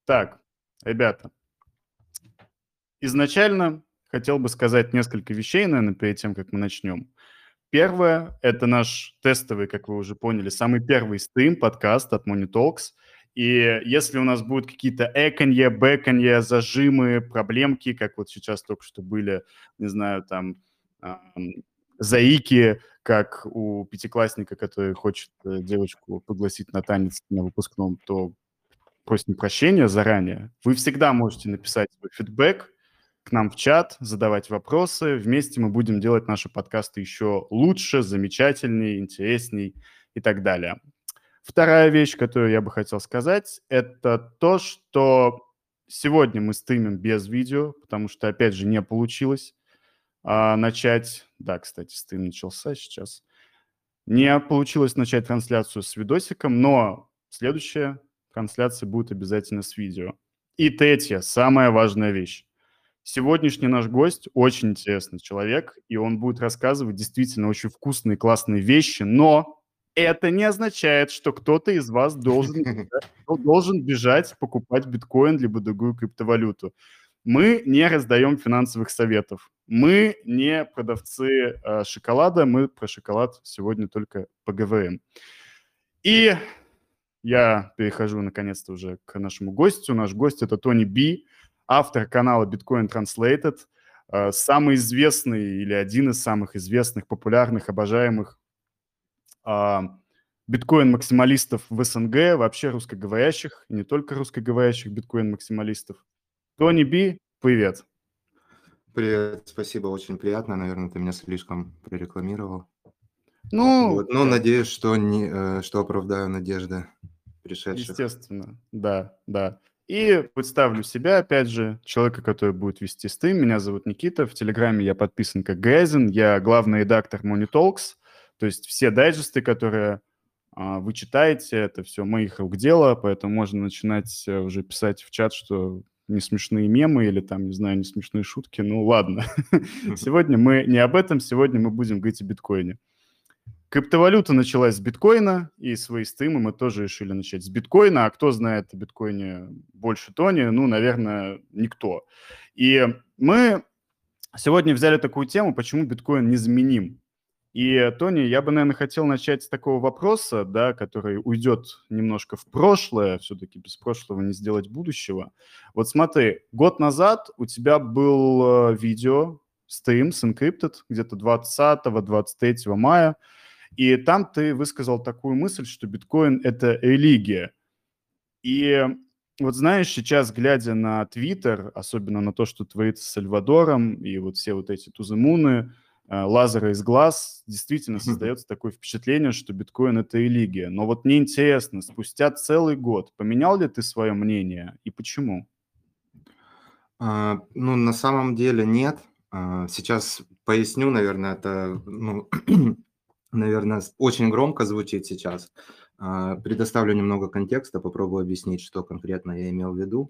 Так, ребята, изначально хотел бы сказать несколько вещей, наверное, перед тем, как мы начнем. Первое– это наш тестовый, как вы уже поняли, самый первый стрим, подкаст от Money Talks. И если у нас будут какие-то эканье, бэканье, зажимы, проблемки, как вот сейчас только что были, не знаю, там, ам, заики, как у пятиклассника, который хочет девочку пригласить на танец на выпускном, то просим прощения заранее. Вы всегда можете написать свой фидбэк к нам в чат, задавать вопросы. Вместе мы будем делать наши подкасты еще лучше, замечательнее, интересней и так далее. Вторая вещь, которую я бы хотел сказать, это то, что сегодня мы стримим без видео, потому что, опять же, не получилось начать... Да, кстати, стрим начался сейчас. Не получилось начать трансляцию с видосиком, но следующая трансляция будет обязательно с видео. И третья, самая важная вещь. Сегодняшний наш гость очень интересный человек, и он будет рассказывать действительно очень вкусные, классные вещи, но это не означает, что кто-то из вас должен бежать покупать биткоин либо другую криптовалюту. Мы не раздаем финансовых советов. Мы не продавцы шоколада, мы про шоколад сегодня только поговорим. И я перехожу наконец-то уже к нашему гостю. Наш гость – это Тони Би, автор канала Bitcoin Translated, самый известный или один из самых известных, популярных, обожаемых биткоин-максималистов в СНГ, вообще русскоговорящих, и не только русскоговорящих биткоин-максималистов. Тони Би, привет. Привет, спасибо, очень приятно. Наверное, ты меня слишком прорекламировал. Ну, Вот, но надеюсь, что оправдаю надежды пришедших. естественно, да, да. И представлю себя, опять же, человека, который будет вести стрим. Меня зовут Никита, в Телеграме я подписан как Грейзен, я главный редактор Money Talks, то есть все дайджесты, которые вы читаете, это все моих рук дело, поэтому можно начинать уже писать в чат, что не смешные мемы или там, не знаю, не смешные шутки. Ну ладно, сегодня мы не об этом, сегодня мы будем говорить о биткоине. Криптовалюта началась с биткоина, и свои стримы мы тоже решили начать с биткоина. А кто знает о биткоине больше Тони? Ну, наверное, никто. И мы сегодня взяли такую тему, почему биткоин незаменим. И, Тони, я бы, наверное, хотел начать с такого вопроса, да, который уйдет немножко в прошлое, все-таки без прошлого не сделать будущего. Вот смотри, год назад у тебя был видео, стрим с Encrypted, где-то 20-23 мая, и там ты высказал такую мысль, что биткоин – это религия. И вот знаешь, сейчас, глядя на Твиттер, особенно на то, что творится с Сальвадором, и вот все вот эти туземуны, лазеры из глаз, действительно создается такое впечатление, что биткоин – это религия. Но вот мне интересно, спустя целый год поменял ли ты свое мнение и почему? Ну, на самом деле нет. Сейчас поясню, наверное, это, наверное, очень громко звучит сейчас. Предоставлю немного контекста, попробую объяснить, что конкретно я имел в виду.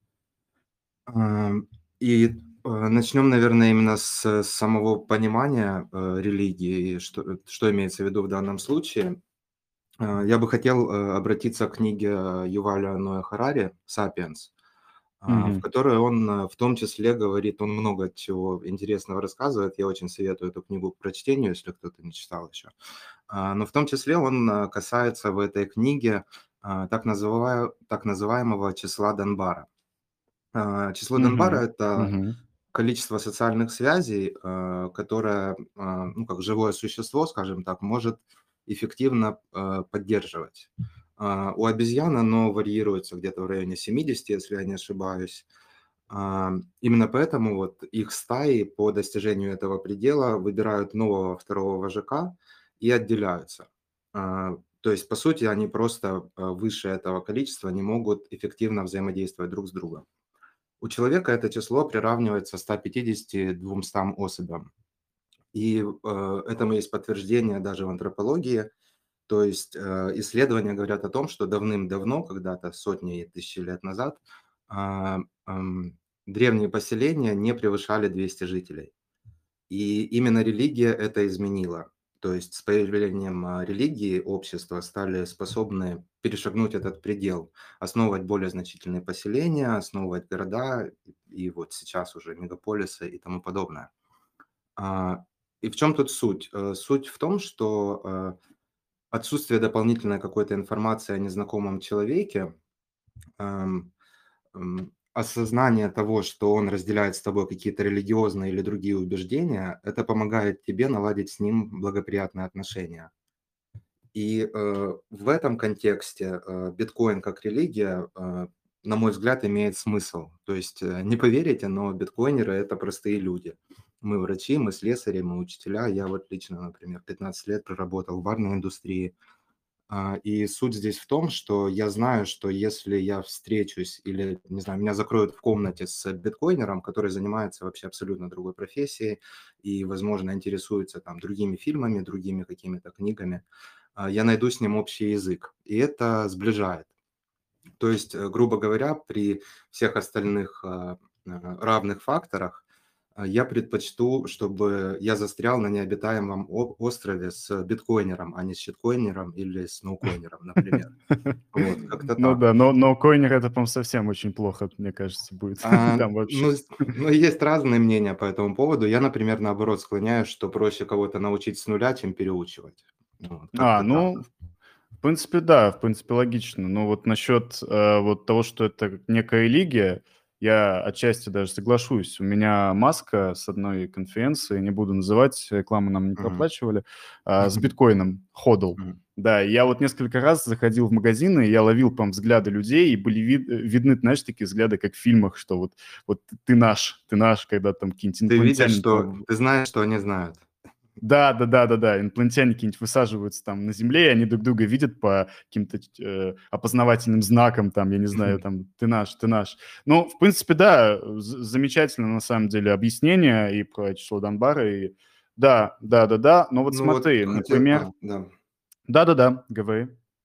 И начнем, наверное, именно с самого понимания религии, что имеется в виду в данном случае. Я бы хотел обратиться к книге Юваля Ноя Харари «Сапиенс», в которой он в том числе говорит, он много чего интересного рассказывает. Я очень советую эту книгу к прочтению, если кто-то не читал еще. Но в том числе он касается в этой книге так называемого числа Данбара. Число Данбара – это количество социальных связей, которое, ну, как живое существо, скажем так, может эффективно поддерживать. У обезьян оно варьируется где-то в районе 70, если я не ошибаюсь. Именно поэтому вот их стаи по достижению этого предела выбирают нового второго вожака и отделяются. То есть, по сути, они просто выше этого количества не могут эффективно взаимодействовать друг с другом. У человека это число приравнивается 150-200 особям. И этому есть подтверждение даже в антропологии. То есть исследования говорят о том, что давным-давно, когда-то сотни и тысячи лет назад, древние поселения не превышали 200 жителей. И именно религия это изменила. То есть с появлением религии общества стали способны перешагнуть этот предел, основывать более значительные поселения, основывать города и вот сейчас уже мегаполисы и тому подобное. А, И в чем тут суть? Суть в том, что отсутствие дополнительной какой-то информации о незнакомом человеке, ам, осознание того, что он разделяет с тобой какие-то религиозные или другие убеждения, это помогает тебе наладить с ним благоприятные отношения. И в этом контексте биткоин как религия, на мой взгляд, имеет смысл. То есть не поверите, но биткоинеры – это простые люди. Мы врачи, мы слесари, мы учителя. Я вот лично, например, 15 лет проработал в барной индустрии. И суть здесь в том, что я знаю, что если я встречусь или, не знаю, меня закроют в комнате с биткоинером, который занимается вообще абсолютно другой профессией и, возможно, интересуется там другими фильмами, другими какими-то книгами, я найду с ним общий язык, и это сближает. То есть, грубо говоря, при всех остальных равных факторах я предпочту, чтобы я застрял на необитаемом острове с биткоинером, а не с щиткоинером или с ноукоинером, например. Вот, как-то Ну так. да, но койнер это, по-моему, совсем очень плохо, мне кажется, будет там вообще. Ну, есть разные мнения по этому поводу. Я, например, наоборот склоняюсь, что проще кого-то научить с нуля, чем переучивать. Вот, как-то так. Ну, в принципе, да, в принципе, логично. Но вот насчет вот того, что это некая религия, я отчасти даже соглашусь. У меня маска с одной конференции, не буду называть, рекламу нам не Мгм. проплачивали, с биткоином ходл. Мгм. Да, я вот несколько раз заходил в магазины, и я ловил там взгляды людей, и были видны, знаешь, такие взгляды, как в фильмах, что вот ты наш, когда там какие-нибудь Ты видишь, инопланетяне что там. ты знаешь, что они знают. Да, инопланетяне какие-нибудь высаживаются там на Земле, и они друг друга видят по каким-то опознавательным знакам, там, я не знаю, там, ты наш, ты наш. Ну, в принципе, да, замечательно, на самом деле, объяснение и про число Донбара, и да, но вот Ну вот смотри, хотел, например, да. да, говори.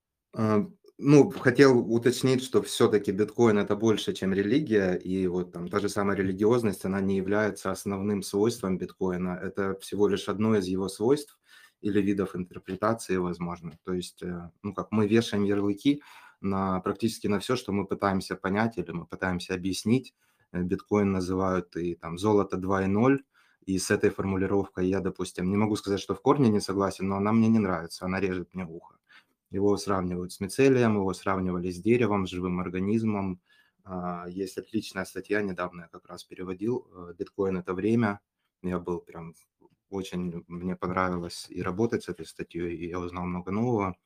Ну, хотел уточнить, что все-таки биткоин это больше, чем религия, и вот там та же самая религиозность, она не является основным свойством биткоина, это всего лишь одно из его свойств или видов интерпретации, возможно. То есть, ну как мы вешаем ярлыки на практически на все, что мы пытаемся понять или мы пытаемся объяснить. Биткоин называют и там золото 2.0, и с этой формулировкой я, допустим, не могу сказать, что в корне не согласен, но она мне не нравится, она режет мне ухо. Его сравнивают с мицелием, его сравнивали с деревом, с живым организмом. Есть отличная статья, недавно я как раз переводил «Биткоин – это время». Я был прям очень, мне понравилось и работать с этой статьей, и я узнал много нового.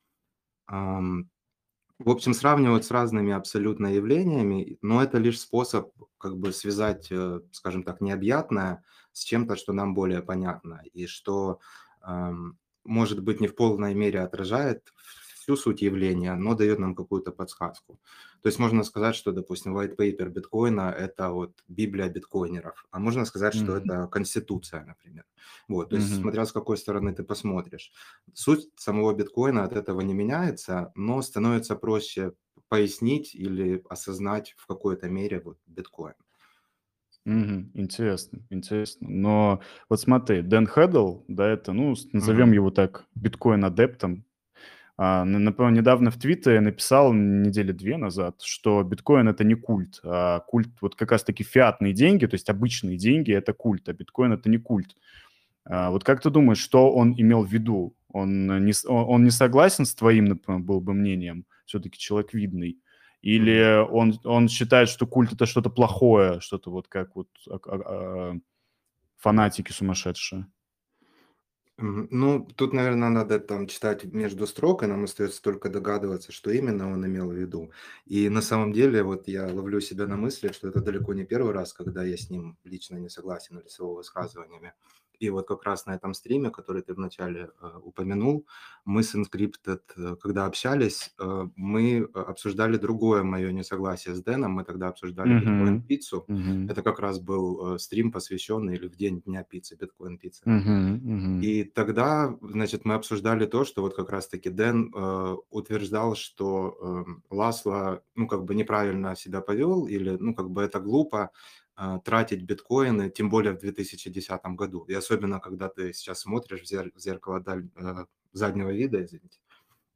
В общем, сравнивают с разными абсолютно явлениями, но это лишь способ как бы связать, скажем так, необъятное с чем-то, что нам более понятно, и что, может быть, не в полной мере отражает всю суть явления, но дает нам какую-то подсказку. То есть можно сказать, что, допустим, white paper биткоина – это вот Библия биткоинеров, а можно сказать, что Мгм, это конституция, например. Вот, то есть мгм. смотря с какой стороны ты посмотришь. Суть самого биткоина от этого не меняется, но становится проще пояснить или осознать в какой-то мере вот биткоин. Интересно, интересно. Но вот смотри, Дэн Хэддл, да, это, ну, назовем Мгм. его так, биткоин-адептом. Напомню, недавно в Твиттере написал недели 2 назад, что биткоин – это не культ, а культ вот как раз-таки фиатные деньги, то есть обычные деньги – это культ, а биткоин – это не культ. Вот как ты думаешь, что он имел в виду? Он не согласен с твоим, например, был бы мнением, все-таки человек видный? Мгм. Или он считает, что культ – это что-то плохое, что-то вот как вот фанатики сумасшедшие? Ну, тут, наверное, надо там читать между строк, и нам остается только догадываться, что именно он имел в виду. И на самом деле, вот я ловлю себя на мысли, что это далеко не первый раз, когда я с ним лично не согласен или с его высказываниями. И вот как раз на этом стриме, который ты вначале упомянул, мы с Encrypted, когда общались, мы обсуждали другое мое несогласие с Дэном. Мы тогда обсуждали Мгм. биткоин-пиццу. Мгм. Это как раз был стрим, посвященный или в день Дня пиццы, биткоин-пиццы. Мгм. Мгм. И тогда, значит, мы обсуждали то, что вот как раз-таки Дэн утверждал, что Ласло, ну, как бы неправильно себя повел, или, ну, как бы это глупо тратить биткоины, тем более в 2010 году. И особенно, когда ты сейчас смотришь в зеркало заднего вида, извините,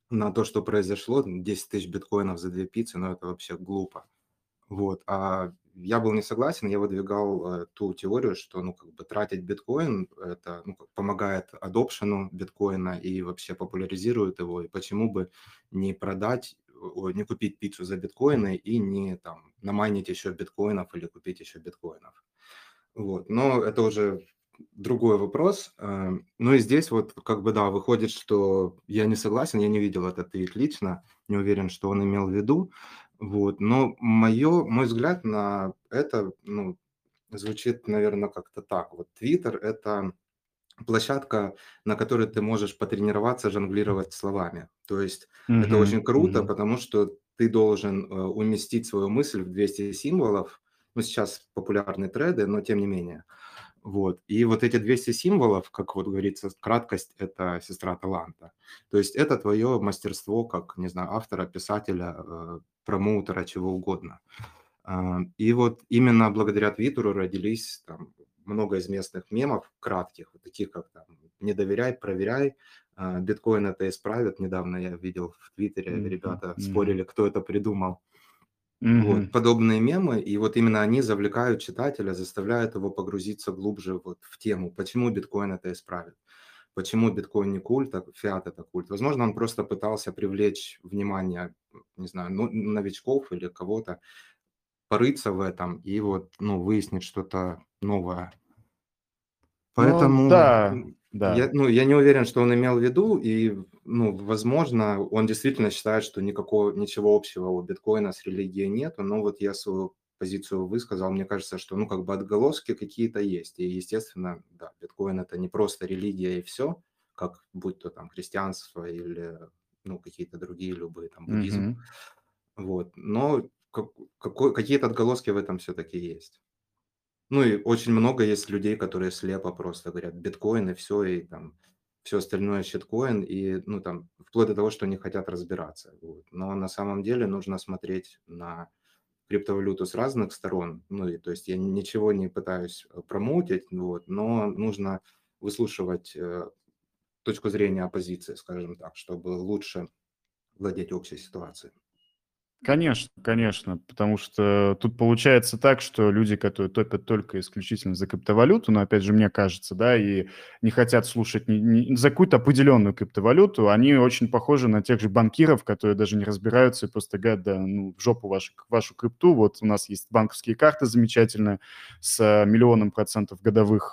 на то, что произошло, 10 тысяч биткоинов за 2 пиццы, ну, это вообще глупо. Вот, а я был не согласен, я выдвигал ту теорию, что, ну, как бы тратить биткоин, это, ну, помогает адопшену биткоина и вообще популяризирует его, и почему бы не продать, не купить пиццу за биткоины и не там намайнить еще биткоинов или купить еще биткоинов. Вот, но это уже другой вопрос. Ну и здесь вот как бы, да, выходит, что я не согласен, я не видел этот твит лично, не уверен, что он имел в виду. Вот, но мой взгляд на это, ну, звучит, наверное, как-то так. Вот Твиттер – это площадка, на которой ты можешь потренироваться жонглировать словами. То есть это очень Мгм, круто, мгм. потому что ты должен уместить свою мысль в 200 символов. Ну, сейчас популярны треды, но тем не менее. Вот. И вот эти 200 символов, как вот говорится, краткость – это сестра таланта. То есть это твое мастерство как, не знаю, автора, писателя, промоутера, чего угодно. И вот именно благодаря Твиттеру родились там много известных мемов кратких, вот таких как там «Не доверяй, проверяй», «Биткоин это исправит». Недавно я видел в Твиттере, Мгм, ребята мгм. спорили, кто это придумал. Вот, Мгм. подобные мемы, и вот именно они завлекают читателя, заставляют его погрузиться глубже вот в тему, почему биткоин это исправит, почему биткоин не культ, а фиат это культ. Возможно, он просто пытался привлечь внимание, не знаю, ну, новичков или кого-то, порыться в этом и вот, ну, выяснить что-то новое. Ну Поэтому, да, да. я не уверен, что он имел в виду, и, ну, возможно, он действительно считает, что ничего общего у биткоина с религией нету, но вот я свою позицию высказал. Мне кажется, что, ну, как бы отголоски какие-то есть. И, естественно, да, биткоин – это не просто религия и все, как будь то там христианство или, ну, какие-то другие любые, там, буддизм. Мгм. Вот, но какие-то отголоски в этом все-таки есть. Ну и очень много есть людей, которые слепо просто говорят: "Биткоин" и все и там все остальное щиткоин, и, ну, там, вплоть до того, что не хотят разбираться. Вот. Но на самом деле нужно смотреть на криптовалюту с разных сторон. Ну и то есть я ничего не пытаюсь, промоутить, вот, но нужно выслушивать, точку зрения оппозиции, скажем так, чтобы лучше владеть общей ситуацией. Конечно, конечно, потому что тут получается так, что люди, которые топят только исключительно за криптовалюту, но опять же, мне кажется, да, и не хотят слушать за какую-то определенную криптовалюту, они очень похожи на тех же банкиров, которые даже не разбираются и просто говорят: да, ну, в жопу вашу крипту, вот у нас есть банковские карты замечательные с миллионом процентов годовых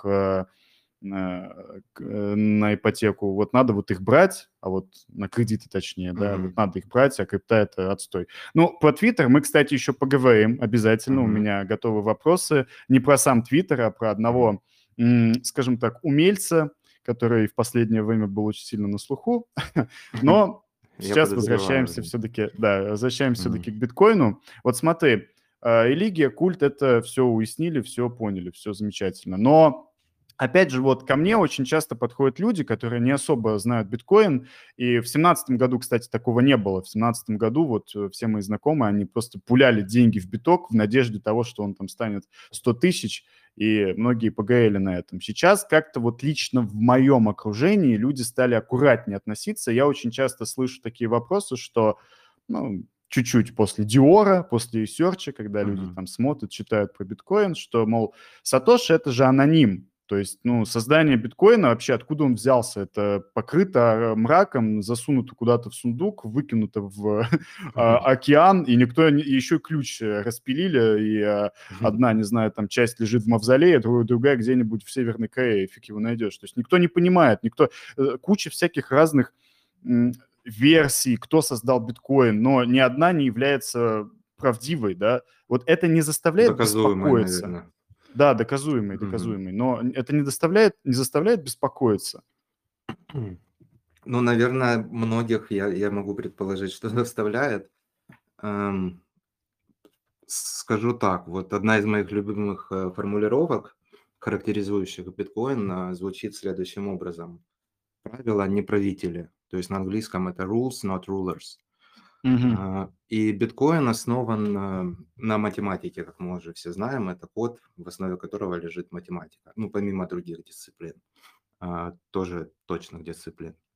на ипотеку, вот надо вот их брать, а вот на кредиты точнее, да, вот Мгм. надо их брать, а крипта – это отстой. Ну, про Твиттер мы, кстати, еще поговорим обязательно, у Мгм. меня готовы вопросы не про сам Твиттер, а про Мгм. одного, скажем так, умельца, который в последнее время был очень сильно на слуху, но Я сейчас подозреваю, возвращаемся да. все-таки, да, возвращаемся Мгм. все-таки к биткоину. Вот смотри, религия, культ – это все уяснили, все поняли, все замечательно, но опять же, вот ко мне очень часто подходят люди, которые не особо знают биткоин, и в семнадцатом году, кстати, такого не было. В семнадцатом году вот все мои знакомые, они просто пуляли деньги в биток в надежде того, что он там станет 100 тысяч, и многие погорели на этом. Сейчас как-то вот лично в моем окружении люди стали аккуратнее относиться. Я очень часто слышу такие вопросы, что, ну, чуть-чуть после Диора, после ресерча, когда люди Мгм. там смотрят, читают про биткоин, что, мол, Сатоши – это же аноним. То есть, ну, создание биткоина вообще, откуда он взялся? Это покрыто мраком, засунуто куда-то в сундук, выкинуто в океан, и никто, и еще ключ распилили, и одна, не знаю, там часть лежит в мавзолее, другая где-нибудь в Северной Корее, фиг его найдешь. То есть никто не понимает, куча всяких разных м, версий, кто создал биткоин, но ни одна не является правдивой, да. Вот это не заставляет Доказуемое, беспокоиться. наверное. Да, доказуемый, Мгм. доказуемый. Но это не заставляет беспокоиться. Ну, наверное, многих я могу предположить, что заставляет. Эм, Скажу так, вот одна из моих любимых, формулировок, характеризующих биткоин, звучит следующим образом: "Правила не правители". То есть на английском это rules, not rulers. Мгм. И биткоин основан на математике, как мы уже все знаем. Это код, в основе которого лежит математика. Ну, помимо других дисциплин, тоже точных дисциплин.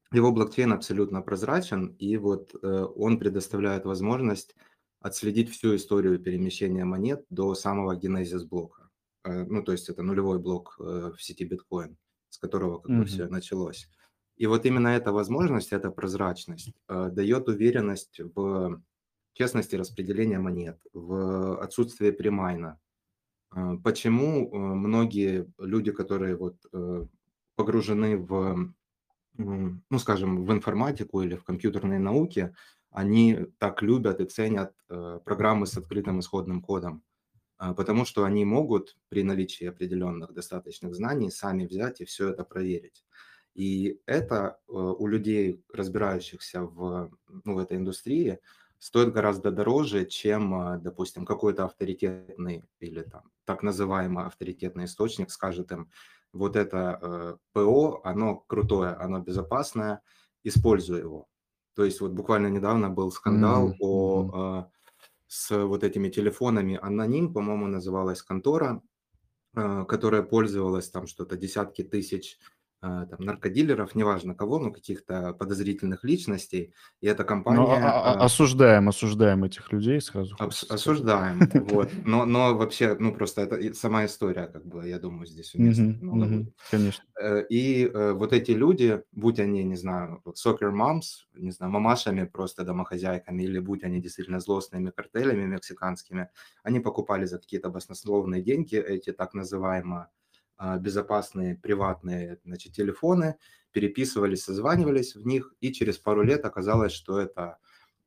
Его блокчейн абсолютно прозрачен, и вот он предоставляет возможность отследить всю историю перемещения монет до самого генезис блока. Ну, то есть это нулевой блок в сети биткоин, с которого как бы все Мгм. началось. И вот именно эта возможность, эта прозрачность дает уверенность в честности распределения монет, в отсутствии премайна. Почему многие люди, которые вот погружены в ну, скажем, в информатику или в компьютерные науки, они так любят и ценят программы с открытым исходным кодом, потому что они могут при наличии определенных достаточных знаний сами взять и все это проверить. И это у людей, разбирающихся в этой индустрии, стоит гораздо дороже, чем, допустим, какой-то авторитетный или там так называемый авторитетный источник скажет им: вот это ПО, оно крутое, оно безопасное, используй его. То есть вот буквально недавно был скандал Мгм. Мгм. с вот этими телефонами "Аноним", по-моему, называлась контора, которая пользовалась там что-то десятки тысяч, там наркодилеров, неважно кого, но каких-то подозрительных личностей. И эта Ну, компания, осуждаем этих людей, сразу хочется сказать. Осуждаем, вот. Но вообще, ну, просто это и сама история, как бы, я думаю, здесь уместно Мгм. много будет. Мгм. Конечно. Вот эти люди, будь они, не знаю, вот soccer moms, не знаю, мамашами просто домохозяйками, или будь они действительно злостными картелями мексиканскими, они покупали за какие-то баснословные деньги эти так называемые безопасные приватные, значит, телефоны, переписывались, созванивались в них, и через пару лет оказалось, что это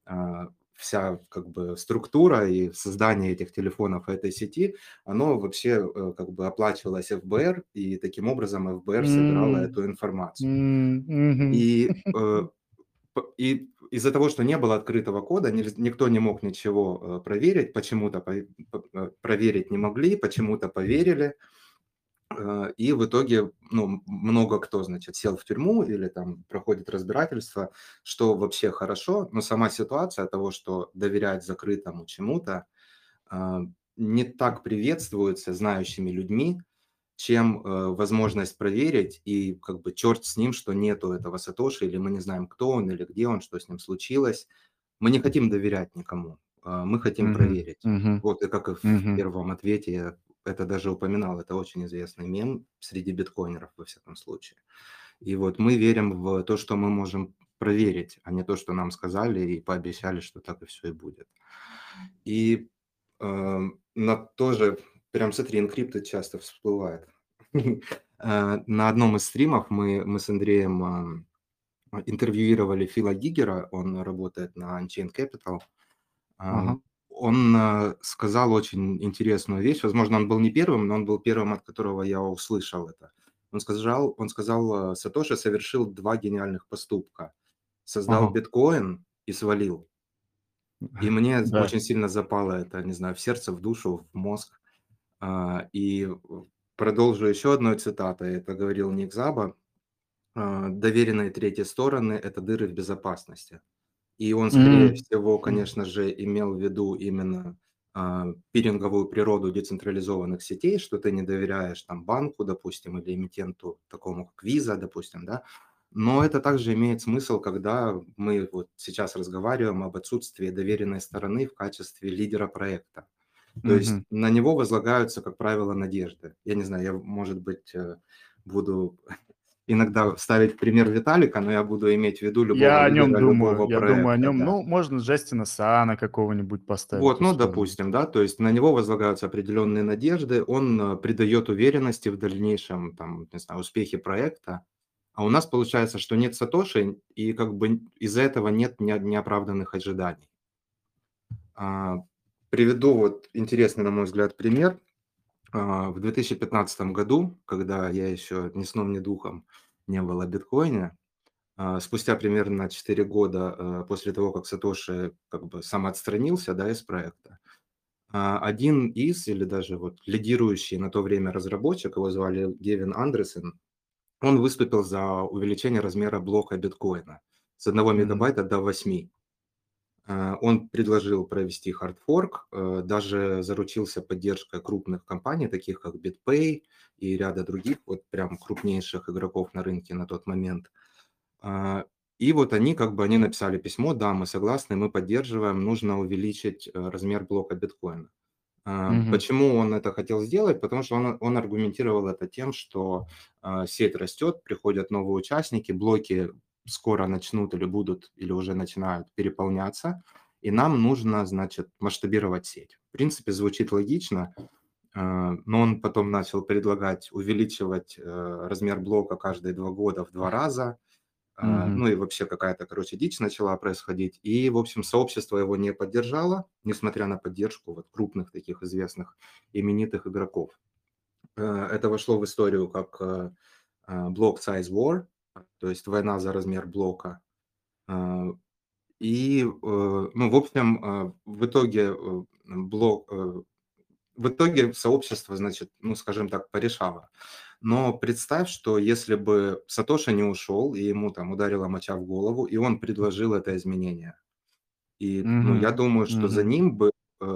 вся как бы структура и создание этих телефонов этой сети, оно вообще как бы оплачивалось ФБР, и таким образом ФБР собирала М. эту информацию. Мгм. И, и из-за того, что не было открытого кода, никто не мог ничего проверить, почему-то проверить не могли, почему-то поверили, и в итоге, ну, много кто, значит, сел в тюрьму или там проходит разбирательство, что вообще хорошо, но сама ситуация того, что доверять закрытому чему-то, а, не так приветствуется знающими людьми, чем возможность проверить, и как бы черт с ним, что нету этого Сатоши, или мы не знаем, кто он, или где он, что с ним случилось. Мы не хотим доверять никому, мы хотим Мгм. проверить. Мгм. Вот и как и в Мгм. первом ответе я это даже упоминал, это очень известный мем среди биткоинеров во всяком случае. И вот мы верим в то, что мы можем проверить, а не то, что нам сказали и пообещали, что так и все и будет. И на тоже, прям смотри, энкриптед часто всплывает. На одном из стримов мы с Андреем интервьюировали Фила Гигера, он работает на Unchained Capital. А, Ага. Он сказал очень интересную вещь. Возможно, он был не первым, но он был первым, от которого я услышал это. Он сказал, Сатоши совершил два гениальных поступка. Создал Ага. биткоин и свалил. И мне Да. очень сильно запало это, не знаю, в сердце, в душу, в мозг. И продолжу еще одной цитатой. Это говорил Ник Заба. Доверенные третьи стороны – это дыры в безопасности. И он, скорее М. всего, М. конечно же, имел в виду именно пиринговую природу децентрализованных сетей, что ты не доверяешь там банку, допустим, или эмитенту такому, как Visa, допустим, да. Но это также имеет смысл, когда мы вот сейчас разговариваем об отсутствии доверенной стороны в качестве лидера проекта. То есть Мгм. на него возлагаются, как правило, надежды. Я не знаю, я, может быть, буду иногда ставить в пример Виталика, но я буду иметь в виду любого Я о нем лидера думаю. любого Я думаю о проекта, нем. да. Ну, можно Джастина Саана какого-нибудь поставить Вот, ну, условно. допустим, да, то есть на него возлагаются определенные надежды, он придает уверенности в дальнейшем, там, не знаю, успехе проекта, а у нас получается, что нет Сатоши, и как бы из-за этого нет неоправданных ожиданий. А, Приведу вот интересный, на мой взгляд, пример. В 2015 году, когда я еще ни сном, ни духом не был о биткоине, спустя примерно 4 года после того, как Сатоши как бы самоотстранился, да, из проекта, один из, или даже вот лидирующий на то время разработчик, его звали Гевин Андерсон, он выступил за увеличение размера блока биткоина с 1 Мгм. мегабайта до 8. Он предложил провести хардфорк, даже заручился поддержкой крупных компаний, таких как BitPay и ряда других, вот прям крупнейших игроков на рынке на тот момент. И вот они написали письмо: "Да, мы согласны, мы поддерживаем, нужно увеличить, размер блока биткоина". Мгм. Почему он это хотел сделать? Потому что он аргументировал это тем, что, сеть растет, приходят новые участники, блоки скоро начнут или будут, или уже начинают переполняться, и нам нужно, значит, масштабировать сеть. В принципе, звучит логично, но он потом начал предлагать увеличивать, размер блока каждые 2 года в 2 раза. Мгм. Ну и вообще какая-то, короче, дичь начала происходить. И, в общем, сообщество его не поддержало, несмотря на поддержку вот крупных таких известных именитых игроков. Это вошло в историю как Block Size War, то есть война за размер блока. Э, ну, в общем, в итоге сообщество, значит, ну, скажем так, порешало. Но представь, что если бы Сатоши не ушел, и ему там ударила моча в голову, и он предложил это изменение. И, ну, Мгм. я думаю, что за Мгм. ним бы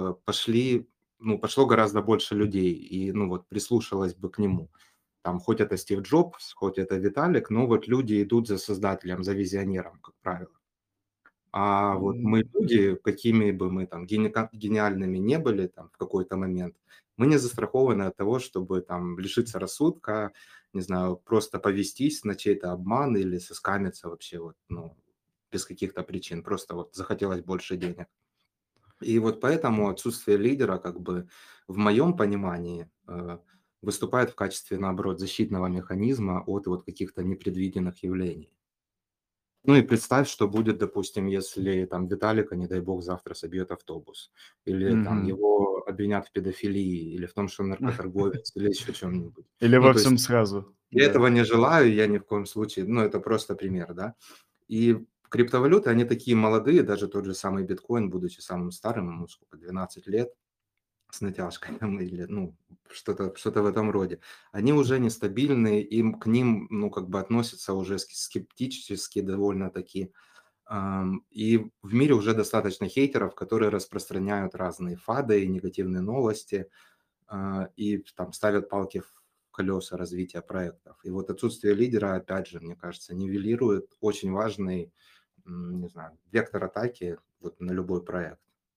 пошло гораздо больше людей, и, ну, вот прислушалось бы к нему. Там хоть это Стив Джобс, хоть это Виталик, но вот люди идут за создателем, за визионером, как правило. А вот мы люди, какими бы мы там гениальными не были там в какой-то момент, мы не застрахованы от того, чтобы там лишиться рассудка, не знаю, просто повестись на чей-то обман или соскамиться вообще вот, ну, без каких-то причин. Просто вот захотелось больше денег. И вот поэтому отсутствие лидера, как бы, в моем понимании, выступает в качестве, наоборот, защитного механизма от вот каких-то непредвиденных явлений. Ну и представь, что будет, допустим, если там Виталика, не дай бог, завтра собьет автобус, или там Мгм. его обвинят в педофилии, или в том, что он наркоторговец, или еще чем-нибудь. Или Ну, во то есть всем сразу, я да. этого не желаю, я ни в коем случае, ну, это просто пример, да. И криптовалюты, они такие молодые, даже тот же самый биткоин, будучи самым старым, ему сколько, 12 лет, с натяжкой там или, ну, что-то в этом роде. Они уже нестабильные, к ним, ну, как бы относятся уже скептически довольно-таки. И в мире уже достаточно хейтеров, которые распространяют разные фады и негативные новости, и там ставят палки в колеса развития проектов. И вот отсутствие лидера, опять же, мне кажется, нивелирует очень важный, не знаю, вектор атаки вот на любой проект.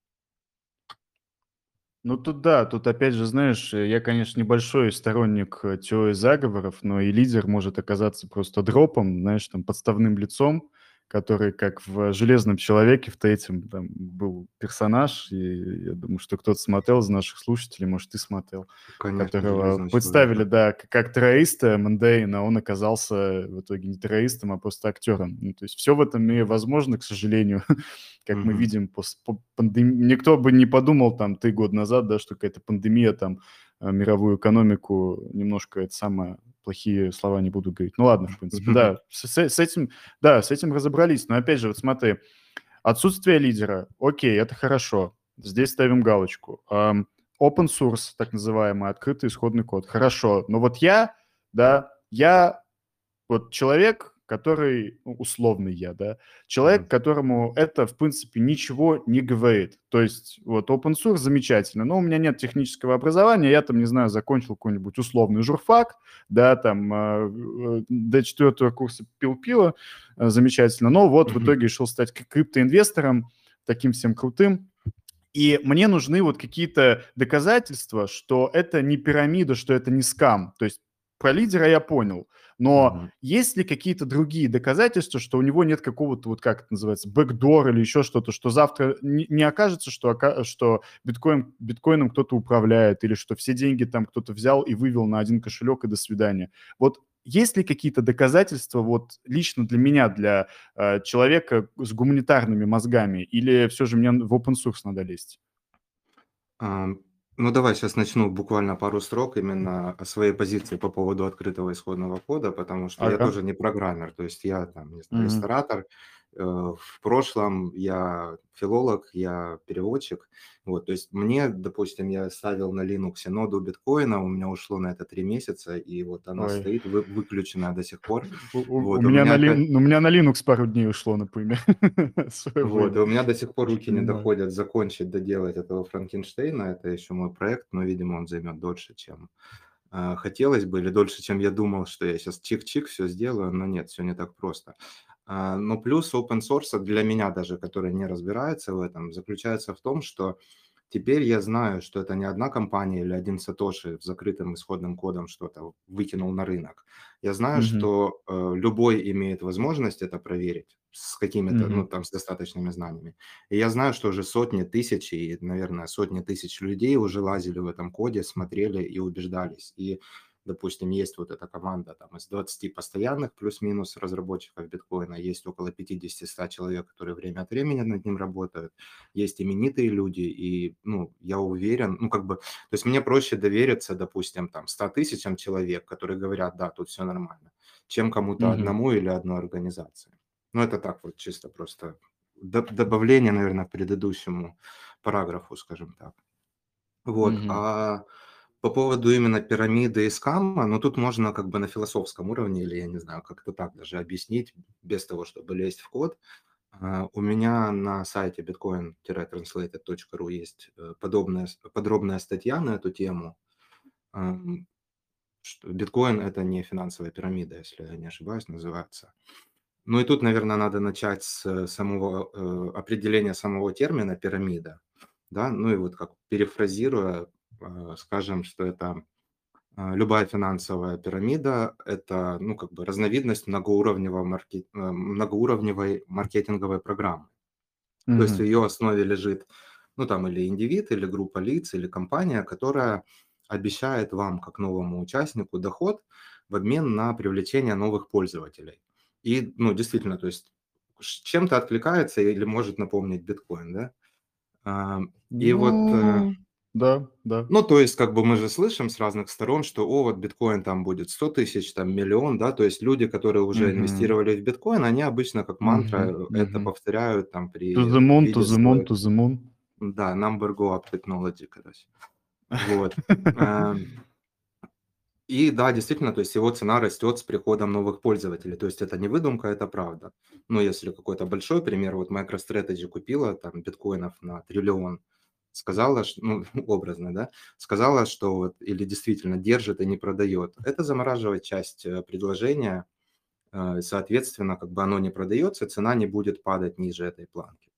Ну тут да, тут опять же, знаешь, я, конечно, небольшой сторонник теории заговоров, но и лидер может оказаться просто дропом, знаешь, там, подставным лицом, который, как в «Железном человеке» в третьем, там был персонаж, и я думаю, что кто-то смотрел из наших слушателей, может, ты смотрел, Конечно, которого железного представили, человека. да, как террориста Мандейна, он оказался в итоге не террористом, а просто актером. Ну, то есть все в этом мире возможно, к сожалению, как мы Мгм. видим, никто бы не подумал там 3 года назад, да, что какая-то пандемия там мировую экономику немножко, это самое, плохие слова не буду говорить. Ну ладно, в принципе, да, с этим, да, с этим разобрались. Но опять же, вот смотри, отсутствие лидера, окей, это хорошо. Здесь ставим галочку. Open source, так называемый, открытый исходный код. Хорошо. Но вот я вот человек, который, ну, условный я, да, человек, Мгм. которому это, в принципе, ничего не говорит. То есть вот open source замечательно, но у меня нет технического образования, я там, не знаю, закончил какой-нибудь условный журфак, да, там до 4 курса пил пиво, замечательно, но вот в Мгм. итоге решил стать криптоинвестором, таким всем крутым, и мне нужны вот какие-то доказательства, что это не пирамида, что это не скам. То есть про лидера я понял. Но Мгм. есть ли какие-то другие доказательства, что у него нет какого-то, вот как это называется, бэкдор или еще что-то, что завтра не окажется, что биткоином кто-то управляет, или что все деньги там кто-то взял и вывел на один кошелек, и до свидания. Вот есть ли какие-то доказательства вот лично для меня, для человека с гуманитарными мозгами, или все же мне в open source надо лезть? Ам, ну, давай сейчас начну буквально пару строк именно о своей позиции по поводу открытого исходного кода, потому что я Ага. тоже не программер, то есть я там, не знаю, Мгм. ресторатор, в прошлом я филолог, я переводчик. Вот, то есть мне, допустим, я ставил на Linux ноду биткоина, у меня ушло на это 3 месяца, и вот она Ой. стоит выключенная до сих пор. У Вот, у меня меня опять У меня на Linux пару дней ушло, например, в свое Вот, и время. у меня до сих пор Уж руки не понимаю. доходят закончить, доделать этого Франкенштейна. Это еще мой проект, но, видимо, он займет дольше, чем, хотелось бы, или дольше, чем я думал, что я сейчас чик-чик все сделаю, но нет, все не так просто. Но плюс open source для меня даже, который не разбирается в этом, заключается в том, что теперь я знаю, что это не одна компания или один Сатоши с закрытым исходным кодом что-то выкинул на рынок. Я знаю, Мгм. что любой имеет возможность это проверить с какими-то, ну, Мгм. там, с достаточными знаниями. И я знаю, что уже сотни тысяч и, наверное, сотни тысяч людей уже лазили в этом коде, смотрели и убеждались. И, допустим, есть вот эта команда там из 20 постоянных плюс-минус разработчиков биткоина, есть около 50-100 человек, которые время от времени над ним работают, есть именитые люди, и, ну, я уверен, ну, как бы, то есть мне проще довериться, допустим, там, 100 тысячам человек, которые говорят, да, тут все нормально, чем кому-то Мгм. одному или одной организации. Ну, это так вот чисто просто добавление, наверное, к предыдущему параграфу, скажем так. Вот, Мгм. а по поводу именно пирамиды и скамма, ну, тут можно как бы на философском уровне, или я не знаю, как-то так даже объяснить, без того, чтобы лезть в код. У меня на сайте bitcoin-translated.ru есть подробная статья на эту тему, ам, что биткоин – это не финансовая пирамида, если я не ошибаюсь, называется. Ну и тут, наверное, надо начать с самого определения самого термина «пирамида». Да? Ну и вот как перефразируя, скажем, что это любая финансовая пирамида – это, ну, как бы разновидность многоуровневой маркетинговой программы. То есть в Мгм. ее основе лежит, ну, там или индивид, или группа лиц, или компания, которая обещает вам, как новому участнику, доход в обмен на привлечение новых пользователей. И, ну, действительно, то есть чем-то откликается или может напомнить биткоин, да? А, И вот, Ну да, да. ну, то есть, как бы мы же слышим с разных сторон, что, о, вот биткоин там будет 100 тысяч, там миллион, да, то есть люди, которые уже Мгм. инвестировали в биткоин, они обычно как мантра Мгм. это Мгм. повторяют там To при the moon, to виде the moon, своей. to the moon. Да, number go up technology, короче. Вот. И да, действительно, то есть его цена растет с приходом новых пользователей. То есть это не выдумка, это правда. Ну, если какой-то большой пример, вот MicroStrategy купила там биткоинов на триллион, сказала, ну, образно, да, сказала, что вот, или действительно держит и не продает. Это замораживает часть предложения, соответственно, как бы оно не продается, цена не будет падать ниже этой планки.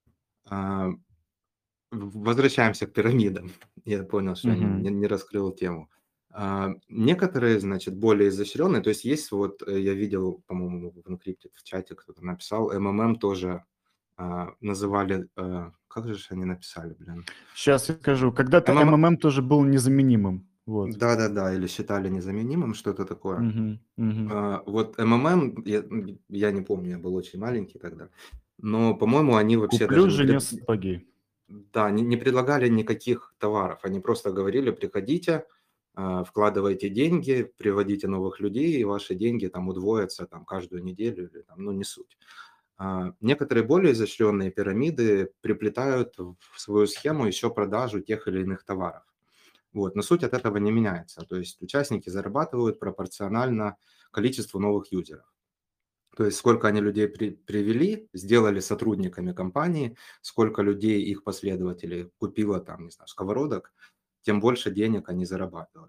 А, Возвращаемся к пирамидам. Я понял, что я Мгм. не раскрыл тему. Некоторые, значит, более изощренные, то есть есть вот, я видел, по-моему, в Encrypted в чате кто-то написал, МММ тоже называли, как же ж они написали, блин? Щас я скажу. Когда-то МММ, МММ тоже был незаменимым. Вот. да-да-да, или считали незаменимым, что-то такое. Мгм. Мгм. Вот МММ, я не помню, я был очень маленький тогда, но, по-моему, они вообще Куплю даже не жене пред сапоги. Да, не предлагали никаких товаров. Они просто говорили: "Приходите, вкладывайте деньги, приводите новых людей, и ваши деньги там удвоятся там каждую неделю или там, ну, не суть". Некоторые более изощренные пирамиды приплетают в свою схему еще продажу тех или иных товаров. Вот, но суть от этого не меняется. То есть участники зарабатывают пропорционально количеству новых юзеров. То есть сколько они людей привели, сделали сотрудниками компании, сколько людей, их последователей купило там, не знаю, сковородок, тем больше денег они зарабатывают.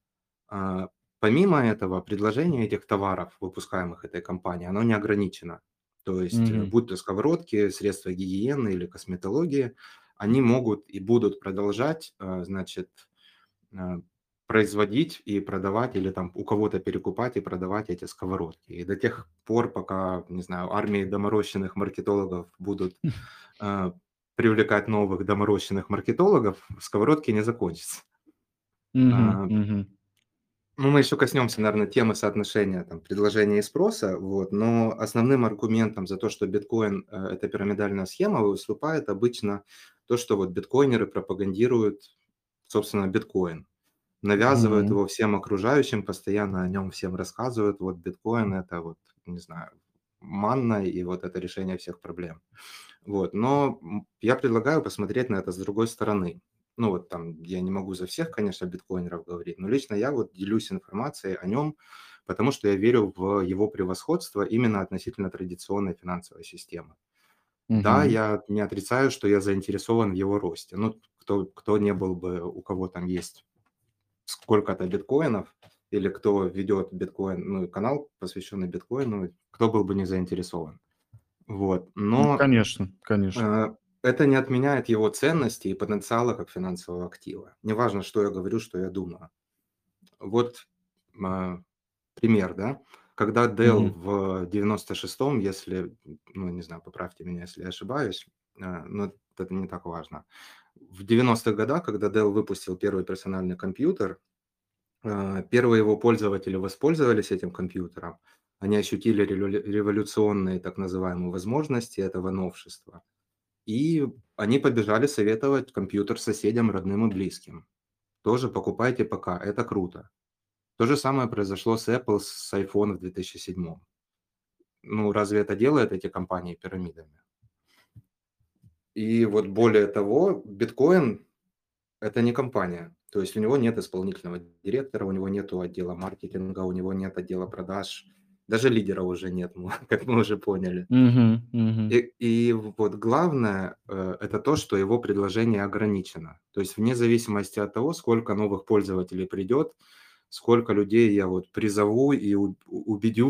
А, Помимо этого, предложение этих товаров, выпускаемых этой компанией, оно не ограничено. То есть, Мгм. будь то сковородки, средства гигиены или косметологии, они могут и будут продолжать, значит, э, производить и продавать, или там у кого-то перекупать и продавать эти сковородки. И до тех пор, пока, не знаю, армии доморощенных маркетологов будут э, привлекать новых доморощенных маркетологов, сковородки не закончатся. Мгм. А, Мгм. Ну, мы еще коснемся, наверное, темы соотношения там, предложения и спроса, вот, но основным аргументом за то, что биткоин это пирамидальная схема, выступает обычно то, что вот биткоинеры пропагандируют, собственно, биткоин. Навязывают Мгм. его всем окружающим, постоянно о нем всем рассказывают. Вот биткоин – это вот, не знаю, манна, и вот это решение всех проблем. Вот, но я предлагаю посмотреть на это с другой стороны. Ну вот там я не могу за всех, конечно, биткоинеров говорить, но лично я вот делюсь информацией о нем, потому что я верю в его превосходство именно относительно традиционной финансовой системы. Да, Мгм. я не отрицаю, что я заинтересован в его росте. Ну, кто не был бы, у кого там есть сколько-то биткоинов, или кто ведет биткоин, ну, канал, посвященный биткоину, кто был бы не заинтересован. Вот. Ну, Но конечно, конечно. это не отменяет его ценности и потенциала как финансового актива. Неважно, что я говорю, что я думаю. Вот а, пример, да. Когда Dell Мгм. в 96-м, если, ну, не знаю, поправьте меня, если я ошибаюсь, но это не так важно. В 90-х годах, когда Dell выпустил первый персональный компьютер, первые его пользователи воспользовались этим компьютером, они ощутили революционные так называемые возможности этого новшества, и они побежали советовать компьютер соседям, родным и близким. Тоже покупайте пока, это круто. То же самое произошло с Apple, с iPhone в 2007. Ну, разве это делают эти компании пирамидами? И вот более того, биткоин– это не компания. То есть у него нет исполнительного директора, у него нет отдела маркетинга, у него нет отдела продаж, даже лидера уже нет, как мы уже поняли. Мгм, мгм. И вот главное, это то, что его предложение ограничено. То есть вне зависимости от того, сколько новых пользователей придет, сколько людей я вот призову и убедю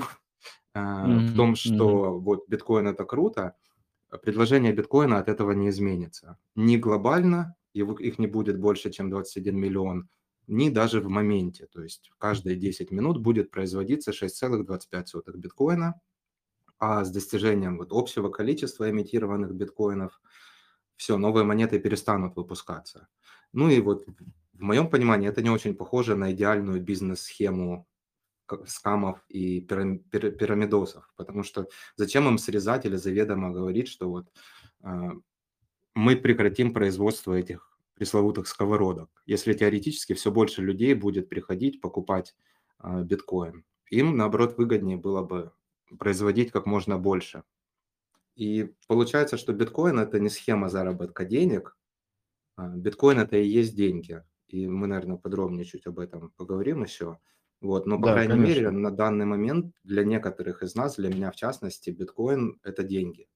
в Мгм, том, мгм. что вот биткоин это круто, предложение биткоина от этого не изменится. Ни глобально, их не будет больше, чем 21 миллион, ни даже в моменте. То есть каждые 10 минут будет производиться 6,25 биткоина, а с достижением вот общего количества эмитированных биткоинов все, новые монеты перестанут выпускаться. Ну и вот в моем понимании это не очень похоже на идеальную бизнес-схему скамов и пирамидосов, потому что зачем им срезать или заведомо говорить, что вот а, мы прекратим производство этих пресловутых сковородок, если теоретически все больше людей будет приходить покупать биткоин. Им, наоборот, выгоднее было бы производить как можно больше. И получается, что биткоин– это не схема заработка денег, биткоин– это и есть деньги. И мы, наверное, подробнее чуть об этом поговорим еще. Вот, но, по Да, крайней мере, конечно. на данный момент для некоторых из нас, для меня в частности, биткоин– это деньги.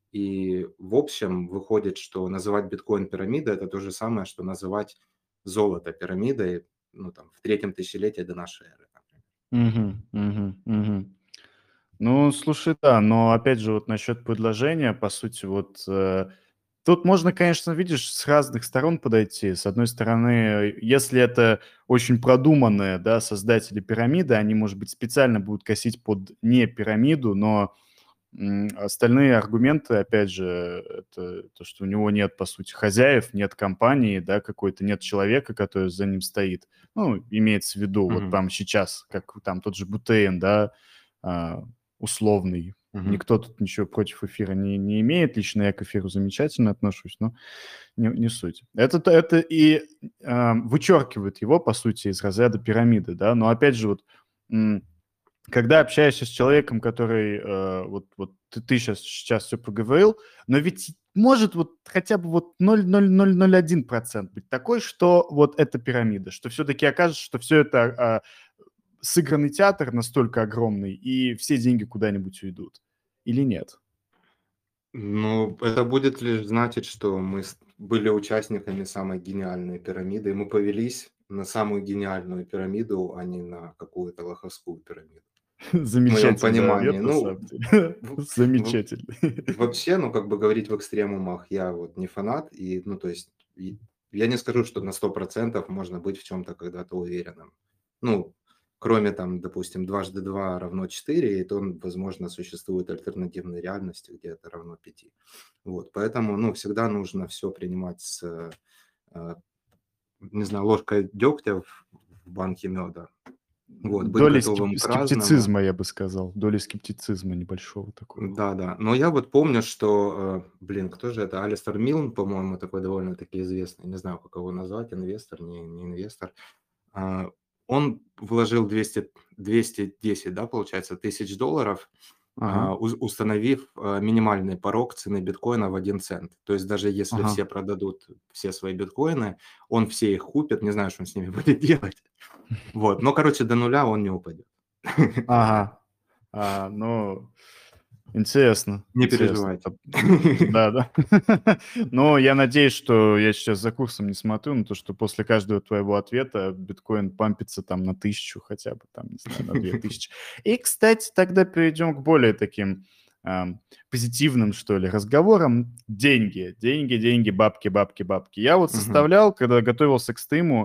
И в общем выходит, что называть биткоин пирамидой– это то же самое, что называть золото пирамидой, ну, там, в третьем тысячелетии до нашей эры, например. Мгм, мгм, мгм. Ну, слушай, да, но опять же, вот насчет предложения, по сути, вот тут можно, конечно, видишь, с разных сторон подойти. С одной стороны, если это очень продуманные, да, создатели пирамиды, они, может быть, специально будут косить под не пирамиду, но остальные аргументы, опять же, это то, что у него нет, по сути, хозяев, нет компании, да, какой-то, нет человека, который за ним стоит. Ну, имеется в виду, вот Мгм. прямо сейчас, как там тот же Бутейн, да, а, условный. Мгм. Никто тут ничего против эфира не имеет. Лично я к эфиру замечательно отношусь, но не суть. Это и вычеркивает его, по сути, из разряда пирамиды, да. Но опять же, вот когда общаешься с человеком, который, вот ты сейчас все проговорил, но ведь может вот хотя бы вот 0,0001% быть такой, что вот это пирамида, что все-таки окажется, что все это сыгранный театр настолько огромный, и все деньги куда-нибудь уйдут. Или нет? Ну, это будет лишь значить, что мы были участниками самой гениальной пирамиды, и мы повелись на самую гениальную пирамиду, а не на какую-то лоховскую пирамиду. В моем Замечательный понимании. ответ, на Ну, самом деле. в- в- Замечательный. вообще, ну, как бы говорить в экстремумах, я вот не фанат, и, ну, то есть, я не скажу, что на 100% можно быть в чем-то когда-то уверенным. Ну, кроме там, допустим, дважды 2 равно 4, и то, возможно, существуют альтернативные реальности, где это равно 5. Вот, поэтому, ну, всегда нужно все принимать с, э, не знаю, ложкой дегтя в банке меда. Вот, быть Доля готовым к разному. скептицизма, я бы сказал. Доля скептицизма небольшого такого. Да-да. Но я вот помню, что, блин, кто же это? Алистер Милн, по-моему, такой довольно-таки известный, не знаю, как его назвать, инвестор, не инвестор. А, Он вложил 210, да, получается, тысяч долларов, Ага, установив минимальный порог цены биткоина в 1 цент. То есть даже если ага. все продадут все свои биткоины, он все их купит, не знаю, что он с ними будет делать. Вот, но, короче, до нуля он не упадет. Ага. Ну, Интересно, Не интересно. переживайте. Да, да. Но я надеюсь, что я сейчас за курсом не смотрю, но то, что после каждого твоего ответа биткоин пампится там на 1000 хотя бы, там, не знаю, на 2000. И, кстати, тогда перейдем к более таким позитивным, что ли, разговорам. Деньги, деньги, деньги, бабки, бабки, бабки. Я вот Мгм. составлял, когда готовился к стриму,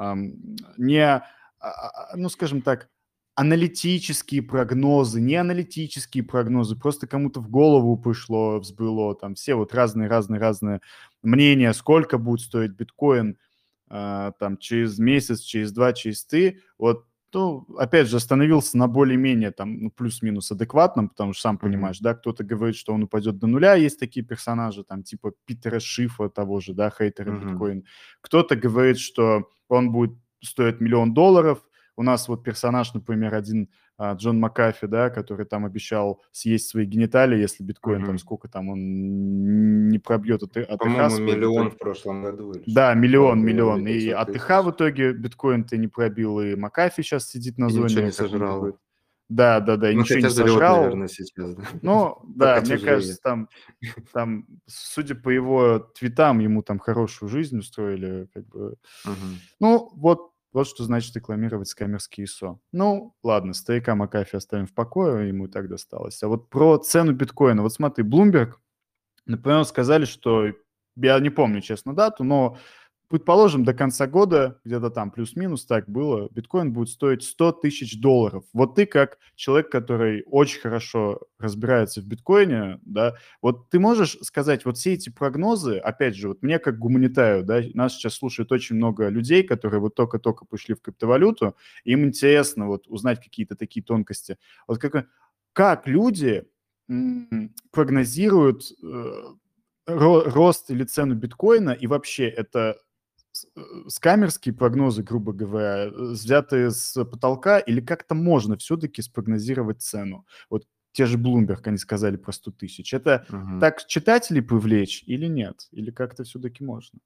не, ну, скажем так, аналитические прогнозы, не аналитические прогнозы, просто кому-то в голову пришло, взбрело, там все вот разные-разные-разные мнения, сколько будет стоить биткоин там через месяц, через два, через три, вот, ну, опять же, остановился на более-менее там, ну, плюс-минус адекватном, потому что, сам Мгм. понимаешь, да, кто-то говорит, что он упадет до нуля, есть такие персонажи, там, типа Питера Шифа того же, да, хейтера Мгм. биткоин. Кто-то говорит, что он будет стоить $1 000 000. У нас вот персонаж, например, один Джон Макафи, да, который там обещал съесть свои гениталии, если биткоин там Мгм. сколько там он не пробьет от ИХ По-моему, свой в миллион итоге. в прошлом году или Да, что-то такое миллион, было, или миллион. И 500 от ИХ в тысяч. итоге биткоин ты не пробил, и Макафи сейчас сидит на И ничего не зоне, как он говорит. сожрал. Да, да, да, и Ну, ничего не хотя жрет, сожрал. наверное, сейчас, да. Ну, да, Пока мне чужие. кажется, там, судя по его твитам, ему там хорошую жизнь устроили, как бы. Мгм. Ну, вот что значит рекламировать скамерские ИСО. Ну, ладно, старика Макафи оставим в покое, ему и так досталось. А вот про цену биткоина. Вот смотри, Bloomberg, например, сказали, что, я не помню, честно, дату, но, предположим, до конца года, где-то там плюс-минус так было, биткоин будет стоить $100 000. Вот ты как человек, который очень хорошо разбирается в биткоине, да, вот ты можешь сказать, вот все эти прогнозы, опять же, вот мне как гуманитарию, да, нас сейчас слушает очень много людей, которые вот только-только пришли в криптовалюту, им интересно вот узнать какие-то такие тонкости. Вот как люди прогнозируют рост или цену биткоина, и вообще это скамерские прогнозы, грубо говоря, взятые с потолка, или как-то можно все-таки спрогнозировать цену? Вот те же Bloomberg, они сказали про 100 тысяч. Это Мгм. так читателей привлечь или нет? Или как-то все-таки можно?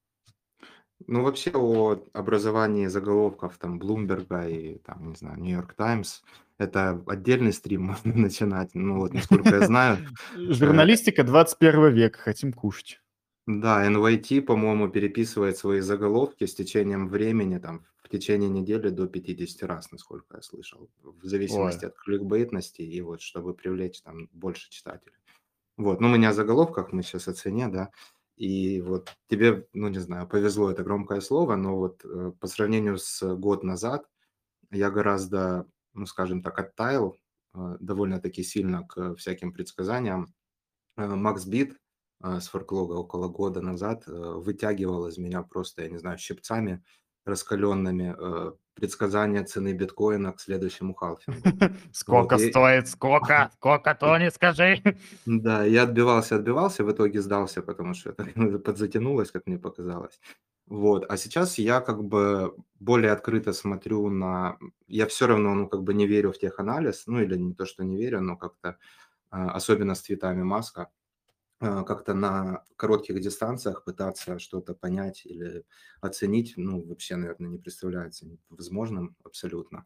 Ну, вообще о образовании заголовков там Блумберга и там, не знаю, Нью-Йорк Таймс — это отдельный стрим можно начинать. Ну, вот насколько я знаю, э, Журналистика 21 века, хотим кушать. да, NYT, по-моему, переписывает свои заголовки с течением времени, там, в течение недели до 50 раз, насколько я слышал, в Ой. зависимости от кликбейтности и вот, чтобы привлечь там больше читателей. Вот, ну, мы не о заголовках, мы сейчас о цене, да. И вот тебе, ну, не знаю, повезло — это громкое слово, но вот, по сравнению с год назад я гораздо, ну, скажем так, оттаял, довольно-таки сильно к всяким предсказаниям. MaxBit, с форклога около года назад, вытягивал из меня просто, я не знаю, щипцами раскаленными, предсказания цены биткоина к следующему халфингу. Вот, Сколько стоит? Сколько? Сколько, Тони, скажи? да, я отбивался, в итоге сдался, потому что это подзатянулось, как мне показалось. Вот, а сейчас я как бы более открыто смотрю на я все равно, ну, как бы не верю в теханализ, ну, или не то, что не верю, но как-то, особенно с твитами Маска, как-то на коротких дистанциях пытаться что-то понять или оценить, ну, вообще, наверное, не представляется возможным абсолютно.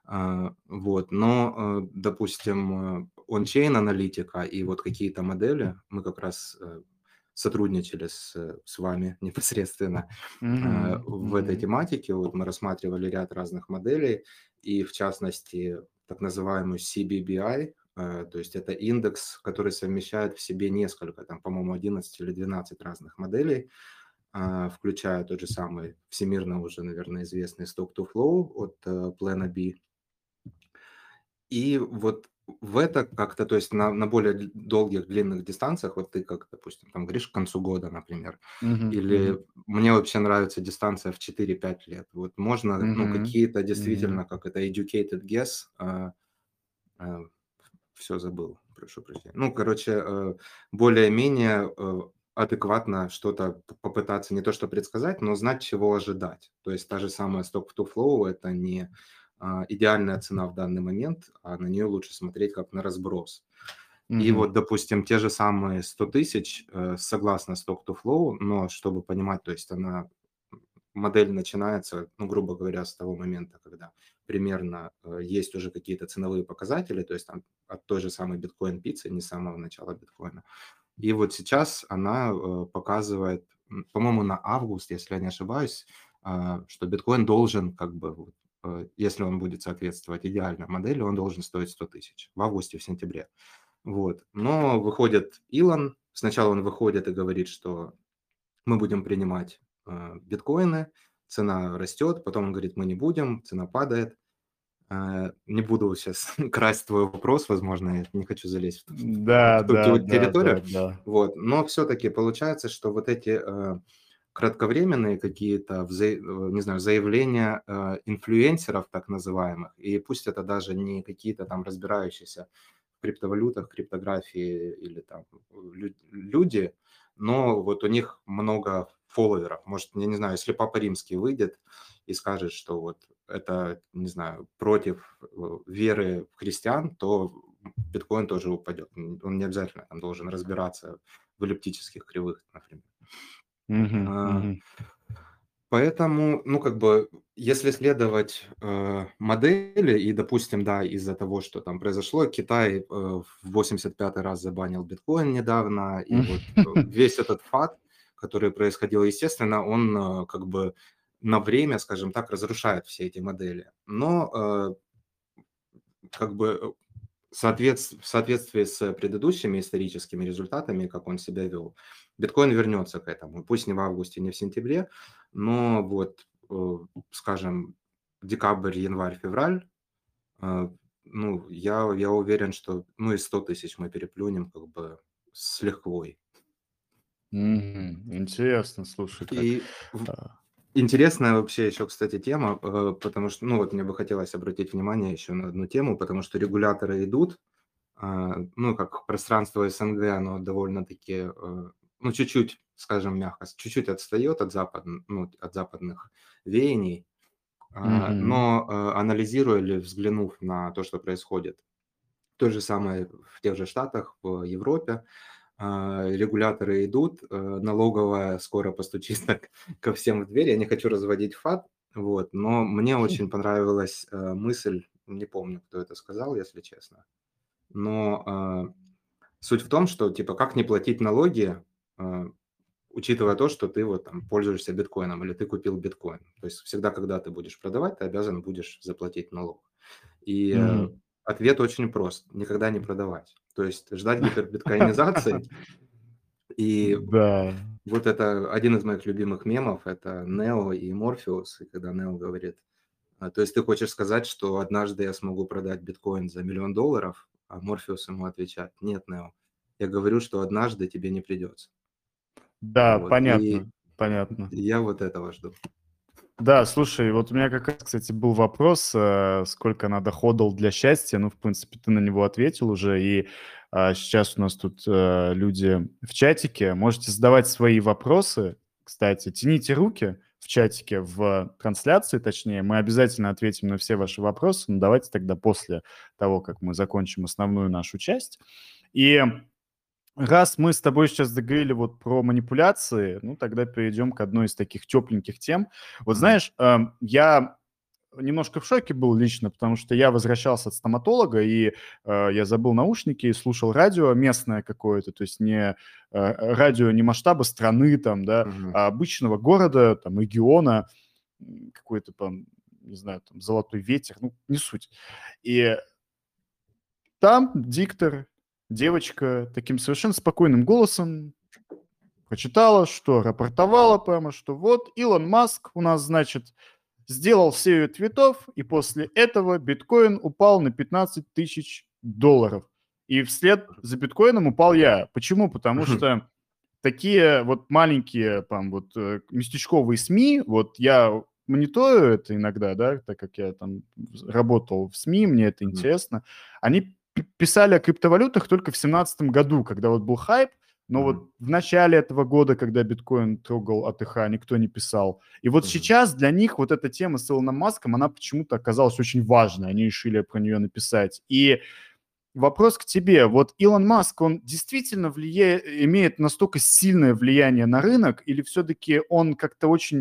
Вот, но, допустим, ончейн аналитика и вот какие-то модели, мы как раз, сотрудничали с вами непосредственно, Мгм, в этой мгм. тематике. Вот мы рассматривали ряд разных моделей, и в частности так называемую CBBI, то есть это индекс, который совмещает в себе несколько, там, по-моему, 11 или 12 разных моделей, включая тот же самый всемирно уже, наверное, известный Stock to Flow от Plana B. И вот в это как-то, то есть на более долгих, длинных дистанциях, вот ты как, допустим, там говоришь к концу года, например, Мгм, мгм, или мне вообще нравится дистанция в 4-5 лет. Вот можно, ну, мгм, какие-то мгм. действительно, как это, educated guess, все забыл, прошу прощения. Ну, короче, более-менее, адекватно что-то попытаться не то что предсказать, но знать, чего ожидать. То есть та же самая Stock to Flow — это не, идеальная цена в данный момент, а на нее лучше смотреть как на разброс. И Мгм. вот, допустим, те же самые 100 000, согласно Stock to Flow, но чтобы понимать, то есть она модель начинается, ну, грубо говоря, с того момента, когда примерно есть уже какие-то ценовые показатели, то есть там от той же самой биткоин-пиццы, не с самого начала биткоина. И вот сейчас она показывает, по-моему, на август, если я не ошибаюсь, что биткоин должен, как бы, если он будет соответствовать идеальной модели, он должен стоить 100 тысяч в августе, в сентябре. Вот. Но выходит Илон, сначала он выходит и говорит, что мы будем принимать биткоины, цена растет, потом он говорит, мы не будем, цена падает. Не буду сейчас красть твой вопрос, возможно, я не хочу залезть Да, в ту да, да, да, территорию, да. вот. Но все-таки получается, что вот эти кратковременные какие-то, не знаю, заявления инфлюенсеров так называемых, и пусть это даже не какие-то там разбирающиеся в криптовалютах, криптографии или там люди, но вот у них много фолловеров. Может, я не знаю, если Папа Римский выйдет и скажет, что вот это, не знаю, против веры в христиан, то биткоин тоже упадет. Он не обязательно там должен разбираться в эллиптических кривых, например. Мгм, А, мгм. Поэтому, ну, как бы, если следовать модели, и, допустим, да, из-за того, что там произошло, Китай в 85-й раз забанил биткоин недавно, и вот весь этот факт, который происходил, естественно, он как бы на время, скажем так, разрушает все эти модели. Но как бы в соответствии с предыдущими историческими результатами, как он себя вел, биткоин вернется к этому. Пусть не в августе, не в сентябре, но вот, скажем, декабрь, январь, февраль, ну, я уверен, что, ну, и 100 тысяч мы переплюнем как бы с лихвой. Мгм. Интересно, слушай, как. И А, интересная вообще еще, кстати, тема, потому что, ну, вот мне бы хотелось обратить внимание еще на одну тему, потому что регуляторы идут, ну, как пространство СНГ, оно довольно-таки, ну, чуть-чуть, скажем мягко, чуть-чуть отстает ну, от западных веяний, Мгм. но анализируя или взглянув на то, что происходит, то же самое в тех же Штатах, в Европе, регуляторы идут, налоговая скоро постучится ко всем в дверь. Я не хочу разводить фат, вот, но мне очень понравилась мысль, не помню, кто это сказал, если честно, но суть в том, что типа как не платить налоги, а, учитывая то, что ты вот там пользуешься биткоином или ты купил биткоин. То есть всегда, когда ты будешь продавать, ты обязан будешь заплатить налог. И Мгм. ответ очень прост: никогда не продавать. То есть ждать гипербиткоинизации. И Да. вот это один из моих любимых мемов — это Нео и Морфеус, и когда Нео говорит: то есть ты хочешь сказать, что однажды я смогу продать биткоин за $1 000 000, а Морфеус ему отвечает: нет, Нео, я говорю, что однажды тебе не придется. Да, Вот, и понятно, понятно. я вот этого жду. Да, слушай, вот у меня как раз, кстати, был вопрос, сколько надо ходл для счастья. Ну, в принципе, ты на него ответил уже. И сейчас у нас тут люди в чатике. Можете задавать свои вопросы. Кстати, тяните руки в чатике, в трансляции, точнее. Мы обязательно ответим на все ваши вопросы. Но давайте тогда после того, как мы закончим основную нашу часть. И раз мы с тобой сейчас заговорили вот про манипуляции, ну, тогда перейдем к одной из таких тепленьких тем. Вот Мгм. знаешь, я немножко в шоке был лично, потому что я возвращался от стоматолога, и я забыл наушники и слушал радио местное какое-то, то есть не радио не масштаба страны там, да, Мгм. а обычного города, там, региона, какой-то там, не знаю, там, «Золотой ветер», ну, не суть. И там диктор, девочка, таким совершенно спокойным голосом прочитала, что рапортовала прямо, что вот Илон Маск у нас, значит, сделал серию твитов, и после этого биткоин упал на 15 тысяч долларов. И вслед за биткоином упал я. Почему? Потому Мгм. что такие вот маленькие там вот местечковые СМИ, вот я мониторю это иногда, да, так как я там работал в СМИ, мне это Мгм. интересно, они писали о криптовалютах только в 2017 году, когда вот был хайп, но Мгм. вот в начале этого года, когда биткоин трогал АТХ, никто не писал. И вот Мгм. сейчас для них вот эта тема с Илоном Маском, она почему-то оказалась очень важной, они решили про нее написать. И вопрос к тебе. Вот Илон Маск, он действительно имеет настолько сильное влияние на рынок, или все-таки он как-то очень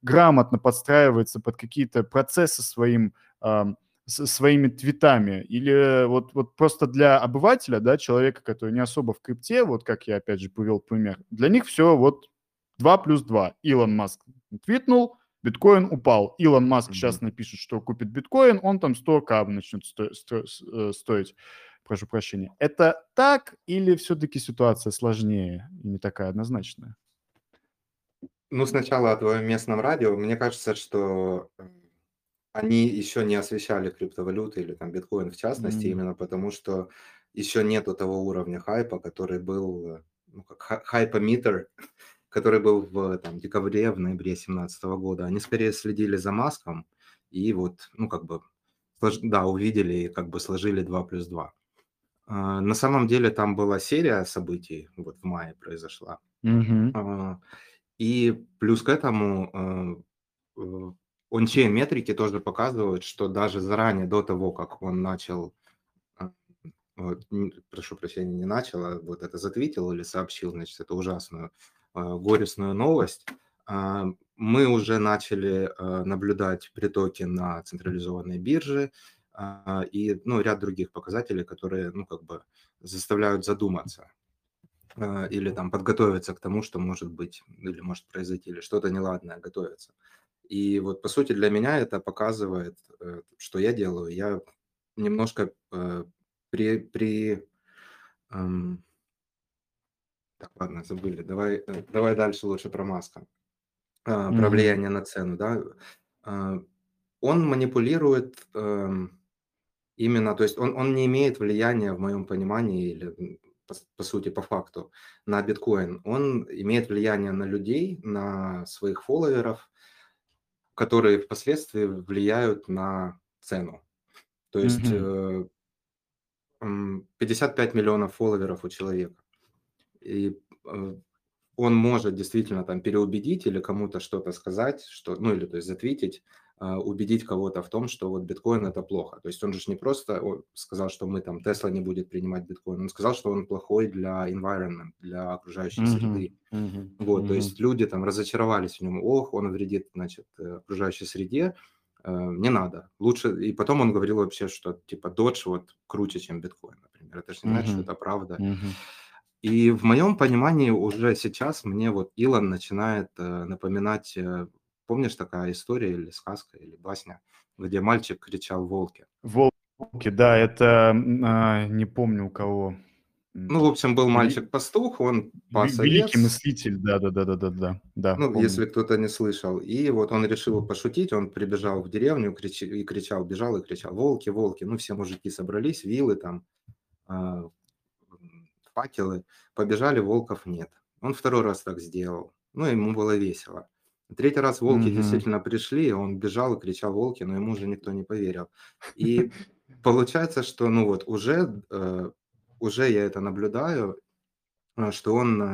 грамотно подстраивается под какие-то процессы своими твитами, или вот просто для обывателя, да, человека, который не особо в крипте, вот как я опять же привел пример, для них все вот 2 плюс 2. Илон Маск твитнул, биткоин упал. Илон Маск сейчас напишет, что купит биткоин, он там 100К начнет стоить. Прошу прощения. Это так или все-таки ситуация сложнее и не такая однозначная? Ну, сначала о твоем местном радио. Мне кажется, что они еще не освещали криптовалюты или там биткоин в частности, именно потому что еще нету того уровня хайпа, который был, ну, как хайпометр, который был в там, декабре, в ноябре 2017 года. Они скорее следили за Маском и вот, ну, как бы, да, увидели и как бы сложили 2 плюс 2. На самом деле там была серия событий, вот в мае произошла. Мгм. И плюс к этому ончейн метрики тоже показывают, что даже заранее, до того, как он начал, вот, прошу прощения, не начал, а вот это затвитил или сообщил, значит, эту ужасную, горестную новость, мы уже начали наблюдать притоки на централизованной бирже и, ну, ряд других показателей, которые, ну, как бы заставляют задуматься или там подготовиться к тому, что может быть или может произойти, или что-то неладное готовится. И вот, по сути, для меня это показывает, что я делаю. Я немножко так, ладно, забыли. Давай дальше лучше про Маска. Про Мгм. влияние на цену, да. Он манипулирует именно, то есть он не имеет влияния, в моем понимании, или по сути, по факту, на биткоин. Он имеет влияние на людей, на своих фолловеров, которые впоследствии влияют на цену. То есть Мгм. 55 миллионов фолловеров у человека. И он может действительно там переубедить или кому-то что-то сказать, что, ну или то есть затвитить, убедить кого-то в том, что вот биткоин это плохо. То есть он же не просто сказал, что мы там Tesla не будет принимать биткоин, он сказал, что он плохой для environment, для окружающей Мгм. среды. Мгм. Вот, то есть Мгм. люди там разочаровались в нем, ох, он вредит, значит, окружающей среде, не надо. Лучше, и потом он говорил вообще, что типа Dodge вот круче, чем биткоин, например. Это же не значит, что Мгм. это правда. Мгм. И в моем понимании уже сейчас мне вот Илон начинает напоминать, помнишь такая история или сказка, или басня, где мальчик кричал волки? Волки, да, это не помню у кого. Ну, в общем, был Вели- мальчик-пастух, он пас Великий овец. мыслитель, да, да, Ну, помню. если кто-то не слышал. И вот он решил пошутить, он прибежал в деревню и кричал, бежал и кричал: волки, волки. Ну, все мужики собрались, вилы там, а, факелы, побежали, волков нет. Он второй раз так сделал, ну, ему было весело. Третий раз волки Мгм. действительно пришли, он бежал и кричал: волки, но ему уже никто не поверил. И получается, что, ну, вот уже я это наблюдаю, что он,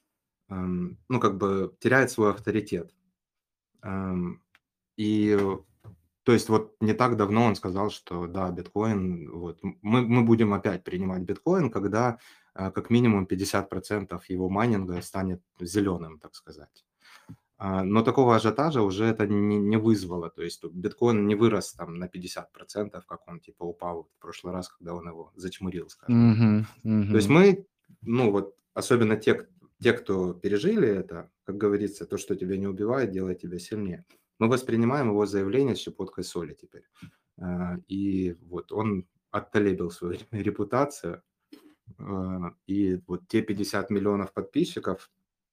ну, как бы теряет свой авторитет. Ам, и, то есть вот не так давно он сказал, что да, биткоин, вот мы будем опять принимать биткоин, когда как минимум 50% его майнинга станет зеленым, так сказать. Но такого ажиотажа уже это не вызвало. То есть биткоин не вырос там на 50%, как он типа упал в прошлый раз, когда он его зачмурил, скажем так. Мгм. То есть Мгм. мы, ну вот, особенно те, кто пережили это, как говорится, то, что тебя не убивает, делает тебя сильнее. Мы воспринимаем его заявление с щепоткой соли теперь. И вот он оттолебил свою репутацию. И вот те 50 миллионов подписчиков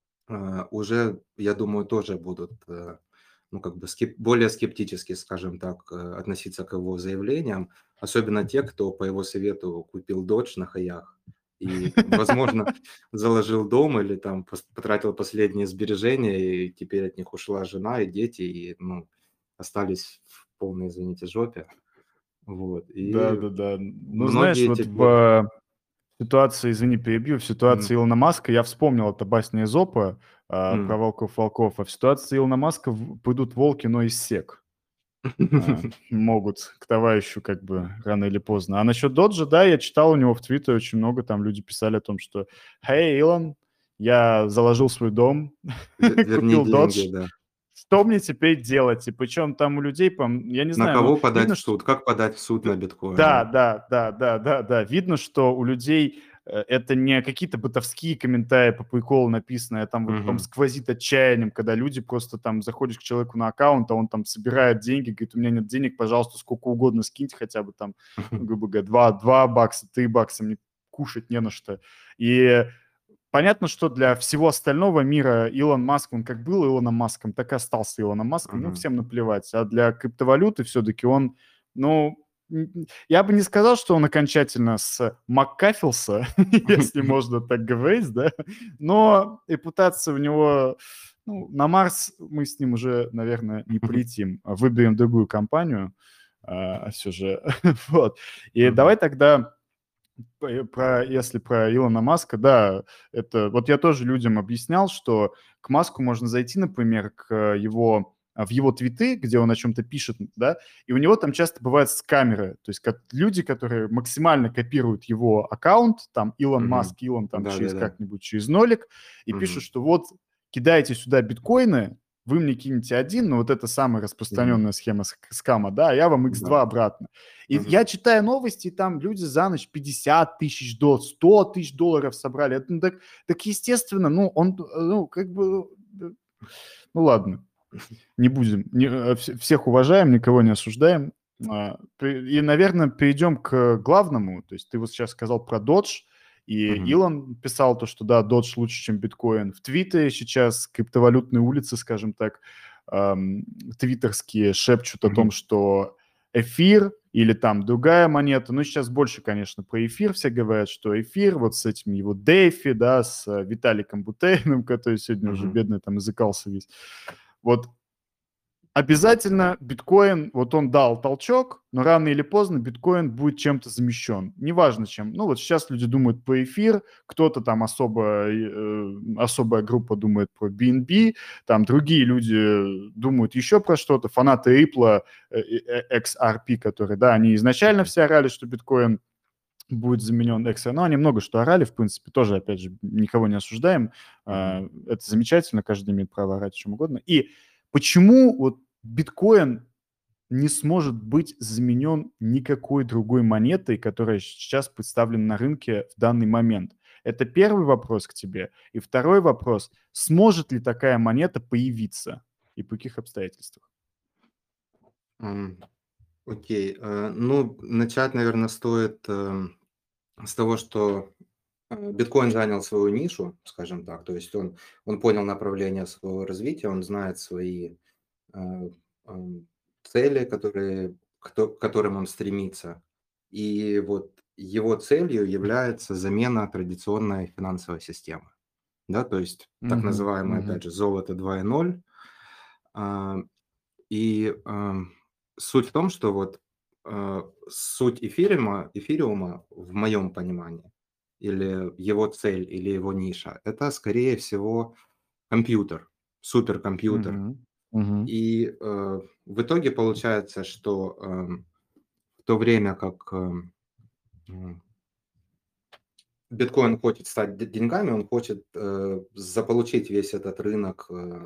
уже, я думаю, тоже будут, ну, как бы более скептически, скажем так, относиться к его заявлениям, особенно те, кто по его совету купил Dodge на хаях и, возможно, заложил дом или там потратил последние сбережения, и теперь от них ушла жена и дети, и, ну, остались в полной, извините, жопе. Вот. Да, И да, да. Ну, знаешь, многие вот теперь... ситуации, извини, перебью, в М, ситуации Илона Маска, я вспомнил, это басня Эзопа про м. волков-волков, а в ситуации Илона Маска пойдут волки, но из сек. Могут к товарищу как бы рано или поздно. А насчет Доджа, да, я читал у него в Твиттере очень много, там люди писали о том, что «Hey, Илон, я заложил свой дом, Верни купил деньги, Додж, да. что мне теперь делать? И причем там у людей, я не На знаю, но кого подать видно, в что... суд? Как подать в суд на Да, биткоин? да, да, да, да, да. Видно, что у людей это не какие-то бытовские комментарии по приколу написанные, а там вот там Мгм. сквозит отчаянием, когда люди просто там заходишь к человеку на аккаунт, а он там собирает деньги, говорит, у меня нет денег, пожалуйста, сколько угодно скиньте, хотя бы там, ну, грубо говоря, 2 бакса, 3 бакса, мне кушать не на что. И понятно, что для всего остального мира Илон Маск, он как был Илоном Маском, так и остался Илоном Маском. Ну, Мгм. всем наплевать. А для криптовалюты все-таки он, ну, я бы не сказал, что он окончательно с Маккафился, если можно так говорить, да, но репутация у него, ну, на Марс мы с ним уже, наверное, не полетим. Выберем другую компанию, все же. Вот. И давай Мгм. тогда если про Илона Маска, да, это вот я тоже людям объяснял, что к Маску можно зайти, например, в его твиты, где он о чем-то пишет, да, и у него там часто бывают скамеры, то есть как люди, которые максимально копируют его аккаунт, там Илон Мгм. Маск, Илон там через Да-да-да. как-нибудь, через нолик, и пишут, Мгм. что вот кидайте сюда биткоины, вы мне кинете один, но вот это самая Мгм. распространенная схема скама, да, а я вам Да. x2 обратно. И Мгм. я читаю новости, и там люди за ночь 50 тысяч долларов, 100 тысяч долларов собрали. Это, ну, так естественно, ну, он, ну, как бы, ну, ладно, не будем. Всех уважаем, никого не осуждаем. И, наверное, перейдем к главному. То есть ты вот сейчас сказал про Dodge, и Мгм. Илон писал то, что да, Dodge лучше, чем биткоин. В Твиттере сейчас криптовалютные улицы, скажем так, эм, твиттерские шепчут о том, Мгм. что эфир или там другая монета, ну сейчас больше, конечно, про эфир все говорят, что эфир вот с этим его Дефи, да, с Виталиком Бутериным, который сегодня уже Мгм. бедный там языкался весь. Вот обязательно биткоин, вот он дал толчок, но рано или поздно биткоин будет чем-то замещен. Неважно чем. Ну вот сейчас люди думают про эфир, кто-то там особая группа думает про BNB, там другие люди думают еще про что-то. Фанаты Ripple, XRP, которые, да, они изначально Мгм. все орали, что биткоин будет заменен XR. Но они много что орали, в принципе, тоже, опять же, никого не осуждаем. Мгм. Это замечательно, каждый имеет право орать о чем угодно. И почему вот биткоин не сможет быть заменен никакой другой монетой, которая сейчас представлена на рынке в данный момент? Это первый вопрос к тебе. И второй вопрос, сможет ли такая монета появиться и по каких обстоятельствах? М, Окей. Ну, начать, наверное, стоит с того, что биткоин занял свою нишу, скажем так. То есть он понял направление своего развития, он знает свои э, ам, цели, к которым он стремится. И вот его целью является замена традиционной финансовой системы. Да, то есть так Мгм, называемое, мгм, опять же, золото 2.0. А, И суть в том, что вот суть эфириума, в моем понимании, или его цель, или его ниша, это, скорее всего, компьютер, суперкомпьютер. мгм, мгм. И в итоге получается, что в то время как м, биткоин хочет стать деньгами, он хочет заполучить весь этот рынок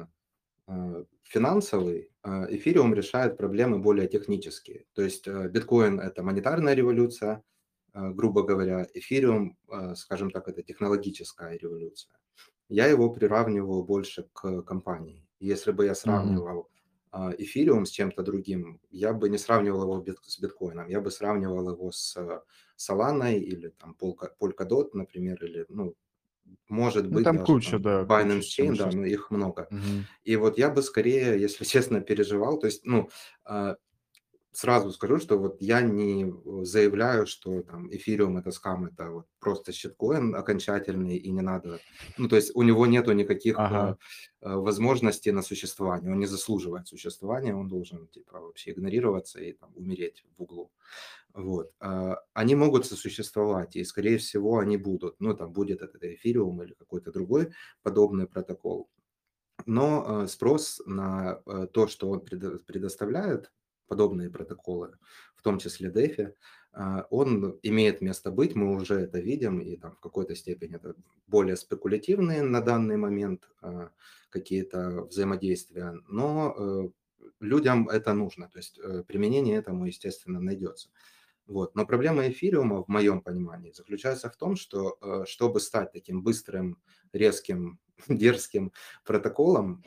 финансовый, эфириум решает проблемы более технические. То есть биткоин – это монетарная революция, грубо говоря, эфириум, скажем так, это технологическая революция. Я его приравниваю больше к компании. Если бы я Мгм. сравнивал эфириум с чем-то другим, я бы не сравнивал его с биткоином, я бы сравнивал его с Solana или там Polkadot, например, или, ну, может Ну, быть, там даже куча, там да, Binance куча Chain, чем да, сейчас. но их много. Мгм. И вот я бы скорее, если честно, переживал. То есть, ну, а, сразу скажу, что вот я не заявляю, что там эфириум это скам, это вот просто щиткоин окончательный и не надо. Ну, то есть у него нету никаких Ага. возможностей на существование, он не заслуживает существования, он должен типа вообще игнорироваться и там умереть в углу. Вот. Они могут сосуществовать, и, скорее всего, они будут. Ну, там будет этот эфириум или какой-то другой подобный протокол. Но спрос на то, что он предоставляет, подобные протоколы, в том числе DeFi, Он имеет место быть, мы уже это видим, и там в какой-то степени это более спекулятивные на данный момент какие-то взаимодействия, но людям это нужно, то есть применение этому, естественно, найдется. Вот. Но проблема эфириума, в моем понимании, заключается в том, что чтобы стать таким быстрым, резким, дерзким протоколом,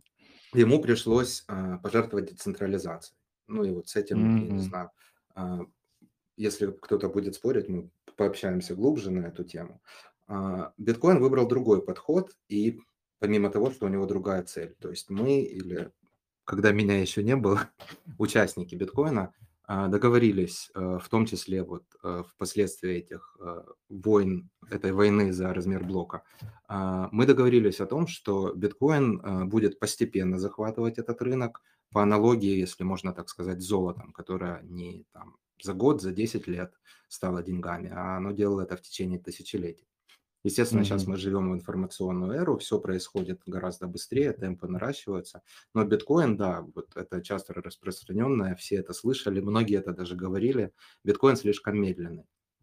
ему пришлось пожертвовать децентрализацией. Ну и вот с этим, я не Мгм. знаю, а, если кто-то будет спорить, мы пообщаемся глубже на эту тему. Биткоин выбрал другой подход, и помимо того, что у него другая цель. То есть мы, или когда меня еще не было, участники биткоина договорились, в том числе вот впоследствии этих войн, этой войны за размер блока, мы договорились о том, что биткоин будет постепенно захватывать этот рынок по аналогии, если можно так сказать, с золотом, которое не там за год, за 10 лет стало деньгами, а оно делало это в течение тысячелетий. Естественно, сейчас Мгм. мы живем в информационную эру, все происходит гораздо быстрее, темпы наращиваются. Но биткоин, да, вот это часто распространенное, все это слышали, многие это даже говорили, биткоин слишком медленный.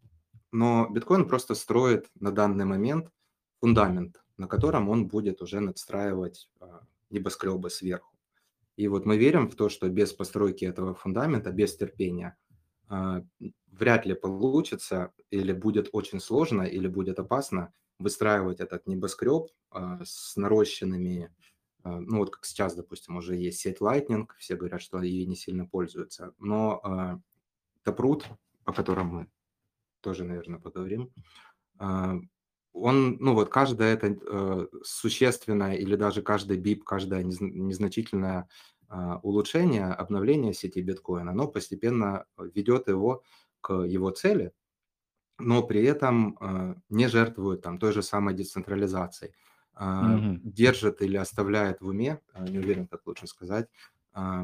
Но биткоин просто строит на данный момент фундамент, на котором он будет уже надстраивать небоскребы сверху. И вот мы верим в то, что без постройки этого фундамента, без терпения, вряд ли получится или будет очень сложно, или будет опасно выстраивать этот небоскреб с нарощенными, ну вот как сейчас, допустим, уже есть сеть Lightning, все говорят, что ей не сильно пользуются, но Taproot, о котором мы тоже, наверное, поговорим, а, он, ну вот каждое это существенное или даже каждый бип, каждое незначительное улучшение, обновление сети биткоина, оно постепенно ведет его к его цели, но при этом не жертвует там той же самой децентрализацией. Мгм. Держит или оставляет в уме, не уверен, как лучше сказать, а,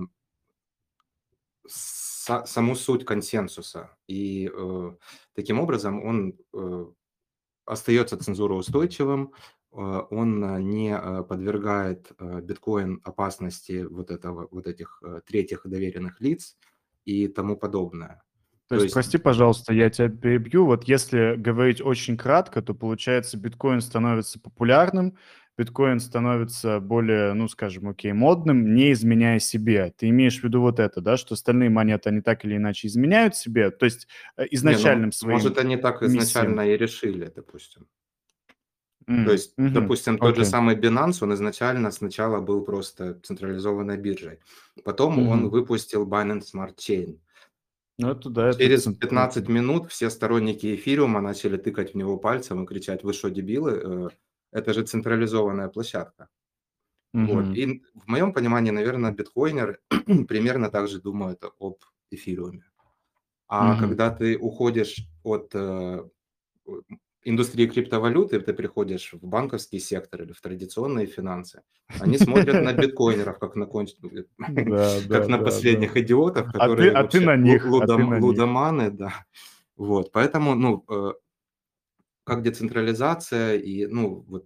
саму суть консенсуса. И таким образом он остается цензуроустойчивым, он не подвергает биткоин опасности вот этих третьих доверенных лиц и тому подобное. То То есть, есть, прости, пожалуйста, я тебя перебью. Вот если говорить очень кратко, то получается, биткоин становится популярным, биткоин становится более, ну, скажем, окей, модным, не изменяя себе. Ты имеешь в виду вот это, да, что остальные монеты, они так или иначе изменяют себе, то есть не, ну, изначальным может, своим они так миссиям. изначально и решили, допустим. То есть, Мгм. допустим, тот же Окей. самый Binance, он изначально сначала был просто централизованной биржей. Потом он Мгм. выпустил Binance Smart Chain. Ну, это да, это Через 15 минут все сторонники эфириума начали тыкать в него пальцем и кричать: "Вы что, дебилы? Это же централизованная площадка". Вот. Мгм. И в моем понимании, наверное, биткоинеры примерно так же думают об эфириуме. А Мгм. когда ты уходишь от у индустрии криптовалюты, ты приходишь в банковский сектор или в традиционные финансы, они смотрят на биткоинеров как на Да, как да, на да, да. последних идиотов, А ты которые а ты вообще на них, а ты на них. лудоманы, да. Вот, поэтому, ну, как децентрализация и, ну, вот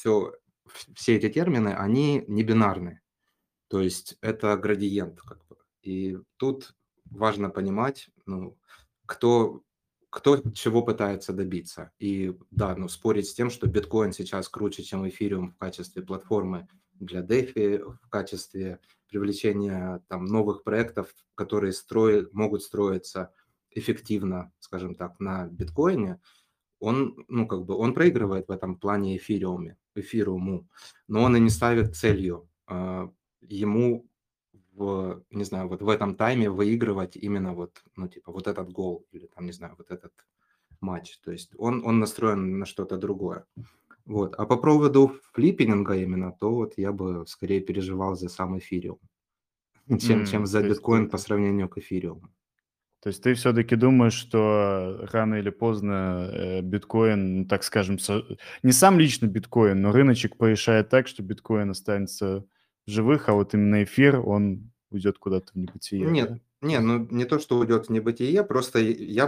все эти термины, они не бинарны. То есть это градиент как бы. И тут важно понимать, ну, кто кто чего пытается добиться. И да, ну, спорить с тем, что биткоин сейчас круче, чем эфириум в качестве платформы для DeFi, в качестве привлечения там новых проектов, которые могут строиться эффективно, скажем так, на биткоине, он, ну, как бы он проигрывает в этом плане эфириуму, но он и не ставит целью, ему не знаю, вот в этом тайме выигрывать именно вот, ну, типа, вот этот гол или там, не знаю, вот этот матч. То есть он настроен на что-то другое. Вот. А по поводу флиппинга именно, то вот я бы скорее переживал за сам эфириум, чем за То есть ты биткоин по сравнению к эфириуму. То есть ты все-таки думаешь, что рано или поздно биткоин, ну, так скажем, не сам лично биткоин, но рыночек порешает так, что биткоин останется в живых, а вот именно эфир, он уйдет куда-то в небытие, Нет, да? не, ну не то, что уйдет в небытие, просто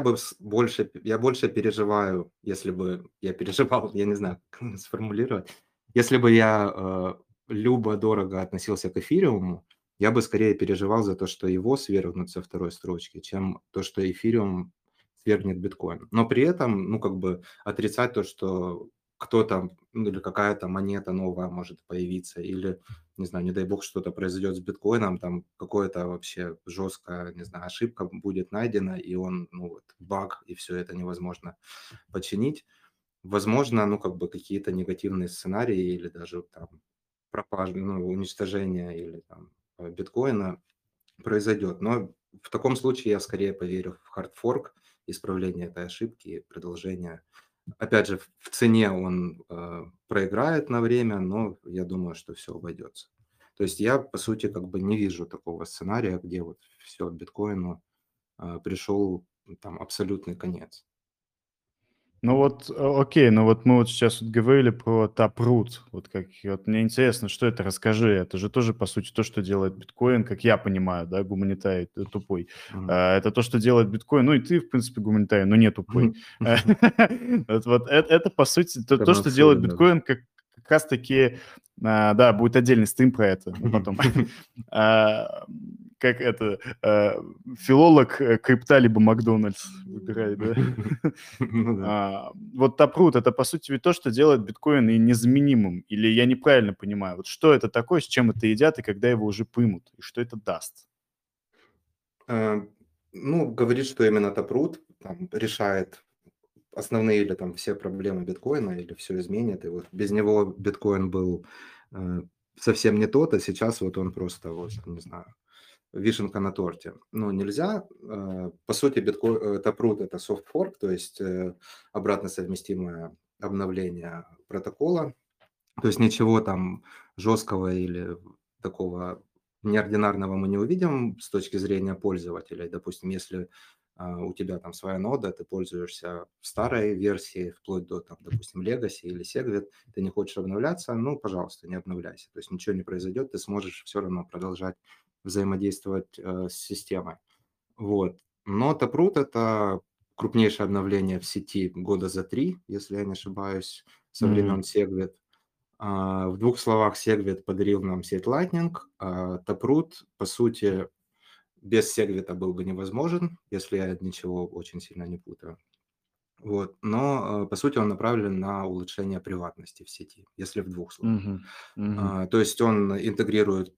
я больше переживаю, если бы я переживал, я не знаю, как сформулировать. Если бы я любо-дорого относился к эфириуму, я бы скорее переживал за то, что его свергнут со второй строчки, чем то, что эфириум свергнет биткоин. Но при этом, ну, как бы отрицать то, что кто-то, ну, или какая-то монета новая может появиться, или, не знаю, не дай бог, что-то произойдет с биткоином, там какое-то вообще жесткая, не знаю, ошибка будет найдена, и он, ну, вот, баг, и все это невозможно починить. Возможно, ну, как бы какие-то негативные сценарии или даже там пропажа, ну, уничтожение или там биткоина произойдет. Но в таком случае я скорее поверю в хардфорк, исправление этой ошибки и продолжение. Опять же, в цене он проиграет на время, но я думаю, что все обойдется. То есть я, по сути, как бы не вижу такого сценария, где вот все, биткоину пришел там абсолютный конец. Ну вот, окей, ну вот мы вот сейчас вот говорили про Taproot. Вот как вот мне интересно, что это? Расскажи. Это же тоже, по сути, то, что делает биткоин, как я понимаю, да, гуманитарий тупой. Мгм. Это то, что делает биткоин. Ну и ты, в принципе, гуманитарий, но не тупой. Вот это, по сути, то, что делает Промоушен надо. биткоин, как раз-таки, да, будет отдельный стрим про это, но потом. А, Как это, филолог крипта либо Макдональдс, выбирай, да? Ну да. Вот Taproot — это, по сути, ведь то, что делает биткоин и незаменимым. Или я неправильно понимаю? Вот что это такое, с чем это едят и когда его уже примут? И что это даст? Э, Ну, говорит, что именно Taproot там решает основные или там все проблемы биткоина, или все изменит. И вот без него биткоин был э, совсем не тот, а сейчас вот он просто, вот, не знаю, вишенка на торте. Но нельзя. По сути, Taproot — это soft fork, то есть обратно совместимое обновление протокола. То есть ничего там жесткого или такого неординарного мы не увидим с точки зрения пользователей. Допустим, если у тебя там своя нода, ты пользуешься старой версией, вплоть до, там, допустим, Legacy или Segwit, ты не хочешь обновляться, ну, пожалуйста, не обновляйся. То есть ничего не произойдет, ты сможешь все равно продолжать взаимодействовать с системой. Вот. Но Taproot — это крупнейшее обновление в сети года за 3, если я не ошибаюсь, со времен Мгм. Segwit. В двух словах, Segwit подарил нам сеть Lightning, а Taproot, по сути, без Segwit был бы невозможен, если я ничего очень сильно не путаю. Вот. Но, по сути, он направлен на улучшение приватности в сети, если в двух словах. Мгм. Мгм. То есть он интегрирует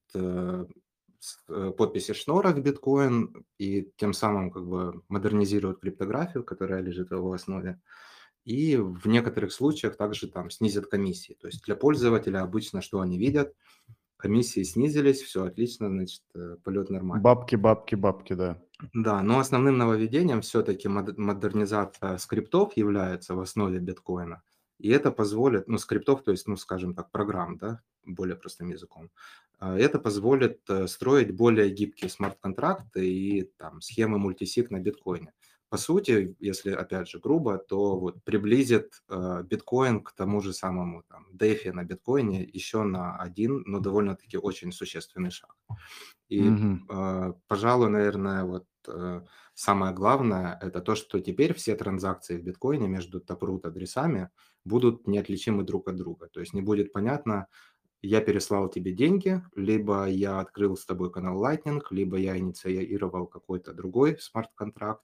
подписи Шнора в биткоин и тем самым как бы модернизирует криптографию, которая лежит в его основе. И в некоторых случаях также там снизят комиссии. То есть для пользователя обычно что они видят? Комиссии снизились, все отлично, значит, полет нормальный. Бабки, бабки, бабки, да. Да, но основным нововведением все-таки модернизация скриптов является в основе биткоина. И это позволит, ну, скриптов, то есть, ну, скажем так, программ, да, более простым языком. Это позволит строить более гибкие смарт-контракты и там схемы мультисиг на биткоине. По сути, если опять же грубо, то вот приблизит биткоин к тому же самому там DeFi на биткоине еще на один, но довольно-таки очень существенный шаг. И, Мгм. пожалуй, наверное, вот, самое главное — это то, что теперь все транзакции в биткоине между Taproot адресами будут неотличимы друг от друга. То есть не будет понятно: я переслал тебе деньги, либо я открыл с тобой канал Lightning, либо я инициировал какой-то другой смарт-контракт.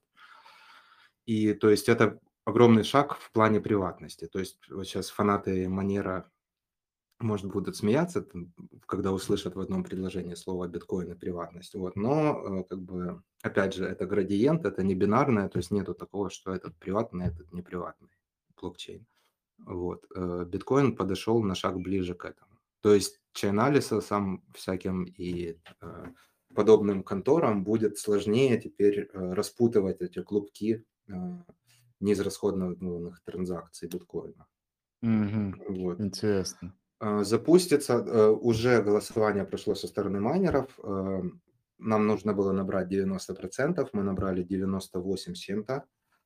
И то есть это огромный шаг в плане приватности. То есть вот щас фанаты Monero, может, будут смеяться, там, когда услышат в одном предложении слово биткоин и приватность. Вот. Но как бы, опять же, это градиент, это не бинарное, то есть нету такого, что этот приватный, этот не приватный блокчейн. Вот. Биткоин подошел на шаг ближе к этому. То есть чайналисам всяким и подобным конторам будет сложнее теперь распутывать эти клубки неизрасходованных транзакций биткоина. Мгм. Вот. Интересно. Запустится, уже голосование прошло со стороны майнеров. Нам нужно было набрать 90%, мы набрали 98 с чем-то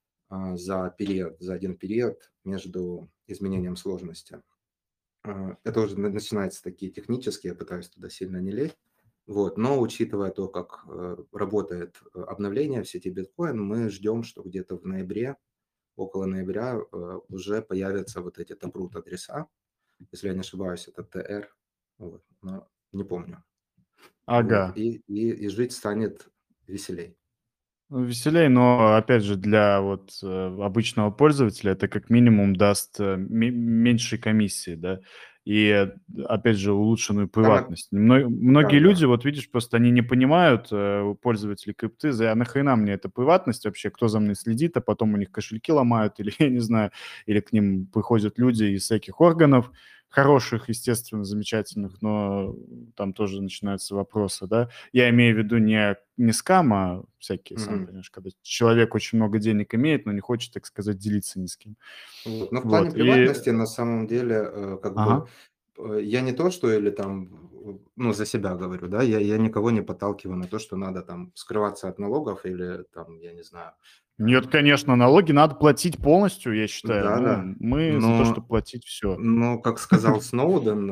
за один период между изменением сложности. Это уже начинаются такие технические, я пытаюсь туда сильно не лезть. Вот. Но учитывая то, как работает обновление в сети биткоин, мы ждем, что где-то в ноябре, около ноября уже появятся вот эти taproot адреса. Если я не ошибаюсь, это ТР, вот, но не помню. Ага. Вот, и жить станет веселей. Веселей, но опять же для вот обычного пользователя это как минимум даст меньшие комиссии, да, и опять же улучшенную Самое приватность. Многие люди, да-да. вот видишь, просто они не понимают, пользователи крипты, а нахрена мне эта приватность вообще, кто за мной следит, а потом у них кошельки ломают или, я не знаю, или к ним приходят люди из всяких органов, хороших, естественно, замечательных, но там тоже начинаются вопросы, да. Я имею в виду не скам, а всякие, сам Мгм. понимаешь, когда человек очень много денег имеет, но не хочет, так сказать, делиться ни с кем. Вот. Но в плане Вот, и... приватности на самом деле, как бы, Ага. я не то, что или там, ну, за себя говорю, да, я никого не подталкиваю на то, что надо там скрываться от налогов или там, я не знаю. Нет, конечно, налоги надо платить полностью, я считаю. Ну, Да-да. мы за то, чтобы Но платить все. как сказал Сноуден,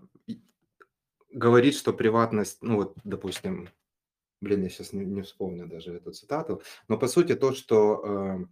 говорит, что приватность, ну вот, допустим, блин, я сейчас не вспомню даже эту цитату, но по сути то, что,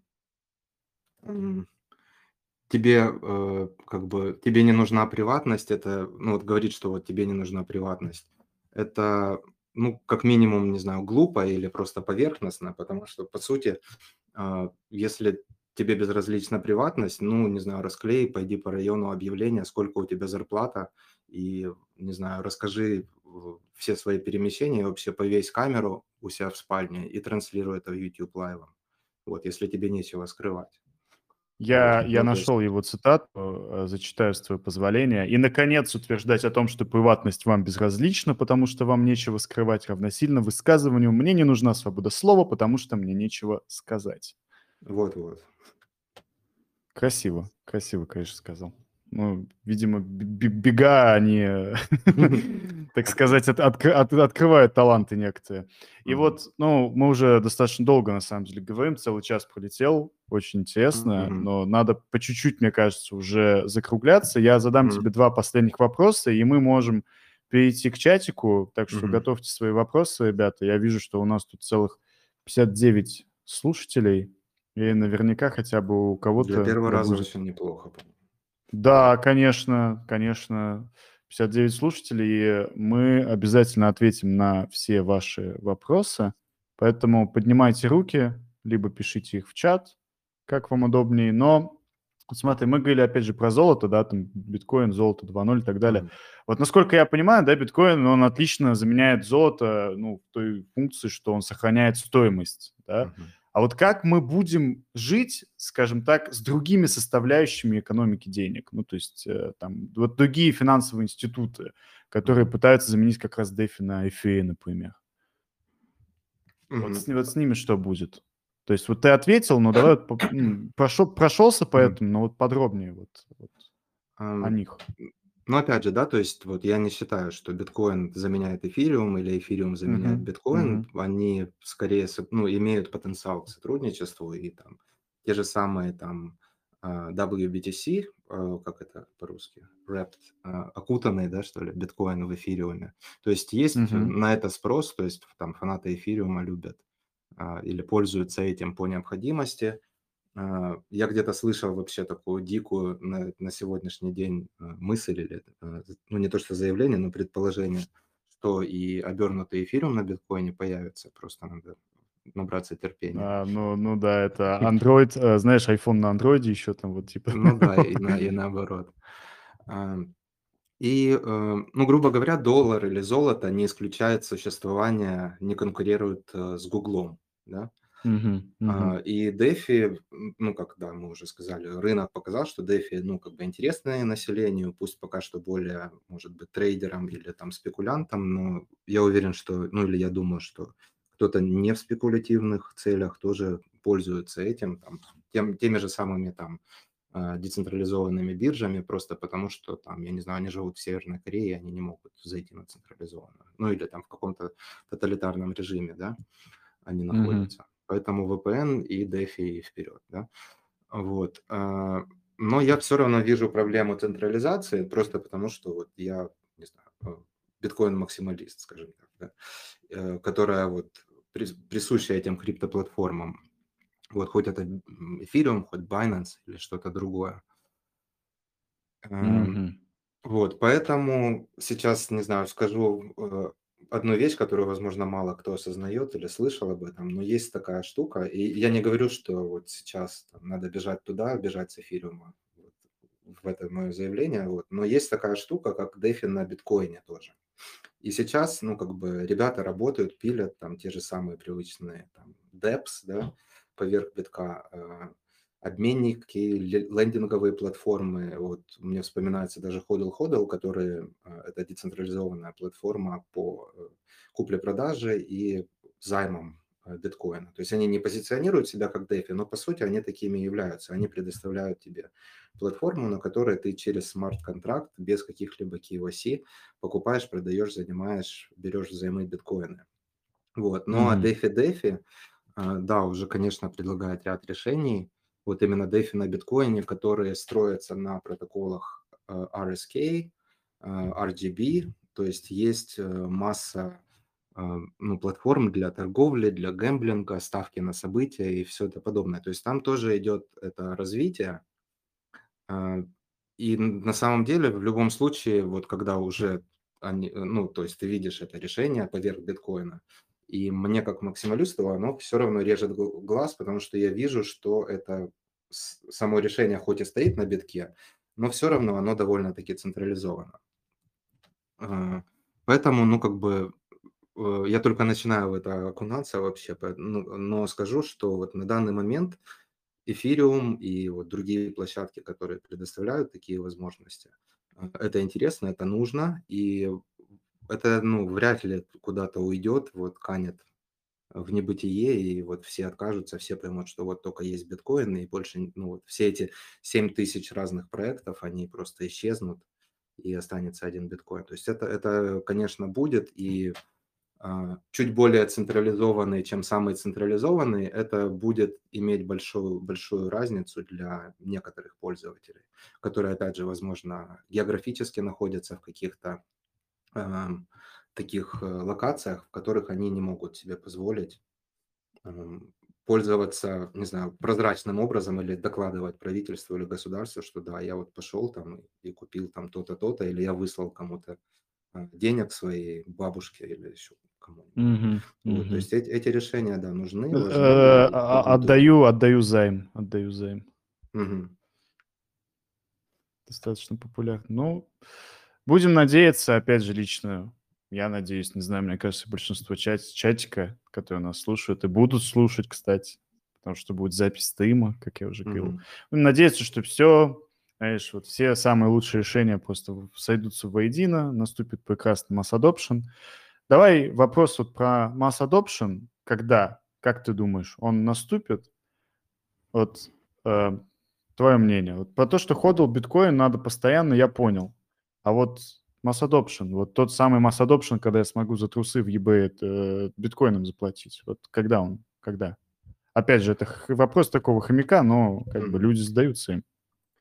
м, тебе, как бы тебе не нужна приватность, это, ну, вот говорит, что вот тебе не нужна приватность. Это, ну, как минимум, не знаю, глупо или просто поверхностно, потому что, по сути, если тебе безразлична приватность, ну, не знаю, расклей, пойди по району объявления, сколько у тебя зарплата, и, не знаю, расскажи все свои перемещения, вообще повесь камеру у себя в спальне и транслируй это в YouTube лайвом. Вот, если тебе нечего скрывать. Вот, Я ну, то есть, нашел его цитату, зачитаю с твоего позволения. «И, наконец, утверждать о том, что приватность вам безразлична, потому что вам нечего скрывать, равносильно высказыванию «мне не нужна свобода слова, потому что мне нечего сказать». вот-вот. Красиво, красиво, конечно, сказал. Ну, видимо, бега, они, так сказать, открывают таланты некоторые. И Мгм. вот, ну, мы уже достаточно долго, на самом деле, говорим, целый час пролетел, очень интересно, Мгм. но надо по чуть-чуть, мне кажется, уже закругляться. Я задам Мгм. тебе два последних вопроса, и мы можем перейти к чатику, так что Мгм. готовьте свои вопросы, ребята. Я вижу, что у нас тут целых 59 слушателей. И наверняка хотя бы у Для кого-то первого да раза будет. очень неплохо, по-моему. Да, конечно, конечно. 59 слушателей, и мы обязательно ответим на все ваши вопросы. Поэтому поднимайте руки, либо пишите их в чат, как вам удобнее. Но вот смотри, мы говорили опять же про золото, да, там биткоин, золото 2.0 и так далее. Мгм. Вот насколько я понимаю, да, биткоин, он отлично заменяет золото, ну, в той функции, что он сохраняет стоимость, да. Мгм. А вот как мы будем жить, скажем так, с другими составляющими экономики денег? Ну, то есть там вот другие финансовые институты, которые Мгм. пытаются заменить как раз DeFi на эфире, например. Вот Мгм. вот с ними что будет? То есть вот ты ответил, но давай вот прошелся по Мгм. этому, но вот подробнее вот о Ам, них. но опять же, да, то есть вот я не считаю, что биткоин заменяет эфириум или эфириум заменяет Мгм, биткоин. мгм, Они скорее, ну, имеют потенциал к сотрудничеству, и там те же самые там WBTC, как это по-русски, wrapped, окутанный, да, что ли, биткоин в эфириуме. То есть мгм. на это спрос, то есть там фанаты эфириума любят или пользуются этим по необходимости. Я где-то слышал вообще такую дикую на сегодняшний день, мысль или, ну, не то что заявление, но предположение, что и обернутый эфириум на биткоине появится. Просто надо набраться терпения. Ну да, это Android, знаешь, iPhone на андроиде еще там вот типа. Ну да, и наоборот. Ам, ну, грубо говоря, доллар или золото не исключает существование, не конкурируют, с «Гуглом», да. Мгм, мгм. И DeFi, ну, как, да, мы уже сказали, рынок показал, что DeFi, ну, как бы интересны населению, пусть пока что более, может быть, трейдерам или там спекулянтам, но я уверен, что, ну, или я думаю, что кто-то не в спекулятивных целях тоже пользуется этим, там, теми же самыми там децентрализованными биржами, просто потому что там, я не знаю, они живут в Северной Корее, они не могут зайти на централизованную. Ну, или там в каком-то тоталитарном режиме, да, они Мгм. находятся. Поэтому VPN и DeFi вперед, да. Вот. Но я все равно вижу проблему централизации, просто потому что вот я, не знаю, биткоин-максималист, скажем так, да, которая вот присуща этим криптоплатформам. Вот хоть это Ethereum, хоть Binance или что-то другое. Эм, Мгм. вот, поэтому сейчас, не знаю, скажу, одну вещь, которую, возможно, мало кто осознает или слышал об этом, но есть такая штука, и я не говорю, что вот сейчас там надо бежать туда, бежать с эфириума. Вот в это мое заявление, вот. Но есть такая штука, как DeFi на биткоине тоже. И сейчас, ну, как бы ребята работают, пилят там те же самые привычные там DEPs, да, поверх битка, обменники, лендинговые платформы. Вот мне вспоминается даже HODL, который это децентрализованная платформа по купле-продаже и займам биткоина. То есть они не позиционируют себя как DeFi, но по сути они такими являются. Они предоставляют тебе платформу, на которой ты через смарт-контракт без каких-либо KYC покупаешь, продаешь, занимаешь, берешь взаймы биткоины. Вот. Ну а Мгм. DeFi, да, уже, конечно, предлагает ряд решений. Вот именно DeFi на биткоине, которые строятся на протоколах RSK, RGB, то есть масса ну, платформ для торговли, для гэмблинга, ставки на события и все это подобное. То есть там тоже идет это развитие. А, И на самом деле, в любом случае, вот когда уже они, ну, то есть ты видишь это решение поверх биткоина, и мне как максималисту оно все равно режет глаз, потому что я вижу, что это само решение хоть и стоит на битке, но все равно оно довольно-таки централизовано. А, Поэтому, ну, как бы я только начинаю в это окунаться вообще, но скажу, что вот на данный момент Эфириум и вот другие площадки, которые предоставляют такие возможности. Это интересно, это нужно, и это, ну, вряд ли куда-то уйдет, вот канет в небытие, и вот все откажутся, все поймут, что вот только есть биткоин, и больше, ну, вот все эти 7000 разных проектов, они просто исчезнут, и останется один биткоин. То есть это конечно, будет, и чуть более централизованный, чем самый централизованный, это будет иметь большую разницу для некоторых пользователей, которые, опять же, возможно, географически находятся в каких-то таких локациях, в которых они не могут себе позволить ам, пользоваться, не знаю, прозрачным образом или докладывать правительству или государству, что да, я вот пошел там и купил там то-то, то-то, или я выслал кому-то денег своей бабушке или еще кому-нибудь. Мгм. Вот, то Мгм. есть эти решения, да, нужны, важны и будут. Отдаю займ, отдаю займ. Мгм. Достаточно популярно. Ну, будем надеяться, опять же, лично я надеюсь, не знаю, мне кажется, большинство чатика, которые нас слушают, и будут слушать, кстати, потому что будет запись стрима, как я уже говорил. Мгм. Будем надеяться, что все, знаешь, вот все самые лучшие решения просто сойдутся воедино, наступит прекрасный mass adoption. Давай вопрос вот про mass adoption. Когда? Как ты думаешь, он наступит? Вот э, твое мнение. Вот про то, что ходл биткоин надо постоянно, я понял. А вот mass adoption, вот тот самый mass adoption, когда я смогу за трусы в eBay биткоином заплатить. Вот когда он? Когда? Опять же, это вопрос такого хомяка, но как бы Мгм. люди задаются им.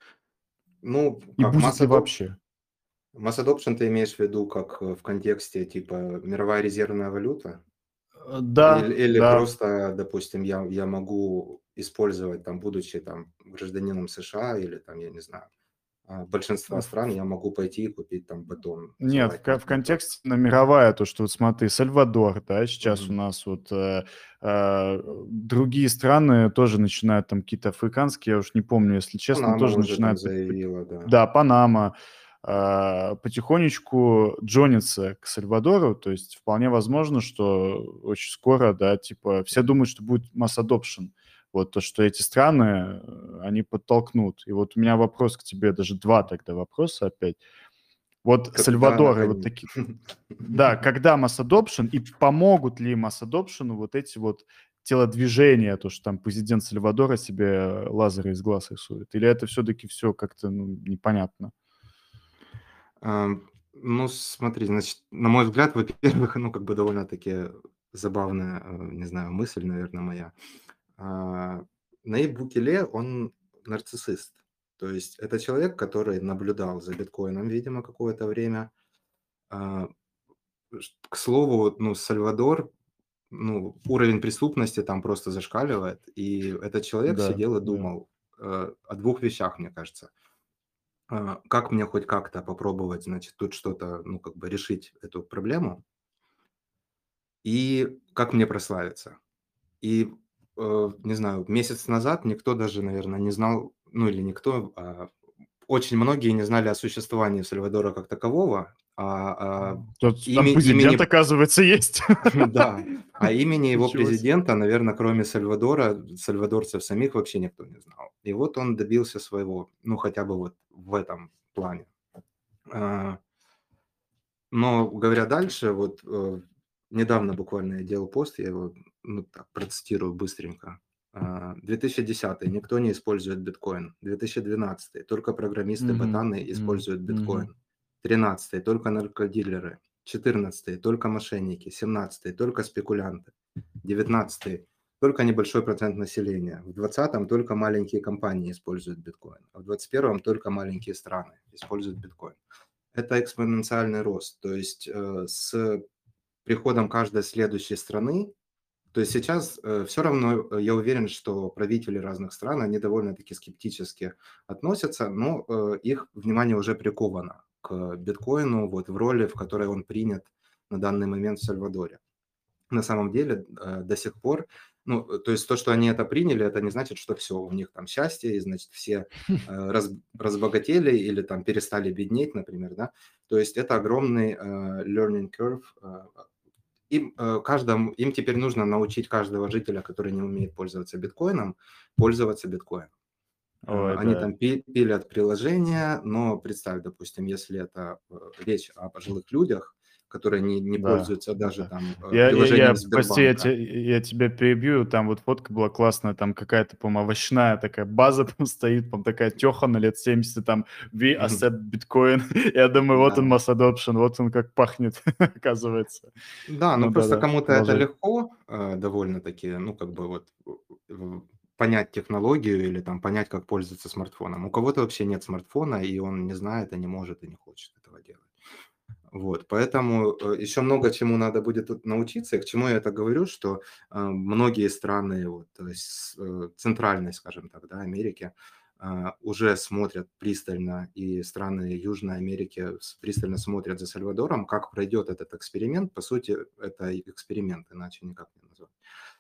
Ну, И как будет ли вообще? mass adoption ты имеешь в виду как в контексте типа мировая резервная валюта? Или, Да, или да. просто, допустим, я могу использовать, там, будучи там гражданином США или там, я не знаю, большинства стран, я могу пойти и купить там батон, Нет, в, называть в батон. контексте на мировая, то, что вот смотри, Сальвадор, да, сейчас у Мгм. нас вот другие страны тоже начинают, там какие-то африканские, я уж не помню, если честно, Панама тоже уже там начинают, заявила, да. да, Панама, потихонечку джонится к Сальвадору, то есть вполне возможно, что очень скоро, да, типа, все думают, что будет mass adoption, вот, то, что эти страны, они подтолкнут. И вот у меня вопрос к тебе, даже два тогда вопроса опять. Вот Когда, Сальвадор и вот наконец. такие... Да, когда mass adoption и помогут ли mass adoption вот эти вот телодвижения, то, что там президент Сальвадора себе лазеры из глаз рисует? Или это все-таки все как-то непонятно? Ну, смотри, значит, на мой взгляд, во-первых, ну, как бы довольно-таки забавная, не знаю, мысль, наверное, моя. А, Наиб Букеле, он нарциссист. То есть это человек, который наблюдал за биткоином, видимо, какое-то время. А, К слову, вот, ну, Сальвадор, ну, уровень преступности там просто зашкаливает. И этот человек Да, сидел и да. думал о двух вещах, мне кажется. Как мне хоть как-то попробовать, значит, тут что-то, ну, как бы решить эту проблему. и как мне прославиться. И, не знаю, месяц назад никто даже, наверное, не знал, ну или никто, очень многие не знали о существовании Сальвадора как такового, Тут там президент, имени, оказывается, есть. да, а имени его Ничего себе. президента, наверное, кроме Сальвадора, сальвадорцев самих вообще никто не знал. И вот он добился своего, ну хотя бы вот в этом плане. А, Но говоря дальше, вот недавно буквально я делал пост, я его, ну, так, процитирую быстренько. 2010 никто не использует биткоин. 2012 только Мгм, программисты-ботаны используют мгм. биткоин. 13 только наркодилеры. 14 только мошенники. 17 только спекулянты. 19 только небольшой процент населения. В 20 только маленькие компании используют биткоин. А в 21 только маленькие страны используют биткоин. Это экспоненциальный рост. То есть с приходом каждой следующей страны, то есть сейчас все равно я уверен, что правители разных стран, они довольно-таки скептически относятся, но их внимание уже приковано к биткоину вот в роли, в которой он принят на данный момент в Сальвадоре. На самом деле до сих пор, ну, то есть то, что они это приняли, это не значит, что все, у них там счастье, и, значит, все разбогатели или там перестали беднеть, например, да. То есть это огромный learning curve. Им теперь нужно научить каждого жителя, который не умеет пользоваться биткоином, пользоваться биткоином. Ой, Они да. там пилят приложения, но представь, допустим, если это речь о пожилых людях, которые не Да, пользуются даже да. там Я приложением прости, Сбербанка. я тебя перебью. Там вот фотка была классная, там какая-то, по-моему, овощная такая база там стоит, по такая тёха на лет 70, там "We accept Bitcoin". Я думаю, вот он Да. mass adoption, вот он как пахнет, оказывается. Да, ну Ну просто да-да, кому-то это продолжай. легко, довольно-таки, ну, как бы вот понять технологию или там понять, как пользоваться смартфоном. У кого-то вообще нет смартфона, и он не знает, и не может, и не хочет этого делать. Вот, поэтому еще много чему надо будет тут научиться. И к чему я это говорю, что многие страны, вот, то есть центральной, скажем так, да, Америки, уже смотрят пристально, и страны Южной Америки пристально смотрят за Сальвадором, как пройдет этот эксперимент. По сути, это эксперимент, иначе никак не назвать.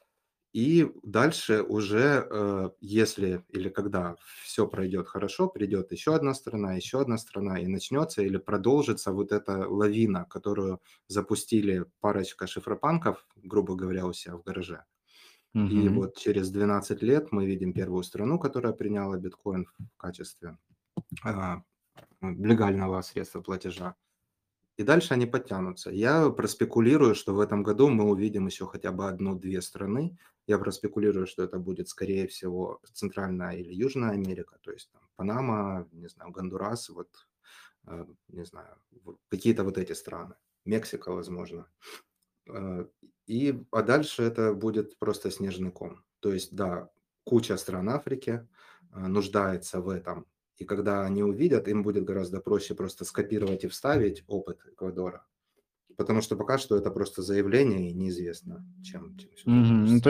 И дальше уже, если или когда все пройдет хорошо, придет еще одна страна, и начнется или продолжится вот эта лавина, которую запустили парочка шифропанков, грубо говоря, у себя в гараже. И Мгм. вот через 12 лет мы видим первую страну, которая приняла биткоин в качестве а, легального средства платежа. И дальше они подтянутся. Я проспекулирую, что в этом году мы увидим еще хотя бы одну-две страны. Я проспекулирую, что это будет, скорее всего, Центральная или Южная Америка, то есть там Панама, не знаю, Гондурас, вот, не знаю, какие-то вот эти страны. Мексика, возможно. Э, а дальше это будет просто снежный ком. То есть, да, куча стран Африки нуждается в этом. И когда они увидят, им будет гораздо проще просто скопировать и вставить опыт Эквадора. Потому что пока что это просто заявление, и неизвестно, чем все Мгм. Ну, закончится.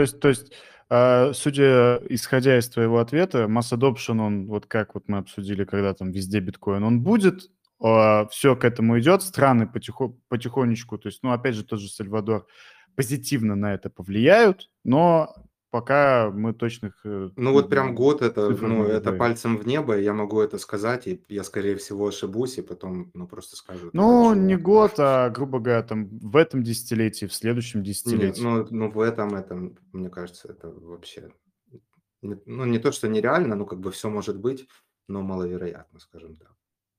судя, исходя из твоего ответа, mass adoption, он вот как вот мы обсудили, когда там везде биткоин, он будет, все к этому идет, страны потихонечку, то есть, ну, опять же, тот же Сальвадор позитивно на это повлияют, но пока мы точных Ну вот прям год это, цифр ну, не это говорим. пальцем в небо, и я могу это сказать, и я, скорее всего, ошибусь, и потом, ну, просто скажут: Ну, не чувак. год, а, грубо говоря, там в этом десятилетии, в следующем Не, десятилетии. ну в этом, мне кажется, это вообще, ну, не то, что нереально, но как бы все может быть, но маловероятно, скажем так.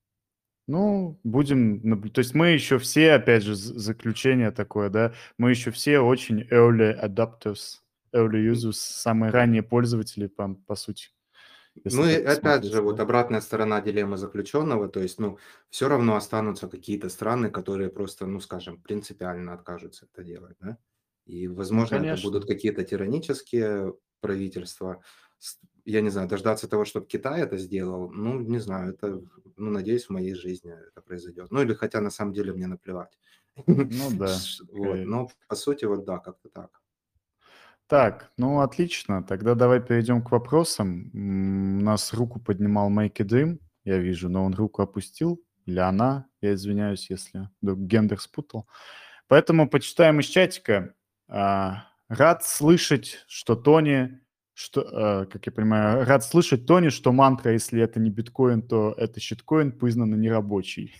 Ну, будем то есть мы еще все, опять же, заключение такое, да, мы еще все очень early adopters, early М, users, самые ранние пользователи, по сути, если Ну и так опять же, посмотреть, вот да. обратная сторона дилеммы заключенного, то есть, ну, все равно останутся какие-то страны, которые просто, ну, скажем, принципиально откажутся это делать, да. И, Ну, возможно, это будут конечно. какие-то тиранические правительства. Я не знаю, дождаться того, чтобы Китай это сделал, ну, не знаю, это, ну, надеюсь, в моей жизни это произойдет. Ну или хотя на самом деле мне наплевать. Ну да. Вот, но по сути вот да, как-то так. Так, ну отлично. Тогда давай перейдем к вопросам. У нас руку поднимал Make a Dream, я вижу, но он руку опустил. Или она, я извиняюсь, если вдруг гендер спутал. Поэтому почитаем из чатика. Рад слышать, что Тони, как я понимаю, рад слышать, Тони, что мантра, если это не биткоин, то это щиткоин, признанно нерабочий.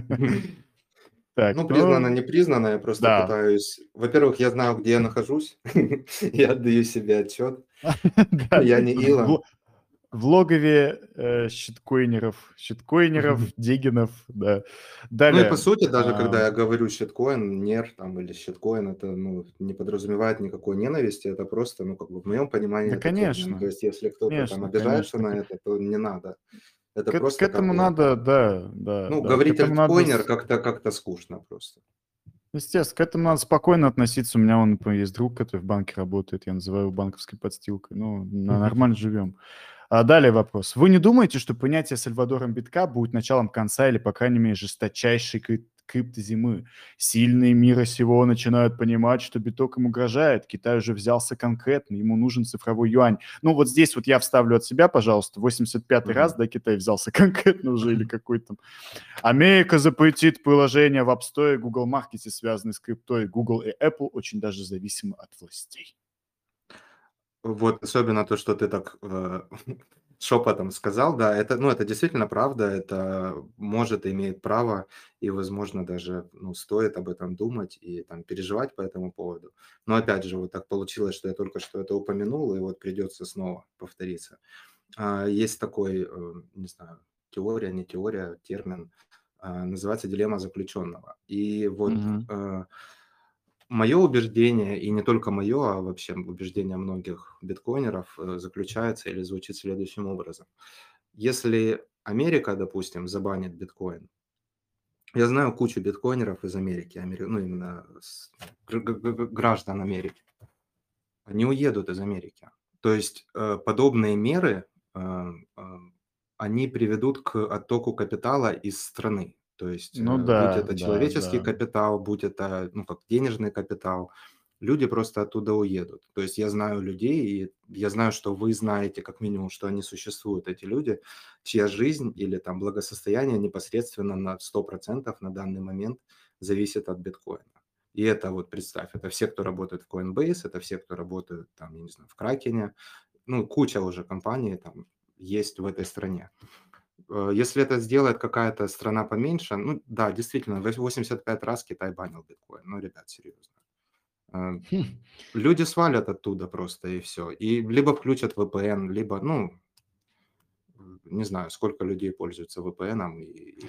Так, Ну, признано, ну, не признано, я просто да. пытаюсь. Во-первых, я знаю, где я нахожусь, я отдаю себе отчет. Да, Я не Илон. в логове щиткоинеров, диггинов, да. Ну и по Далее. сути, даже когда я говорю щиткоин, нер там или щиткоин, это, ну, не подразумевает никакой ненависти, это просто, ну, как бы в моем понимании Да, это термин. То конечно, есть если кто-то там конечно, обижается конечно. на это, то не надо. Это К просто как этому бы, надо, да, да, ну, да, к говорить этому надо альткоинер как-то скучно просто. естественно, к этому надо спокойно относиться. У меня вон, например, есть друг, который в банке работает, я называю его банковской подстилкой. Ну, нормально живем. Далее вопрос. Вы не думаете, что принятие Сальвадором битка будет началом конца или, по крайней мере, жесточайшей криптозимы? Сильные мира сего начинают понимать, что биток им угрожает. Китай уже взялся конкретно, ему нужен цифровой юань. Ну, вот здесь вот я вставлю от себя, пожалуйста, 85-й раз, Мгм. да, Китай взялся конкретно уже или какой-то там. Америка запретит приложения в App Store и Google Маркете, связанные с криптой. Google и Apple очень даже зависимы от властей. Вот особенно то, что ты так, шепотом сказал, да, это, ну, это действительно правда, это может, имеет право и, возможно, даже, ну, стоит об этом думать и там переживать по этому поводу. Но опять же, вот так получилось, что я только что это упомянул, и вот придется снова повториться. Есть такой, не знаю, теория, не теория, термин, называется дилемма заключенного. И вот, Мгм. мое убеждение, и не только мое, а вообще убеждение многих биткоинеров, заключается или звучит следующим образом. Если Америка, допустим, забанит биткоин, я знаю кучу биткоинеров из Америки, ну, именно граждан Америки, они уедут из Америки. То есть подобные меры, э, э, они приведут к оттоку капитала из страны. То есть, Ну будь да, это да, человеческий да. капитал, будь это, ну, как денежный капитал, люди просто оттуда уедут. То есть я знаю людей, и я знаю, что вы знаете как минимум, что они существуют, эти люди, чья жизнь или там благосостояние непосредственно на 100% на данный момент зависит от биткоина. И это вот представь, это все, кто работает в Coinbase, это все, кто работают там, я не знаю, в Кракене, ну, куча уже компаний там есть в этой стране. Если это сделает какая-то страна поменьше, ну да, действительно, 85 раз Китай банил биткоин. Ну, ребят, серьезно. Э, Люди свалят оттуда просто и все. И либо включат VPN, либо, ну, не знаю, сколько людей пользуются VPN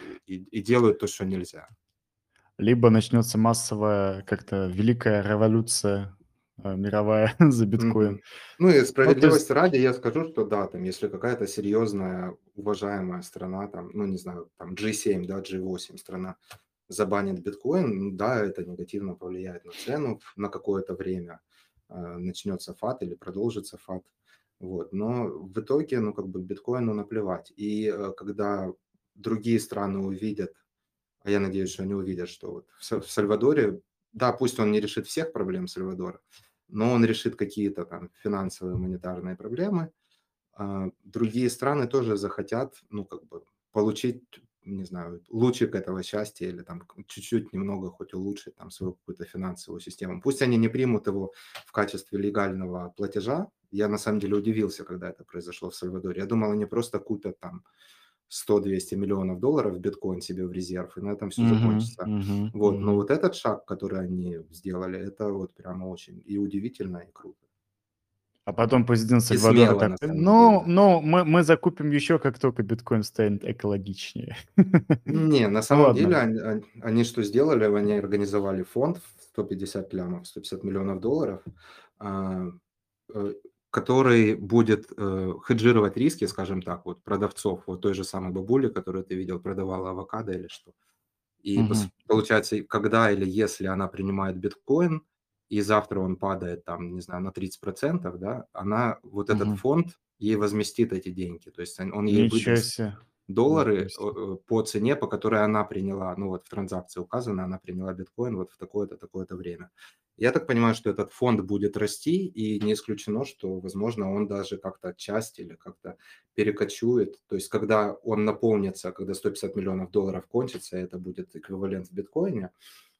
и делают то, что нельзя. Либо начнется массовая как-то великая революция мировая за биткоин. Мгм. Ну и Ну, то есть, справедливости ради я скажу, что да, там, если какая-то серьезная, уважаемая страна, там, ну, не знаю, там G7, да, G8 страна забанит биткоин, ну да, это негативно повлияет на цену на какое-то время, начнется фат или продолжится фат, вот. Но в итоге, ну, как бы биткоину наплевать. И когда другие страны увидят, а я надеюсь, что они увидят, что вот в Сальвадоре, да, пусть он не решит всех проблем Сальвадора, но он решит какие-то там финансовые, монетарные проблемы. Другие страны тоже захотят, ну, как бы получить, не знаю, лучик этого счастья или там чуть-чуть немного хоть улучшить там свою какую-то финансовую систему. Пусть они не примут его в качестве легального платежа. Я на самом деле удивился, когда это произошло в Сальвадоре. Я думал, они просто купят там 100-200 миллионов долларов в биткоин себе в резерв, и на этом все мгм, закончится. мгм, Вот, но мгм. вот этот шаг, который они сделали, это вот прямо очень и удивительно, и круто. А потом президент И Сальвадора смело на такой, самом ну, деле. ну, мы закупим еще, как только биткоин станет экологичнее. Не, на Ну самом деле ладно. они что сделали? Они организовали фонд в 150 лямов, 150 миллионов долларов, а, э, который будет, хеджировать риски, скажем так, вот продавцов, вот той же самой бабули, которую ты видел, продавала авокадо или что. И Мгм, получается, и когда или если она принимает биткоин, и завтра он падает там, не знаю, на 30%, да, она, вот этот мгм. фонд ей возместит эти деньги. То есть он ей Ничего выдаст себе. доллары, Ничего себе. по цене, по которой она приняла, ну, вот в транзакции указано, она приняла биткоин вот в такое-то, такое-то время. Я так понимаю, что этот фонд будет расти, и не исключено, что, возможно, он даже как-то отчасти или как-то перекочует. То есть когда он наполнится, когда 150 миллионов долларов кончится, это будет эквивалент в биткоине,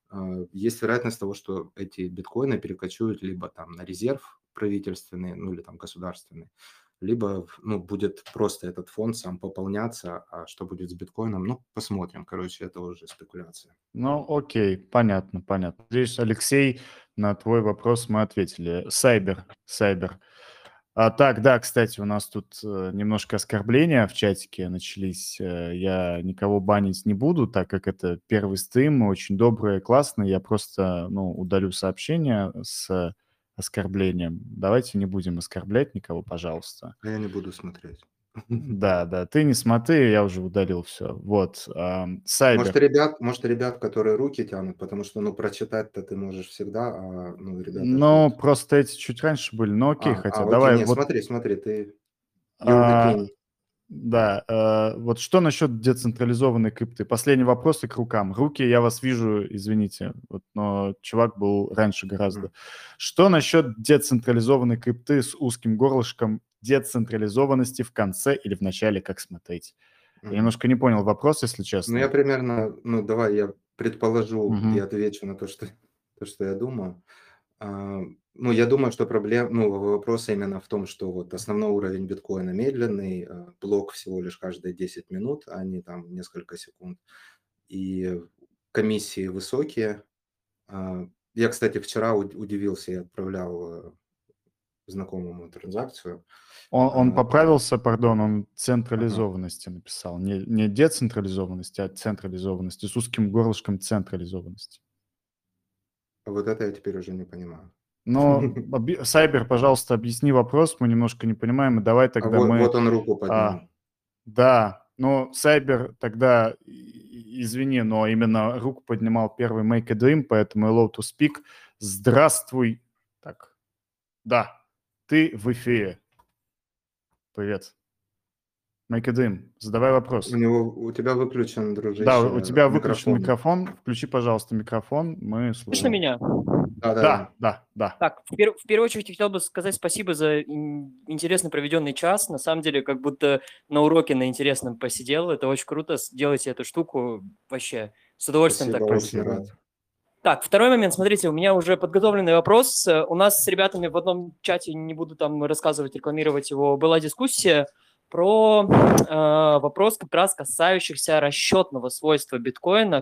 есть вероятность того, что эти биткоины перекочуют либо там на резерв правительственный, ну или там государственный, либо ну, будет просто этот фонд сам пополняться, а что будет с биткоином, ну, посмотрим. Короче, это уже спекуляция. Ну, окей, понятно, понятно. Надеюсь, Алексей, на твой вопрос мы ответили. Сайбер. Так, да, кстати, у нас тут немножко оскорбления в чатике начались. Я никого банить не буду, так как это первый стрим, очень добрый, классный. Я просто, удалю сообщение с оскорблением. Давайте не будем оскорблять никого, пожалуйста. Я не буду смотреть. Да, ты не смотри, я уже удалил все. Вот, Может, Сайбер. ребят, которые руки тянут, потому что, ну, прочитать-то ты можешь всегда, а, ну, ребята Ну, ждут. просто эти чуть раньше были, но окей, хотя Окей, давай не, вот... смотри, ты your а, opinion. Да, вот что насчет децентрализованной крипты? Последний вопрос и к рукам. Руки я вас вижу, извините, вот, но чувак был раньше гораздо. Что насчет децентрализованной крипты с узким горлышком децентрализованности в конце или в начале, как смотреть? Я немножко не понял вопрос, если Ну, я честно. примерно, ну, давай я предположу и Мгм. отвечу на то, что я думаю. Ну, я думаю, что вопрос именно в том, что вот основной уровень биткоина медленный, блок всего лишь каждые 10 минут, а не там несколько секунд. И комиссии высокие. Я, кстати, вчера удивился, я отправлял знакомому транзакцию. Он А, поправился, пардон, он Ага. централизованности написал. Не децентрализованности, а централизованности, с узким горлышком централизованности. А вот это я теперь уже не понимаю. Но, Сайбер, пожалуйста, объясни вопрос, мы немножко не понимаем, и давай А тогда вот мы... он руку поднял. Да, но Сайбер тогда, извини, но именно руку поднимал первый Make a Dream, поэтому hello to speak. Здравствуй. Так, да, ты в эфире. Привет. Make a Dream, задавай вопрос. У тебя выключен, Да, у дружище, тебя выключен микрофон. микрофон. Включи, пожалуйста, микрофон. Мы Слышно слушаем. меня? Да. Да. Так, в первую очередь хотел бы сказать спасибо за интересно проведенный час. На самом деле, как будто на уроке на интересном посидел. Это очень круто. Делайте эту штуку вообще. С удовольствием Спасибо, так очень практикую. рад. Так, второй момент. Смотрите, у меня уже подготовленный вопрос. У нас с ребятами в одном чате, не буду там рассказывать, рекламировать его, была дискуссия про вопрос как раз касающихся расчетного свойства биткоина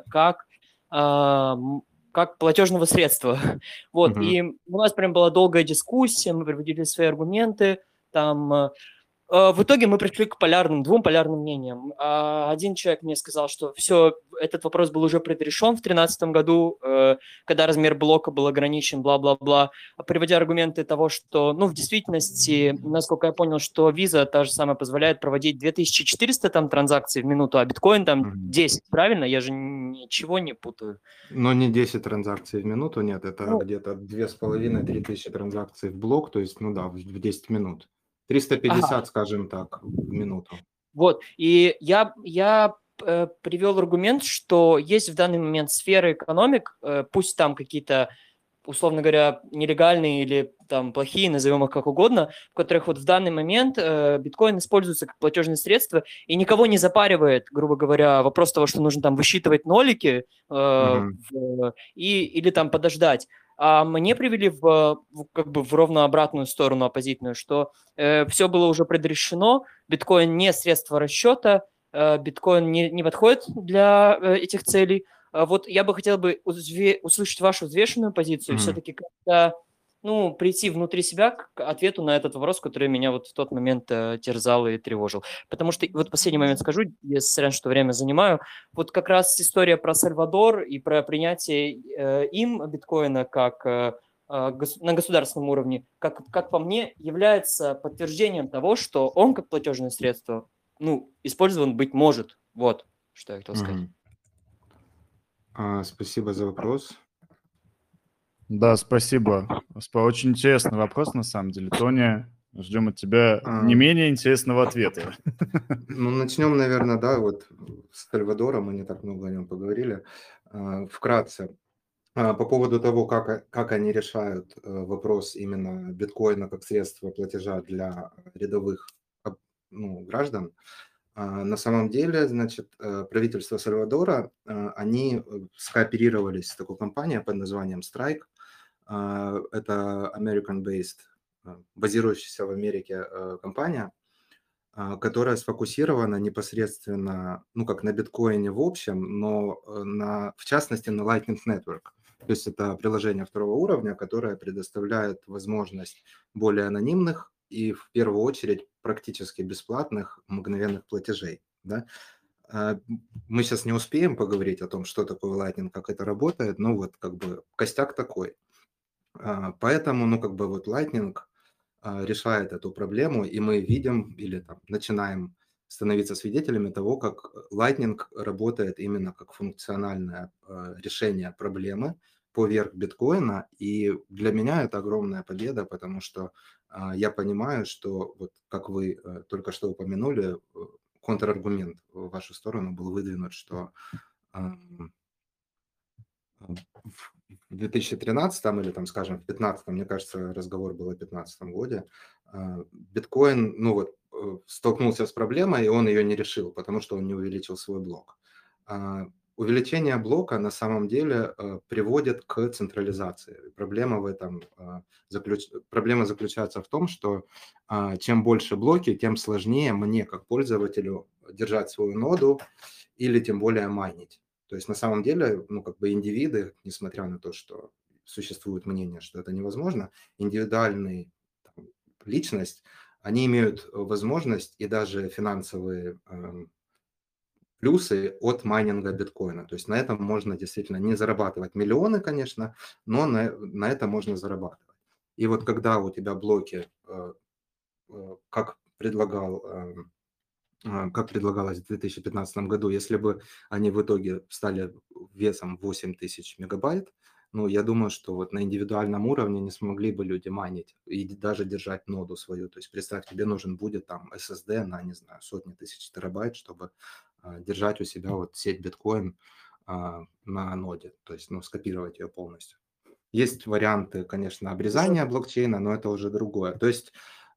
как платежного средства. Вот, Мгм. и у нас прям была долгая дискуссия, мы приводили свои аргументы, там... В итоге мы пришли к двум полярным мнениям. Один человек мне сказал, что все, этот вопрос был уже предрешен в 2013 году, когда размер блока был ограничен, бла-бла-бла, приводя аргументы того, что, в действительности, насколько я понял, что Visa та же самая позволяет проводить 2400 там транзакций в минуту, а биткоин там 10, правильно? Я же ничего не путаю. Но не 10 транзакций в минуту, нет, это Ну, где-то 2,5-3 тысячи транзакций в блок, то есть, в 10 минут. 350, ага. скажем так, в минуту. Вот, и я привел аргумент, что есть в данный момент сферы экономик, пусть там какие-то, условно говоря, нелегальные или там плохие, назовем их как угодно, в которых вот в данный момент биткоин используется как платежное средство, и никого не запаривает, грубо говоря, вопрос того, что нужно там высчитывать нолики или там подождать. А мне привели как бы в ровно обратную сторону, оппозитную, что все было уже предрешено, биткоин не средство расчета, биткоин не подходит для этих целей. Вот я бы хотел бы услышать вашу взвешенную позицию, все-таки как-то прийти внутри себя к ответу на этот вопрос, который меня вот в тот момент терзал и тревожил. Потому что, вот последний момент скажу, я сорян, что время занимаю, вот как раз история про Сальвадор и про принятие им биткоина как на государственном уровне, как по мне, является подтверждением того, что он как платежное средство, использован быть может. Вот, что я хотел сказать. Спасибо за вопрос. Да, спасибо. Очень интересный вопрос, на самом деле. Тоня, ждем от тебя не менее интересного ответа. Ну, начнем, наверное, да, вот с Сальвадора, мы не так много о нем поговорили. Вкратце, по поводу того, как они решают вопрос именно биткоина как средства платежа для рядовых граждан, На самом деле, значит, правительство Сальвадора, они скооперировались с такой компанией под названием Strike. Это American-based, базирующаяся в Америке компания, которая сфокусирована непосредственно, ну, как на биткоине в общем, но в частности на Lightning Network. То есть это приложение второго уровня, которое предоставляет возможность более анонимных и в первую очередь практически бесплатных мгновенных платежей. Да? Мы сейчас не успеем поговорить о том, что такое Lightning, как это работает, но вот как бы костяк такой. Поэтому, ну, как бы вот Lightning решает эту проблему, и мы видим или там начинаем становиться свидетелями того, как Lightning работает именно как функциональное решение проблемы поверх биткоина. И для меня это огромная победа, потому что я понимаю, что, вот как вы только что упомянули, контраргумент в вашу сторону был выдвинут, что в 2013 или, там, скажем, в 2015, мне кажется, разговор был о 2015 году, биткоин, ну вот, столкнулся с проблемой, и он ее не решил, потому что он не увеличил свой блок. Увеличение блока на самом деле приводит к централизации. Проблема в этом проблема заключается в том, что чем больше блоки, тем сложнее мне, как пользователю, держать свою ноду или тем более майнить. То есть на самом деле, ну, как бы индивиды, несмотря на то, что существует мнение, что это невозможно, индивидуальная личность, они имеют возможность и даже финансовые плюсы от майнинга биткоина. То есть на этом можно действительно не зарабатывать миллионы, конечно, но на это можно зарабатывать. И вот когда у тебя блоки, как предлагалось в 2015 году, если бы они в итоге стали весом 8000 мегабайт, ну, я думаю, что вот на индивидуальном уровне не смогли бы люди майнить и даже держать ноду свою. То есть представь, тебе нужен будет там SSD на, не знаю, сотни тысяч терабайт, чтобы держать у себя вот сеть биткоин на ноде, то есть, ну, скопировать ее полностью. Есть варианты, конечно, обрезания блокчейна, но это уже другое. То есть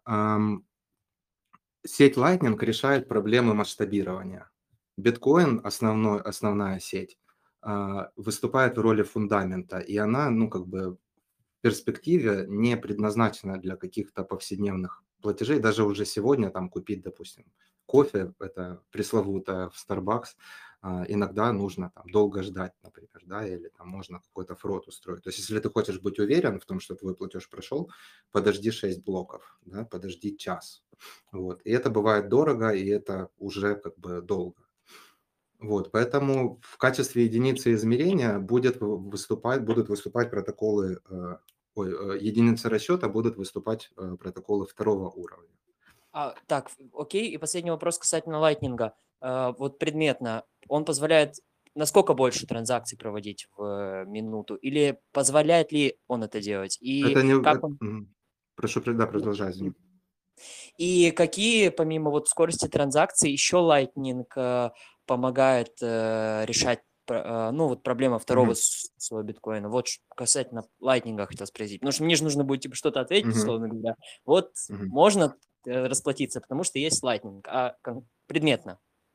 сеть Lightning решает проблемы масштабирования. Биткоин, основная сеть, выступает в роли фундамента, и она, ну, как бы в перспективе не предназначена для каких-то повседневных платежей. Даже уже сегодня там купить, допустим, кофе, это пресловутое в Starbucks, иногда нужно там долго ждать, например, да, или там можно какой-то фрот устроить. То есть если ты хочешь быть уверен в том, что твой платеж прошел, подожди 6 блоков, да, подожди час. Вот. И это бывает дорого, и это уже как бы долго. Вот, поэтому в качестве единицы измерения будут выступать протоколы, единицы расчета будут выступать протоколы второго уровня. Так, окей. И последний вопрос касательно Lightning. Вот предметно, он позволяет насколько больше транзакций проводить в минуту? Или позволяет ли он это делать? И Это не... как он... Прошу, да, продолжай, извини. И какие, помимо вот скорости транзакций, еще Lightning помогает решать ну, вот проблема второго своего биткоина? Вот касательно Lightning хотел спросить. Потому что мне же нужно будет типа что-то ответить, условно говоря. Вот можно расплатиться, потому что есть Lightning, а предметно.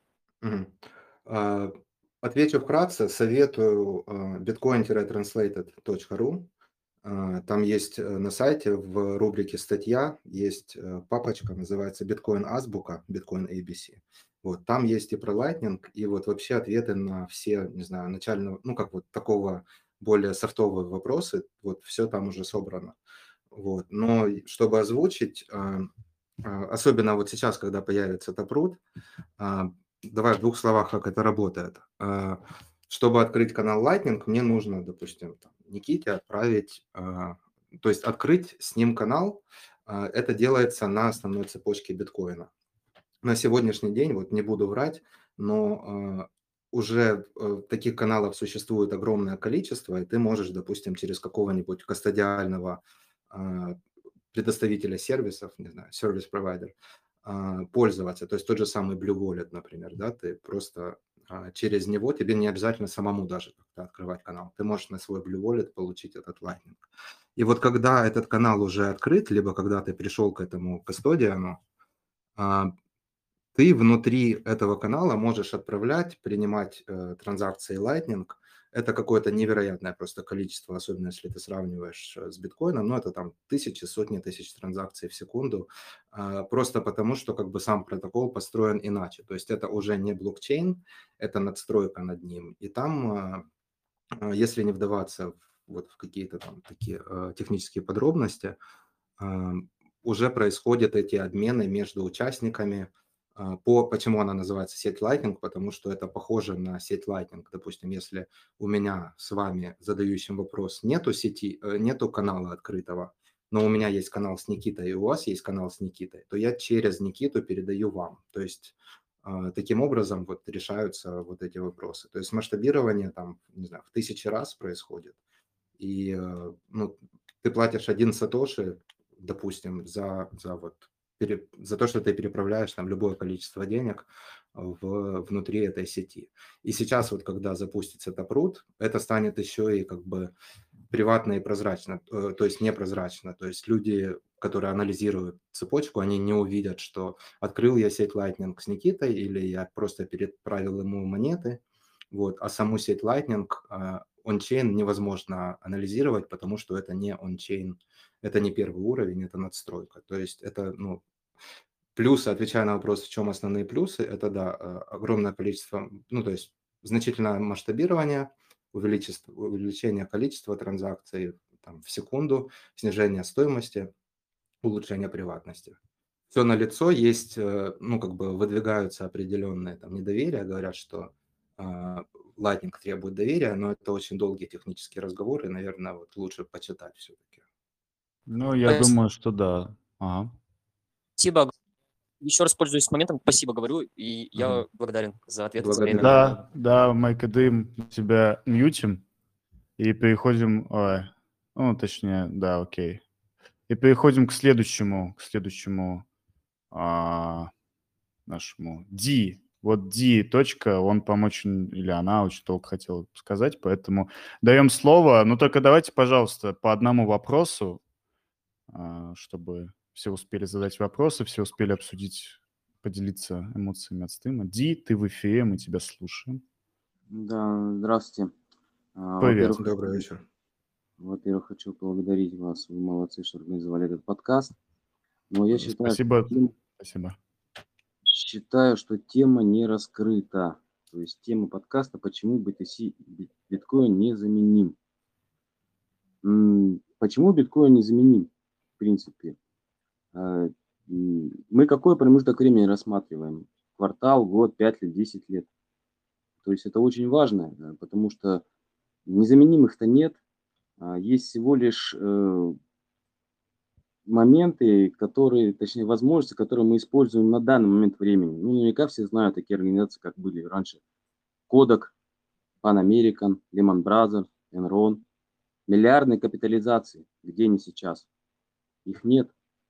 Отвечу вкратце, советую bitcoin-translated.ru. Там есть на сайте в рубрике «Статья» есть папочка, называется «Биткоин Азбука», Bitcoin ABC. Вот, там есть и про Lightning, и вот вообще ответы на все, не знаю, начального, ну, как вот такого более софтовые вопросы, вот все там уже собрано. Вот, но чтобы озвучить, особенно вот сейчас, когда появится Taproot, давай в 2 словах, как это работает. Чтобы открыть канал Lightning, мне нужно, допустим, Никите отправить, то есть открыть с ним канал. Это делается на основной цепочке биткоина. На сегодняшний день, вот не буду врать, но уже таких каналов существует огромное количество, и ты можешь, допустим, через какого-нибудь кастодиального предоставителя сервисов, не знаю, сервис-провайдер, пользоваться. То есть тот же самый Blue Wallet, например, да, ты просто через него, тебе не обязательно самому даже открывать канал. Ты можешь на свой Blue Wallet получить этот Lightning. И вот когда этот канал уже открыт, либо когда ты пришел к этому кастодиану, ты внутри этого канала можешь отправлять, принимать транзакции Lightning. Это какое-то невероятное просто количество, особенно если ты сравниваешь с биткоином, но это там тысячи, сотни тысяч транзакций в секунду, просто потому что как бы сам протокол построен иначе. То есть это уже не блокчейн, это надстройка над ним. И там, если не вдаваться вот в какие-то там такие технические подробности, уже происходят эти обмены между участниками. Почему она называется сеть Lightning? Потому что это похоже на сеть Lightning. Допустим, если у меня с вами, задающим вопрос, нету сети, нету канала открытого, но у меня есть канал с Никитой, и у вас есть канал с Никитой, то я через Никиту передаю вам. То есть таким образом вот решаются вот эти вопросы. То есть масштабирование там, не знаю, в 1000 раз происходит. И ну, ты платишь 1 сатоши, допустим, за то, что ты переправляешь там любое количество денег внутри этой сети. И сейчас вот, когда запустится Taproot, это станет еще и как бы приватно и прозрачно, то есть непрозрачно. То есть люди, которые анализируют цепочку, они не увидят, что открыл я сеть Lightning с Никитой или я просто переправил ему монеты. Вот. А саму сеть Lightning он-чейн невозможно анализировать, потому что это не он-чейн, это не первый уровень, это надстройка. То есть это, ну, плюсы, отвечая на вопрос, в чем основные плюсы, это, да, огромное количество, ну, то есть значительное масштабирование, увеличение количества транзакций там, в секунду, снижение стоимости, улучшение приватности. Все налицо, есть, ну, как бы выдвигаются определенные там недоверия, говорят, что Lightning требует доверия, но это очень долгие технические разговоры, наверное, вот лучше почитать все-таки. Ну, я думаю, что да. Ага. Спасибо. Еще раз пользуюсь моментом, спасибо говорю, и я благодарен за ответ, за время. Да, Майка Дым, тебя мьютим и переходим, ну, точнее, да, окей. И переходим к следующему нашему Ди. Вот Ди точка, он или она очень долго хотела сказать, поэтому даем слово. Но только давайте, пожалуйста, по одному вопросу, чтобы все успели задать вопросы, все успели обсудить, поделиться эмоциями от стрима. Ди, ты в эфире, мы тебя слушаем. Да, здравствуйте. Привет. Добрый вечер. Во-первых, хочу поблагодарить вас. Вы молодцы, что организовали этот подкаст. Но я считаю, Спасибо. считаю, что тема не раскрыта. То есть тема подкаста «Почему BTC биткоин незаменим?». Почему биткоин незаменим, в принципе? Мы какой промежуток времени рассматриваем? Квартал, год, 5 лет, 10 лет. То есть это очень важно, потому что незаменимых-то нет. Есть всего лишь моменты, точнее, возможности, которые мы используем на данный момент времени. Ну, наверняка все знают такие организации, как были раньше. Kodak, Pan American, Lehman Brothers, Enron. Миллиардные капитализации. Где они сейчас? Их нет.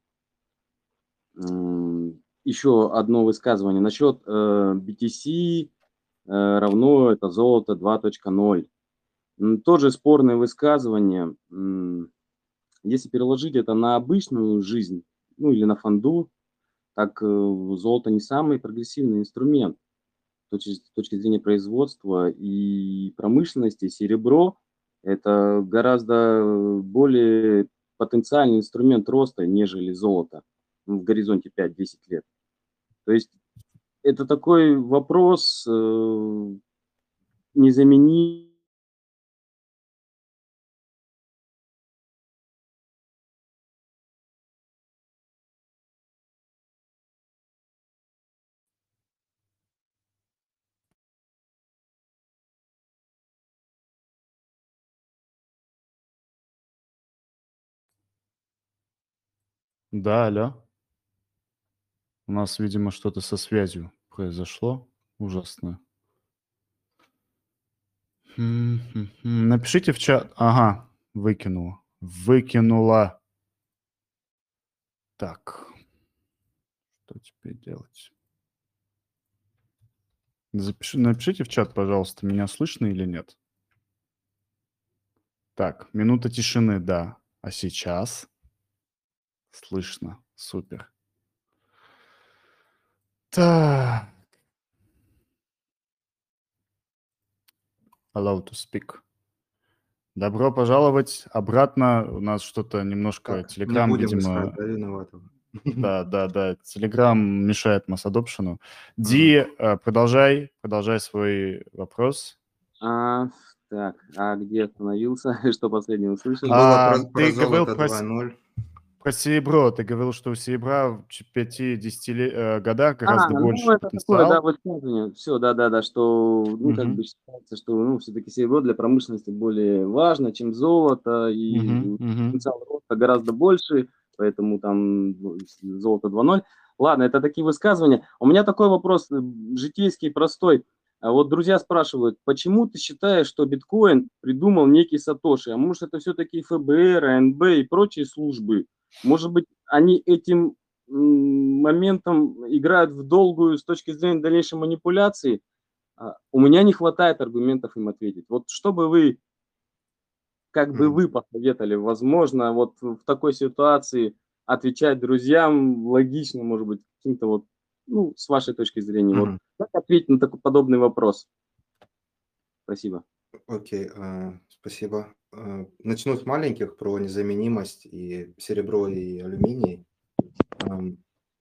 Еще одно высказывание насчет BTC равно это золото 2.0. Тоже спорное высказывание. Если переложить это на обычную жизнь, ну или на фонду, так золото не самый прогрессивный инструмент с точки зрения производства и промышленности. Серебро – это гораздо более потенциальный инструмент роста, нежели золото в горизонте 5-10 лет. То есть это такой вопрос незаменимый. Да, алло. У нас, видимо, что-то со связью произошло ужасное. Напишите в чат. Ага, выкинула. Так, что теперь делать? Напишите в чат, пожалуйста, меня слышно или нет. Так, минута тишины, да. А сейчас слышно. Супер. Так. Allow to speak. Добро пожаловать обратно. У нас что-то немножко Так, не Telegram, будем искать, видимо, да, виноватого. да, Telegram мешает масс-адопшену. Ага. Ди, продолжай свой вопрос. Так, где остановился? Что последнее услышали? Было про Ты говорил золото 2.0. про серебро. Ты говорил, что у серебра в 5-10 годах гораздо Ну больше это такое, да, потенциал. высказывание. Все, да, что, как Мгм. бы считается, что, все-таки серебро для промышленности более важно, чем золото, и Мгм. потенциал роста гораздо больше, поэтому там золото 2.0. Ладно, это такие высказывания. У меня такой вопрос, житейский, простой. А вот друзья спрашивают, почему ты считаешь, что биткоин придумал некий Сатоши? А может, это все-таки ФБР, АНБ и прочие службы? Может быть, они этим моментом играют в долгую с точки зрения дальнейшей манипуляции? У меня не хватает аргументов им ответить. Вот что бы вы, как бы Мгм. вы посоветовали, возможно, вот в такой ситуации отвечать друзьям логично, может быть, каким-то вот, с вашей точки зрения, вот Мгм. как ответить на такой подобный вопрос? Спасибо. Окей, спасибо. Начну с маленьких про незаменимость и серебро и алюминий. Ам,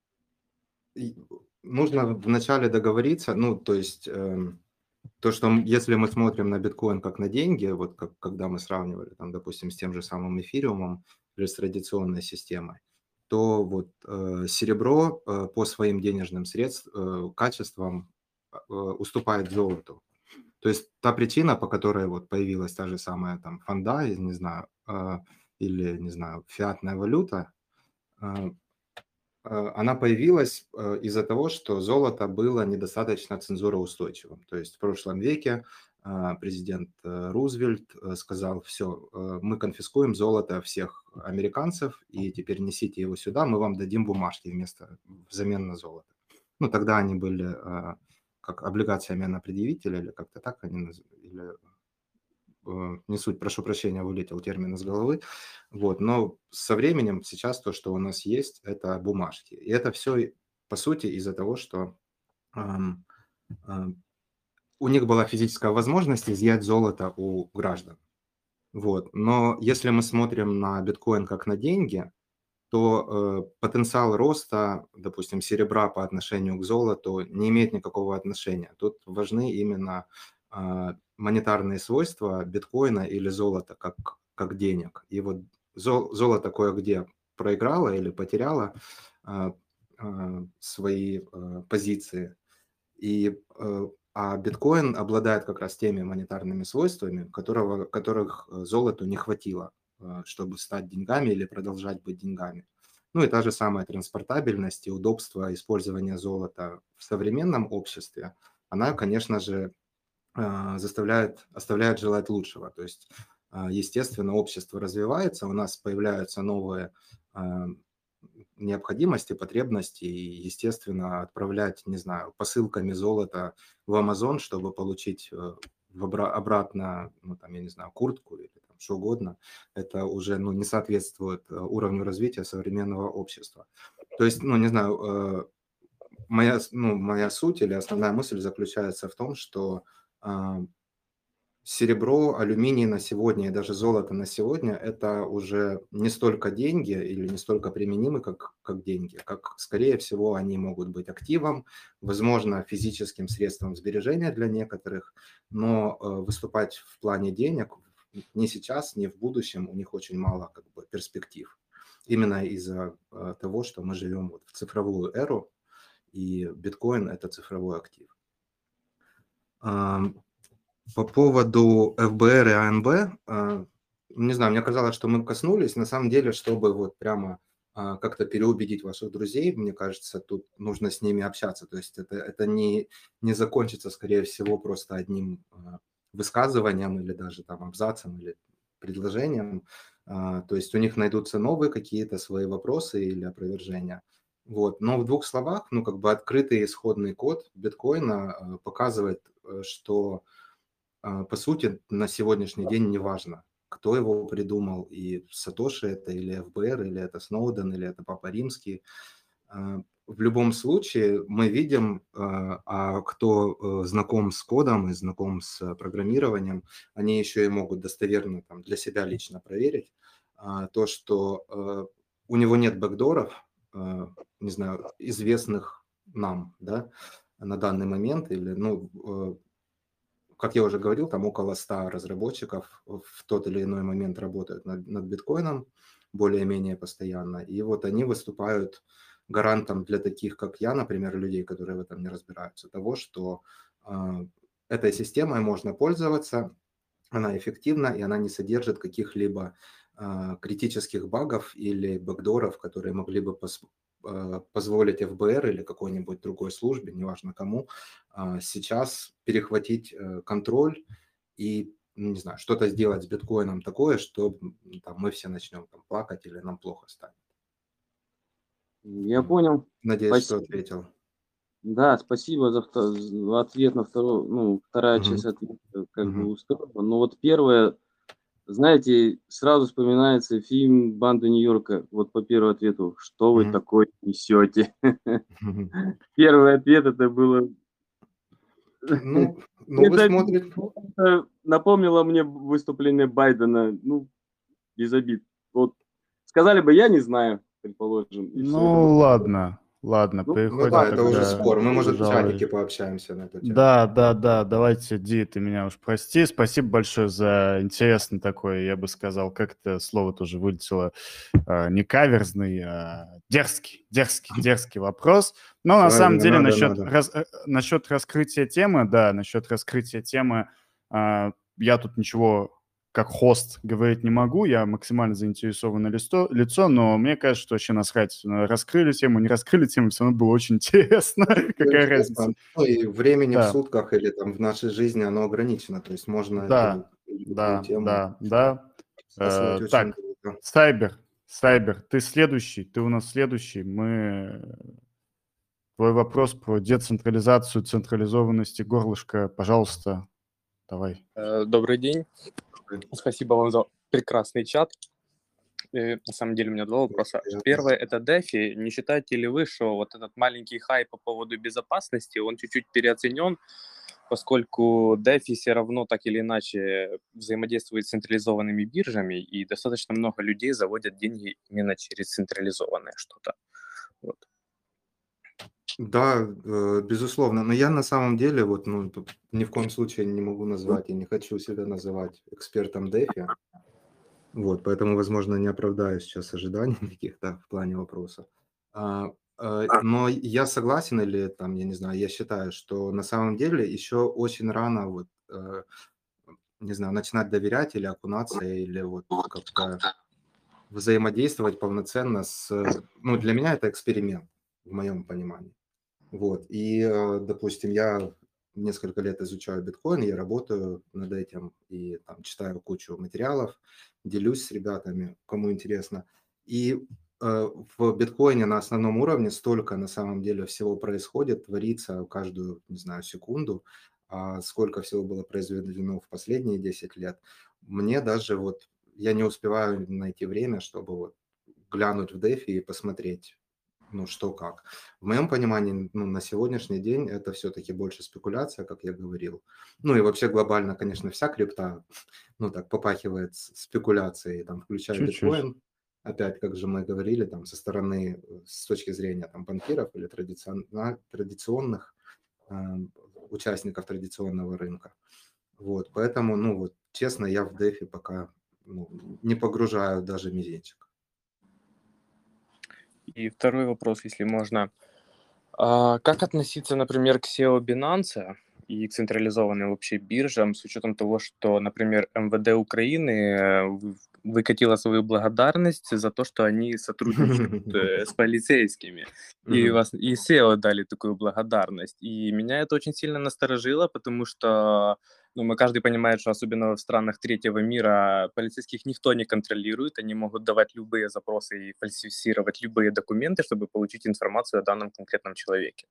и Нужно вначале договориться, то есть то, что если мы смотрим на биткоин как на деньги, вот как когда мы сравнивали, там, допустим, с тем же самым эфириумом или с традиционной системой, то вот серебро по своим денежным качествам уступает золоту. То есть та причина, по которой вот появилась та же самая там фонда, я не знаю, или, не знаю, фиатная валюта, а, она появилась из-за того, что золото было недостаточно цензуроустойчивым. То есть в прошлом веке президент Рузвельт сказал: все, мы конфискуем золото всех американцев, и теперь несите его сюда, мы вам дадим бумажки взамен на золото. Тогда они были как облигациями на предъявителя, или как-то так они называли, не суть, прошу прощения, вылетел термин из головы. Вот, но со временем сейчас то, что у нас есть, это бумажки. И это все, по сути, из-за того, что ам, у них была физическая возможность изъять золото у граждан. Вот. Но если мы смотрим на биткоин как на деньги, то потенциал роста, допустим, серебра по отношению к золоту не имеет никакого отношения. Тут важны именно монетарные свойства биткоина или золота как денег. И вот золото кое-где проиграло или потеряло свои позиции. А биткоин обладает как раз теми монетарными свойствами, которых золоту не хватило, чтобы стать деньгами или продолжать быть деньгами. И та же самая транспортабельность и удобство использования золота в современном обществе, она, конечно же, оставляет желать лучшего. То есть, естественно, общество развивается, у нас появляются новые необходимости, потребности, и, естественно, отправлять, не знаю, посылками золота в Амазон, чтобы получить обратно, я не знаю, куртку или там, что угодно, это уже не соответствует уровню развития современного общества. То есть, не знаю, моя суть или основная мысль заключается в том, что серебро, алюминий на сегодня и даже золото на сегодня – это уже не столько деньги или не столько применимы, как деньги, как, скорее всего, они могут быть активом, возможно, физическим средством сбережения для некоторых, но выступать в плане денег ни сейчас, ни в будущем у них очень мало перспектив. Именно из-за того, что мы живем в цифровую эру, и биткоин – это цифровой актив. По поводу ФБР и АНБ, не знаю, мне казалось, что мы коснулись. На самом деле, чтобы вот прямо как-то переубедить ваших друзей, мне кажется, тут нужно с ними общаться. То есть это не закончится, скорее всего, просто одним высказыванием или даже там абзацем или предложением. То есть у них найдутся новые какие-то свои вопросы или опровержения. Вот. Но в двух словах, открытый исходный код биткоина показывает, что по сути, на сегодняшний день неважно, кто его придумал, и Сатоши это или ФБР, или это Сноуден, или это Папа Римский. в любом случае мы видим, кто знаком с кодом и знаком с программированием, они еще и могут достоверно там, для себя лично проверить то, что у него нет бэкдоров, не знаю, известных нам, да, на данный момент, или, ну, как я уже говорил, там около 100 разработчиков в тот или иной момент работают над биткоином более-менее постоянно, и вот они выступают гарантом для таких, как я, например, людей, которые в этом не разбираются, того, что этой системой можно пользоваться, она эффективна, и она не содержит каких-либо критических багов или бэкдоров, которые могли бы позволить ФБР или какой-нибудь другой службе, неважно кому, сейчас перехватить контроль и, не знаю, что-то сделать с биткоином такое, что там, мы все начнем там, плакать или нам плохо станет. Я понял. Надеюсь, что Спасибо. ответил. Да, спасибо за ответ на второй, ну, вторая Мгм. часть ответа как бы Мгм. устроила. Но вот первое, знаете, сразу вспоминается фильм «Банда Нью-Йорка». Вот по первому ответу, что вы Мгм. такое несете? Мгм. Первый ответ это было... Ну, вы Это смотрите. напомнило мне выступление Байдена. Ну, без обид. Вот сказали бы, я не знаю, предположим, и все. Ну, ладно, ладно, Ну, Ну переходим да, это уже тогда, спор. Мы, может, в чатике пожалуй. пообщаемся на эту тему. Да, давайте, Ди, ты меня уж прости. Спасибо большое за интересный такой, я бы сказал, как это слово тоже вылетело, не каверзный, а дерзкий вопрос. Но на самом Правильно, деле надо. насчет раскрытия темы, да, насчет раскрытия темы, я тут ничего как хост говорить не могу, я максимально заинтересованное лицо, но мне кажется, что вообще насрать, раскрыли тему, не раскрыли тему, все равно было очень интересно. Какая разница? Интересно. Ну и времени в Да. сутках или там в нашей жизни оно ограничено, то есть можно эту любую Да. тему рассматривать очень Так, долго. Сайбер, ты у нас следующий. Твой вопрос про децентрализацию, централизованность и горлышко, пожалуйста, давай. Добрый день. Спасибо вам за прекрасный чат. И на самом деле у меня два вопроса. Первое – это DeFi. Не считаете ли вы, что вот этот маленький хайп по поводу безопасности, он чуть-чуть переоценен, поскольку DeFi все равно так или иначе взаимодействует с централизованными биржами, и достаточно много людей заводят деньги именно через централизованное что-то. Вот. Да, безусловно, но я на самом деле вот, ну, тут ни в коем случае не могу назвать и не хочу себя называть экспертом DeFi. Вот, поэтому, возможно, не оправдаю сейчас ожиданий каких-то в плане вопроса. Но я согласен или там, я не знаю, я считаю, что на самом деле еще очень рано вот, не знаю, начинать доверять или окунаться, или вот как-то взаимодействовать полноценно с... Ну, для меня это эксперимент, в моем понимании. Вот, и, допустим, я несколько лет изучаю биткоин, я работаю над этим и там читаю кучу материалов, делюсь с ребятами, кому интересно. И в биткоине на основном уровне столько на самом деле всего происходит, творится каждую, не знаю, секунду, сколько всего было произведено в последние 10 лет. Мне даже вот, я не успеваю найти время, чтобы вот глянуть в DeFi и посмотреть, ну, что как. В моем понимании, ну, на сегодняшний день это все-таки больше спекуляция, как я говорил. Ну и вообще глобально, конечно, вся крипта, ну так, попахивает спекуляцией, там, включая Чуть-чуть. биткоин. Опять, как же мы говорили, там, со стороны, с точки зрения там банкиров или традиционных участников традиционного рынка. Вот, поэтому, ну вот, честно, я в DeFi пока не погружаю даже мизинчик. И второй вопрос, если можно. Как относиться, например, к SEO Binance и к централизованным вообще биржам с учетом того, что, например, МВД Украины выкатила свою благодарность за то, что они сотрудничают с полицейскими. И SEO дали такую благодарность. И меня это очень сильно насторожило, потому что мы каждый понимает, что особенно в странах третьего мира полицейских никто не контролирует, они могут давать любые запросы и фальсифицировать любые документы, чтобы получить информацию о данном конкретном человеке.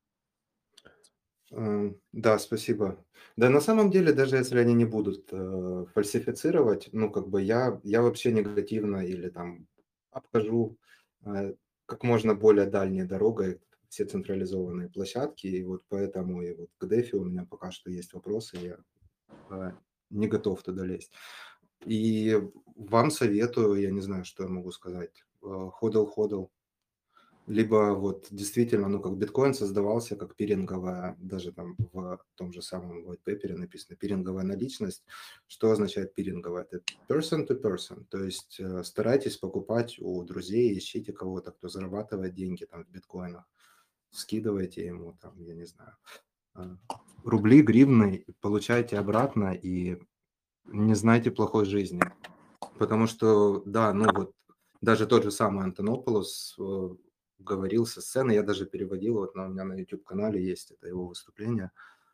Да, спасибо. Да, на самом деле, даже если они не будут фальсифицировать, ну, как бы я вообще негативно или там обхожу как можно более дальней дорогой все централизованные площадки, и вот поэтому и вот к DeFi у меня пока что есть вопросы, я не готов туда лезть. И вам советую, я не знаю, что я могу сказать, hodl. Либо вот действительно, ну, как биткоин создавался как пиринговая, даже там в том же самом white paper написано пиринговая наличность. Что означает пиринговая? Это person to person, то есть старайтесь покупать у друзей, ищите кого-то, кто зарабатывает деньги там в биткоинах, скидывайте ему там, я не знаю, рубли, гривны, получайте обратно и не знайте плохой жизни. Потому что, да, ну вот даже тот же самый Антонополос говорил со сцены, я даже переводил, вот у меня на YouTube-канале есть это его выступление,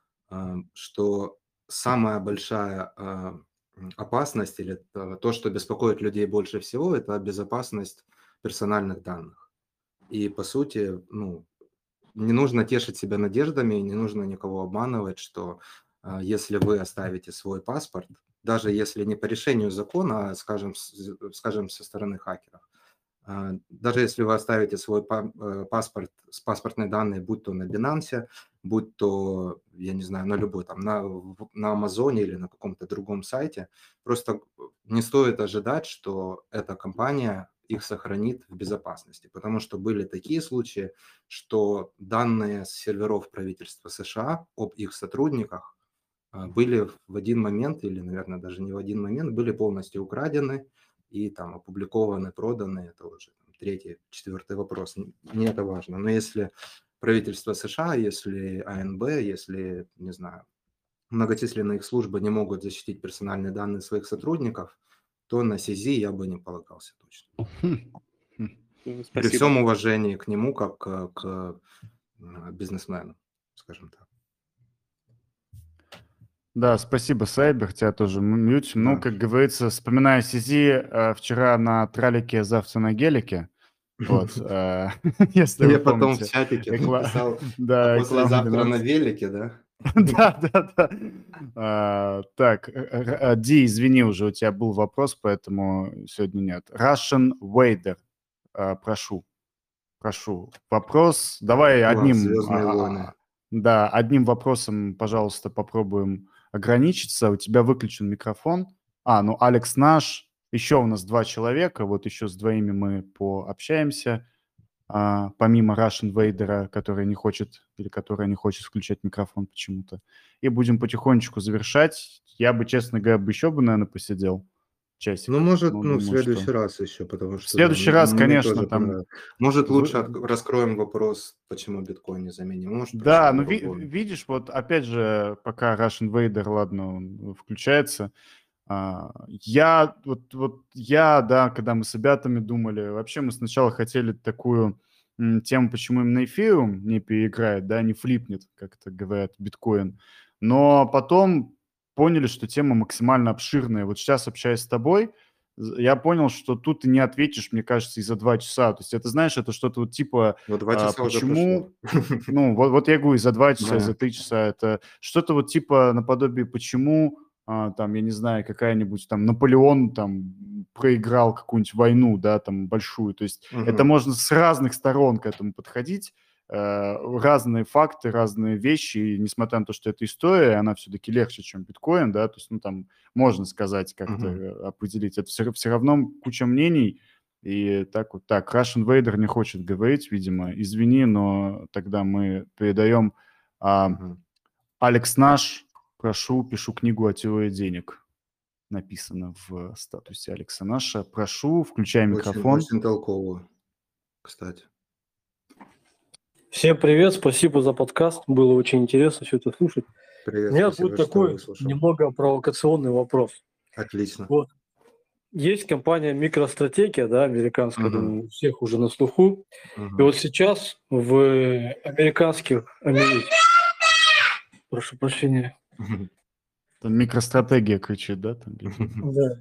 что самая большая опасность или то, что беспокоит людей больше всего, это безопасность персональных данных. И по сути, ну, не нужно тешить себя надеждами, не нужно никого обманывать, что если вы оставите свой паспорт, даже если не по решению закона, а, скажем, со стороны хакеров, даже если вы оставите свой паспорт с паспортной данной, будь то на Binance, будь то, я не знаю, на любой, там, на Амазоне или на каком-то другом сайте, просто не стоит ожидать, что эта компания их сохранит в безопасности, потому что были такие случаи, что данные с серверов правительства США об их сотрудниках были в один момент, или, наверное, даже не в один момент, были полностью украдены и там опубликованы, проданы. Это уже третий, четвертый вопрос. Не это важно. Но если правительство США, если АНБ, если, не знаю, многочисленные их службы не могут защитить персональные данные своих сотрудников, то на CZ я бы не полагался точно. При Спасибо. всем уважении к нему, как к бизнесмену, скажем так. Да, спасибо, Сайбер, тебя тоже мьютим. Ну, Да. как говорится, вспоминая Сизи, вчера на тралике, завтра на гелике. Вот, если вы Я потом в помните. чатике Рекла- написал, Да, а реклама послезавтра на 12. велике, да? Да. Так, Ди, извини, уже у тебя был вопрос, поэтому сегодня нет. Russian Wader, прошу. Вопрос, давай Класс, одним, «Звездные войны». да, одним вопросом, пожалуйста, попробуем ограничиться. У тебя выключен микрофон. Ну, Алекс наш, еще у нас 2 человека, вот еще с 2 мы пообщаемся. Помимо Russian Vader, который не хочет включать микрофон почему-то. И будем потихонечку завершать. Я бы, честно говоря, еще бы, наверное, посидел часик. Ну, может, Ну, в думаю, следующий что- раз еще, потому В что следующий раз, мне конечно, тоже там... понравилось. Может, лучше раскроем вопрос, почему биткоин не заменим. Может, Да, почему ну Рублон. видишь, вот опять же, пока Russian Vader, ладно, он включается, я, да, когда мы с ребятами думали, вообще мы сначала хотели такую тему, почему именно эфириум не переиграет, да, не флипнет, как это говорят, биткоин, но потом поняли, что тема максимально обширная. Вот сейчас, общаясь с тобой, я понял, что тут ты не ответишь, мне кажется, и за 2 часа. То есть это, знаешь, это что-то вот типа, Но 2 часа уже почему... прошло. Ну, вот я говорю, за 2 часа, Да. за 3 часа. Это что-то вот типа наподобие, почему, там, я не знаю, какая-нибудь там Наполеон там проиграл какую-нибудь войну, да, там большую. То есть это можно с разных сторон к этому подходить. Разные факты, разные вещи. И несмотря на то, что это история, она все-таки легче, чем биткоин, да, то есть, ну, там можно сказать, как-то определить. Это все равно куча мнений. И так, Russian Vader не хочет говорить, видимо. Извини, но тогда мы передаем. Алекс наш, прошу, пишу книгу о теории денег. Написано в статусе Алекса наша. Прошу, включай микрофон. Очень толково, кстати. Всем привет, спасибо за подкаст. Было очень интересно все это слушать. Привет, У меня спасибо, будет что такой выслушал. немного провокационный вопрос. Отлично. Вот. Есть компания MicroStrategia, да, американская, думаю, у всех уже на слуху. И вот сейчас в прошу прощения. Там микростратегия кричит, да? Там, Да.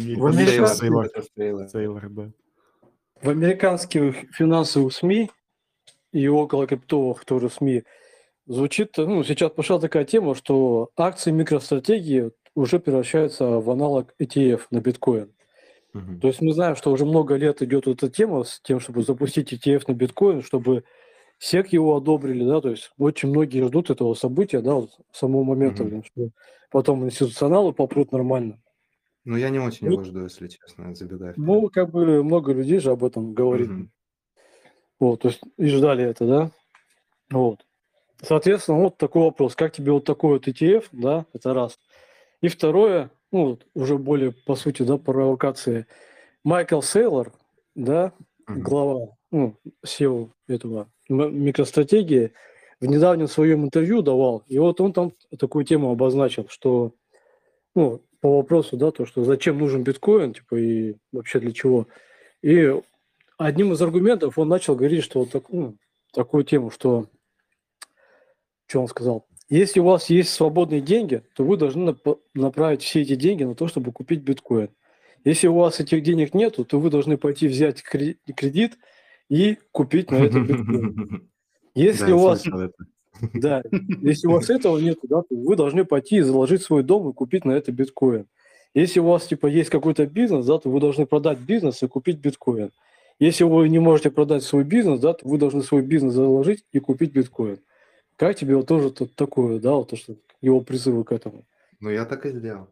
Сейлор, да. В американских финансовых СМИ и около криптовых тоже СМИ звучит, сейчас пошла такая тема, что акции MicroStrategia уже превращаются в аналог ETF на биткоин. То есть мы знаем, что уже много лет идет эта тема с тем, чтобы запустить ETF на биткоин, чтобы SEC его одобрили, да, то есть очень многие ждут этого события, да, вот самого момента, Мгм. блин, что потом институционалы попрут нормально. Ну, я не очень Ну, его жду, если честно, забегая вперед. ну, как бы много людей же об этом говорит. Мгм. Вот, то есть и ждали это, да. Вот. Соответственно, вот такой вопрос. Как тебе вот такой вот ETF, да, это раз. И второе, ну, вот уже более, по сути, да, провокации. Майкл Сейлор, да, Мгм. глава, ну, SEO этого микростратегии, в недавнем своем интервью давал, и вот он там такую тему обозначил, что, ну, по вопросу, да, то, что зачем нужен биткоин, типа, и вообще для чего. И одним из аргументов он начал говорить, что вот такую тему, что он сказал? Если у вас есть свободные деньги, то вы должны направить все эти деньги на то, чтобы купить биткоин. Если у вас этих денег нету, то вы должны пойти взять кредит и купить на это биткоин. Да, Если я у вас, слышал это. да, если у вас этого нету, да, то вы должны пойти и заложить свой дом и купить на это биткоин. Если у вас типа есть какой-то бизнес, да, то вы должны продать бизнес и купить биткоин. Если вы не можете продать свой бизнес, да, то вы должны свой бизнес заложить и купить биткоин. Как тебе вот тоже такое, да, вот то, что его призывы к этому? Ну, я так и сделал.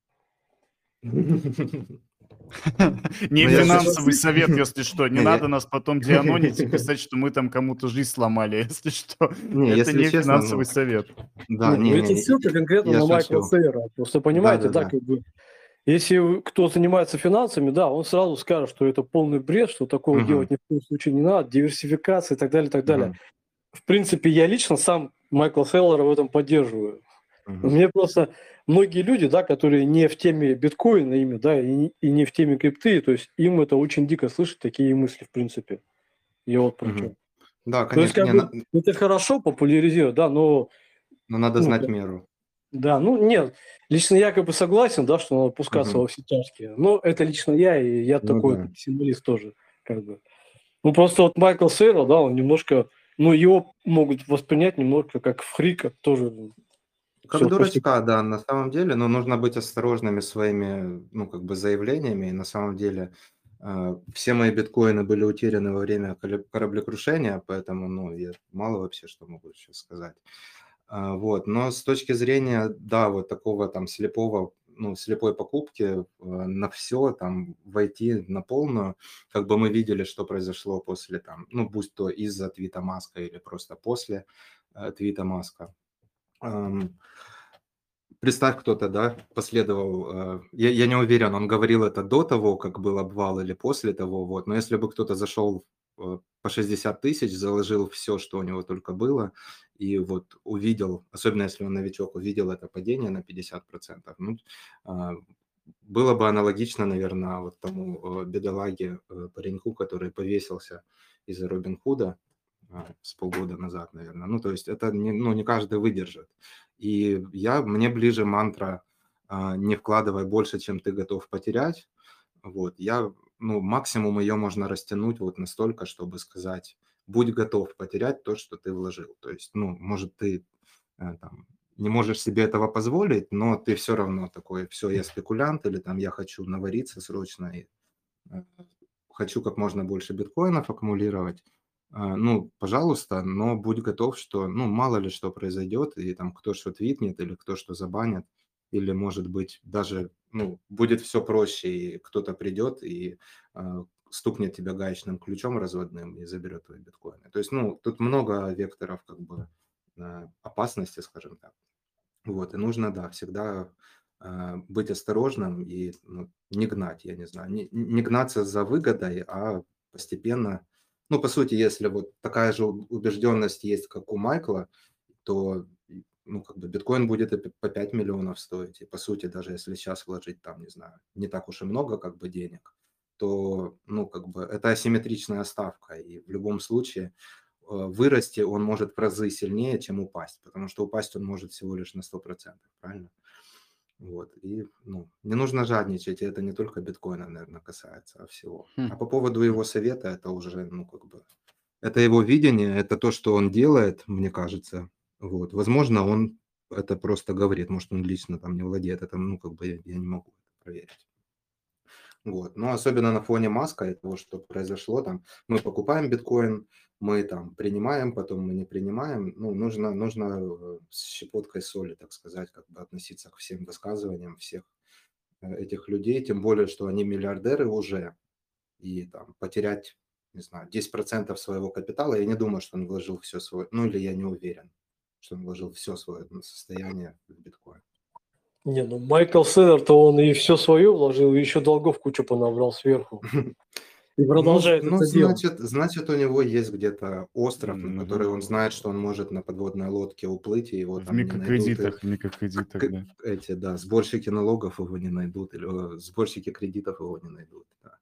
Не Ну, я же... финансовый совет, если что. Не Не, надо я... нас потом дианонить и писать, что мы там кому-то жизнь сломали, если что. Не, Это если не честно, ну, финансовый совет. да, Ну, это не, ссылка конкретно я на Майкла шучу. Сейера. Просто понимаете, да, Да-да-да. как бы, если кто занимается финансами, да, он сразу скажет, что это полный бред, что такого Мгм. делать ни в коем случае не надо, диверсификация и так далее, и так далее. Мгм. В принципе, я лично сам Майкла Сейлора в этом поддерживаю. Мгм. Мне просто многие люди, да, которые не в теме биткоина ими, да, и не в теме крипты, то есть им это очень дико слышать, такие мысли, в принципе. Я вот про Мгм. чё. Да, То есть, конечно. как бы, это хорошо популяризировать, да, но, Но надо ну, знать меру. да, ну, нет, лично я как бы согласен, да, что надо пускаться Мгм. во все тяжкие, но это лично я, и я Ну такой да. символист тоже, как бы. Ну, просто вот Майкл Сейрл, да, он немножко, ну, его могут воспринять немножко как фрика, тоже Как все после... дурачка, да, на самом деле, но нужно быть осторожными своими, ну, как бы заявлениями. И на самом деле все мои биткоины были утеряны во время кораблекрушения, поэтому, ну, я мало вообще что могу сейчас сказать. Вот, но с точки зрения, да, вот такого там слепой покупки на все, там, войти на полную, как бы мы видели, что произошло после там, ну, будь то из-за твита Маска или просто после твита Маска. Представь, кто-то, да, последовал, я не уверен, он говорил это до того, как был обвал или после того, вот, но если бы кто-то зашел по 60 тысяч, заложил все, что у него только было, и вот увидел, особенно если он новичок, увидел это падение на 50%, ну, было бы аналогично, наверное, вот тому бедолаге, пареньку, который повесился из-за Робин Худа с полгода назад, наверное. Ну, то есть это не каждый выдержит. И мне ближе мантра «не вкладывай больше, чем ты готов потерять». Вот, максимум ее можно растянуть вот настолько, чтобы сказать, будь готов потерять то, что ты вложил. То есть, ну, может, ты там не можешь себе этого позволить, но ты все равно такой, все, я спекулянт, или там я хочу навариться срочно, и э, хочу как можно больше биткоинов аккумулировать. Ну, пожалуйста, но будь готов, что, ну, мало ли что произойдет, и там кто что твитнет, или кто что забанит, или, может быть, даже, ну, будет все проще, и кто-то придет и стукнет тебя гаечным ключом разводным и заберет твои биткоины. То есть, ну, тут много векторов, как бы, опасности, скажем так. Вот, и нужно, да, всегда быть осторожным и не гнать, я не знаю, не гнаться за выгодой, а постепенно, ну, по сути, если вот такая же убежденность есть, как у Майкла, то, ну, как бы биткоин будет и по 5 миллионов стоить, и по сути, даже если сейчас вложить там, не знаю, не так уж и много как бы денег, то, ну, как бы это асимметричная ставка, и в любом случае вырасти он может в разы сильнее, чем упасть, потому что упасть он может всего лишь на 100%, правильно? Вот, и, ну, не нужно жадничать, и это не только биткоина, наверное, касается, а всего. А по поводу его совета, это уже, ну, как бы, это его видение, это то, что он делает, мне кажется, вот. Возможно, он это просто говорит, может, он лично там не владеет этим, ну, как бы я не могу это проверить. Вот. Но особенно на фоне Маска и того, что произошло, там, мы покупаем биткоин, мы там принимаем, потом мы не принимаем. Ну, нужно с щепоткой соли, так сказать, как бы относиться к всем высказываниям всех этих людей, тем более, что они миллиардеры уже, и там потерять, не знаю, 10% своего капитала, я не думаю, что он вложил все свое, ну или я не уверен, что он вложил все свое состояние в биткоин. Не, ну Майкл Сеннер-то он и все свое вложил, и еще долгов кучу понабрал сверху. И продолжает это делать. Значит, у него есть где-то остров, на Ну, который он знает, что он может на подводной лодке уплыть, и его В там не найдут. микрокредитах, да. Эти, да, сборщики налогов его не найдут, или сборщики кредитов его не найдут. Да.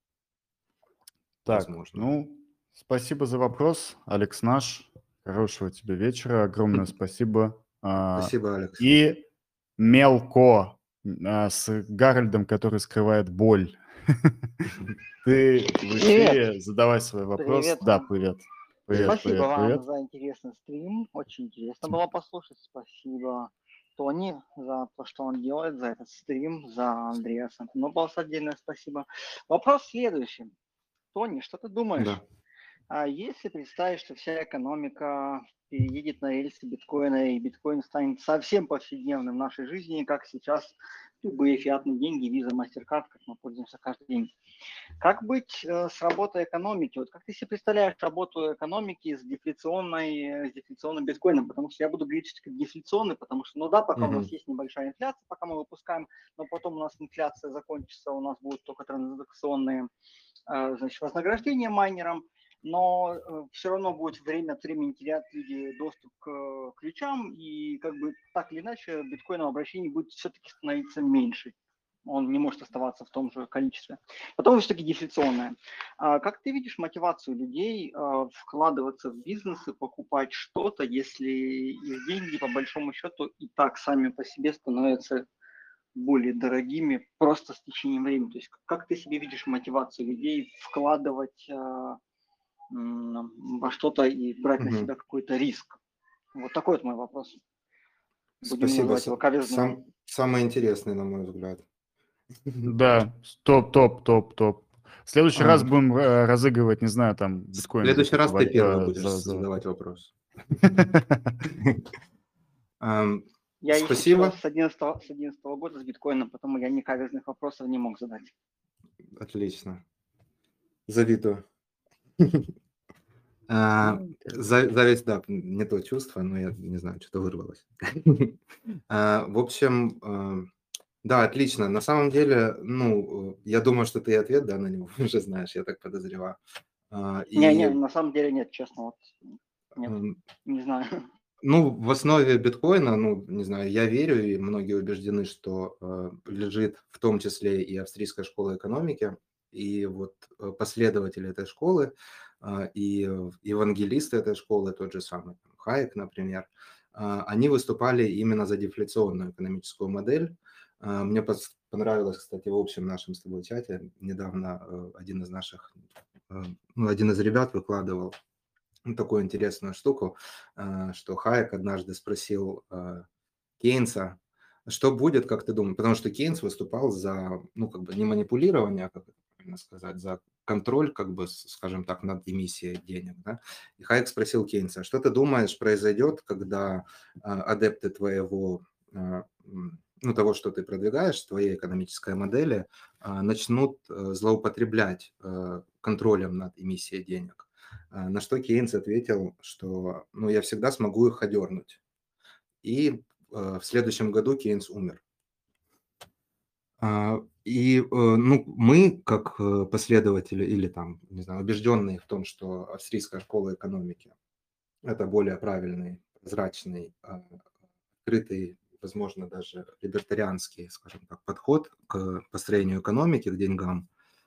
Так, Возможно. ну, спасибо за вопрос, Алекс наш. Хорошего тебе вечера. Огромное спасибо. Спасибо, Алекс. И Мелко с Гарольдом, который скрывает боль. Ты в эфире, задавай свой вопрос. Привет Да, вам. привет. Спасибо вам Привет. за интересный стрим. Очень интересно было послушать. Спасибо Тони за то, что он делает, за этот стрим, за Андреаса. Ну, просто отдельное спасибо. Вопрос следующий. Тони, что ты думаешь? Да. А если представить, что вся экономика переедет на рельсы биткоина, и биткоин станет совсем повседневным в нашей жизни, как сейчас любые фиатные деньги, Visa, MasterCard, как мы пользуемся каждый день. Как быть с работой экономики? Вот как ты себе представляешь работу экономики с дефляционным биткоином? Потому что я буду говорить, что это дефляционный, потому что, ну да, пока у нас есть небольшая инфляция, пока мы выпускаем, но потом у нас инфляция закончится, у нас будут только транзакционные, значит, вознаграждения майнерам, но все равно будет время от времени терять люди доступ к ключам, и как бы так или иначе биткоиновое обращение будет все-таки становиться меньше. Он не может оставаться в том же количестве. Потом все-таки дефляционное. Как ты видишь мотивацию людей вкладываться в бизнес и покупать что-то, если их деньги по большому счету и так сами по себе становятся более дорогими просто с течением времени? То есть как ты себе видишь мотивацию людей вкладывать во что-то и брать на себя какой-то риск? Вот такой вот мой вопрос. Будем Спасибо. называть его каверзным. Самый интересный, на мой взгляд. Да, топ. В следующий раз будем разыгрывать, не знаю, там, В биткоин. следующий раз ты первый будешь задавать вопрос. Я еще Спасибо. с 11 года с биткоином, потому я ни каверзных вопросов не мог задать. Отлично. Завидую. Зависть, да, не то чувство, но я не знаю, что-то вырвалось. В общем, да, отлично. На самом деле, ну, я думаю, что ты ответ, да, на него уже знаешь, я так подозреваю. Не, на самом деле нет, честно, вот нет, не знаю. Ну, в основе биткоина, ну, не знаю, я верю, и многие убеждены, что лежит в том числе и австрийская школа экономики, и вот последователи этой школы, и евангелисты этой школы, тот же самый Хайек, например, они выступали именно за дефляционную экономическую модель. Мне понравилось, кстати, в общем нашем с тобой чате, недавно один из ребят выкладывал такую интересную штуку, что Хайек однажды спросил Кейнса, что будет, как ты думаешь, потому что Кейнс выступал за, ну, как бы не манипулирование, как это правильно сказать, за контроль, как бы, скажем так, над эмиссией денег, да? И Хайек спросил Кейнса, что ты думаешь произойдет, когда адепты твоего, ну, того, что ты продвигаешь, твоей экономической модели, начнут злоупотреблять контролем над эмиссией денег? На что Кейнс ответил, что ну, я всегда смогу их одернуть. И в следующем году Кейнс умер. И ну, мы, как последователи или там, не знаю, убежденные в том, что австрийская школа экономики – это более правильный, прозрачный, открытый, возможно, даже либертарианский, скажем так, подход к построению экономики, к деньгам,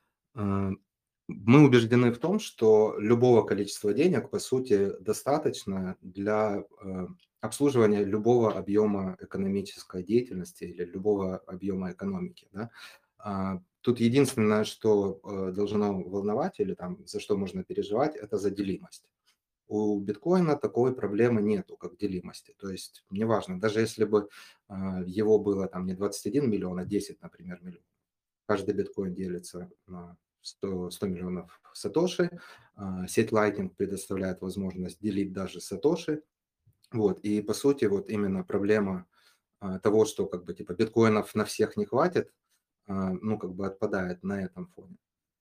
мы убеждены в том, что любого количества денег, по сути, достаточно для обслуживания любого объема экономической деятельности или любого объема экономики. Да? Тут единственное, что должно волновать или там, за что можно переживать, это за делимость. У биткоина такой проблемы нету, как делимости. То есть неважно, даже если бы его было там не 21 миллион, а 10, например, миллионов. каждый биткоин делится на 100 миллионов сатоши. Сеть Lightning предоставляет возможность делить даже сатоши. Вот, и по сути вот именно проблема того, что как бы типа биткоинов на всех не хватит, ну как бы отпадает на этом фоне.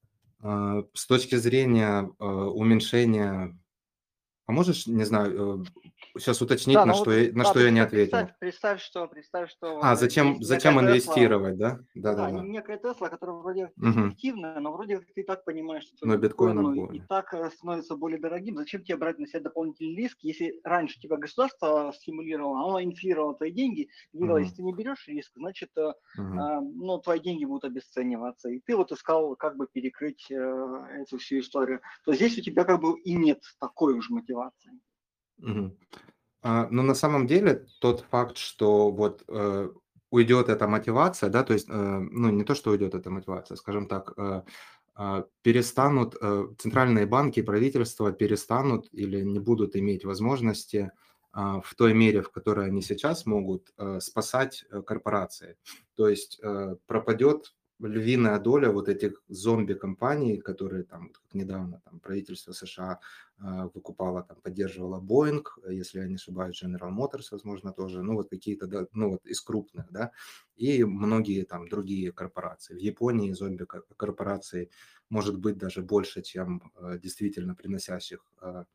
С точки зрения уменьшения, а можешь, не знаю, сейчас уточнить, Да, на ну что вот, на что я не ответил? представь, что Зачем есть некая Tesla, инвестировать, да? да, Да-да-да. некая Тесла, которая вроде как Мгм. перспективная, но вроде как ты так понимаешь, что Но твой биткоин биткоинов и более. так становится более дорогим. Зачем тебе брать на себя дополнительный риск, если раньше тебя государство стимулировало, оно инфлировало твои деньги, и говорило, Мгм. если ты не берешь риск, значит, Мгм. ну, твои деньги будут обесцениваться. И ты вот искал, как бы перекрыть эту всю историю. То здесь у тебя как бы и нет такой уж мотивации. Мгм. Но на самом деле тот факт, что вот уйдет эта мотивация, да, то есть, ну не то, что уйдет эта мотивация, скажем так, перестанут центральные банки и правительства перестанут или не будут иметь возможности в той мере, в которой они сейчас могут спасать корпорации. То есть пропадет львиная доля вот этих зомби-компаний, которые там вот как недавно там правительство США выкупала, там, поддерживала Boeing, если я не ошибаюсь, General Motors, возможно, тоже, ну, вот какие-то, да, ну, вот из крупных, да, и многие там другие корпорации. В Японии зомби-корпораций может быть даже больше, чем действительно приносящих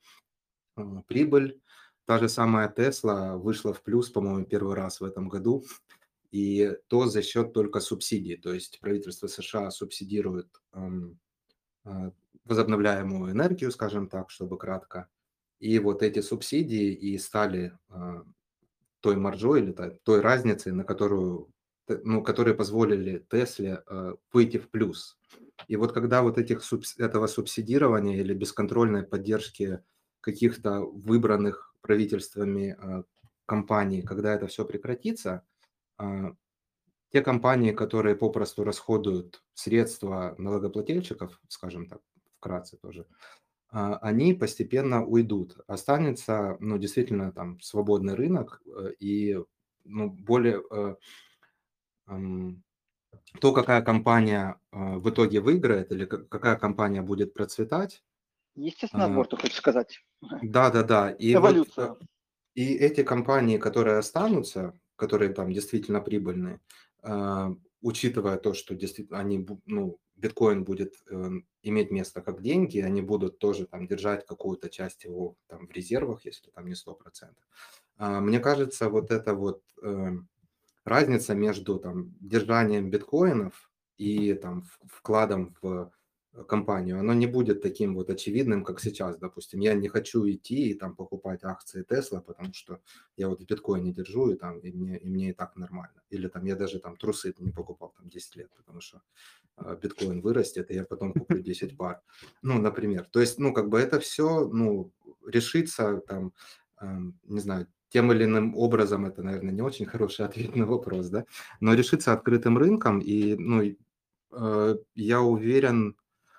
прибыль. Та же самая Tesla вышла в плюс, по-моему, первый раз в этом году, и то за счет только субсидий, то есть правительство США субсидирует возобновляемую энергию, скажем так, чтобы кратко. И вот эти субсидии и стали той маржой или той разницей, на которую, ну, которые позволили Тесле выйти в плюс. И вот когда вот этого субсидирования или бесконтрольной поддержки каких-то выбранных правительствами компаний, когда это все прекратится, те компании, которые попросту расходуют средства налогоплательщиков, скажем так, вкратце тоже, они постепенно уйдут. Останется, ну, действительно, там, свободный рынок и, ну, более то, какая компания в итоге выиграет или какая компания будет процветать. Естественный отбор, ты хочешь сказать. Да. И вот Эволюция. и эти компании, которые останутся, которые там действительно прибыльные, учитывая то, что действительно они, ну, биткоин будет иметь место как деньги, они будут тоже там держать какую-то часть его там в резервах, если там не 100%. Мне кажется, вот эта вот разница между там держанием биткоинов и там вкладом в компанию, оно не будет таким вот очевидным, как сейчас, допустим. Я не хочу идти и там покупать акции Tesla, потому что я вот в биткоине держу, и там и мне и так нормально. Или там я даже там трусы не покупал там 10 лет, потому что биткоин вырастет, и я потом куплю 10 пар. Ну, например. То есть, ну, как бы это все, ну, решится там, не знаю, тем или иным образом, это, наверное, не очень хороший ответ на вопрос, да, но решится открытым рынком, и, ну, я уверен,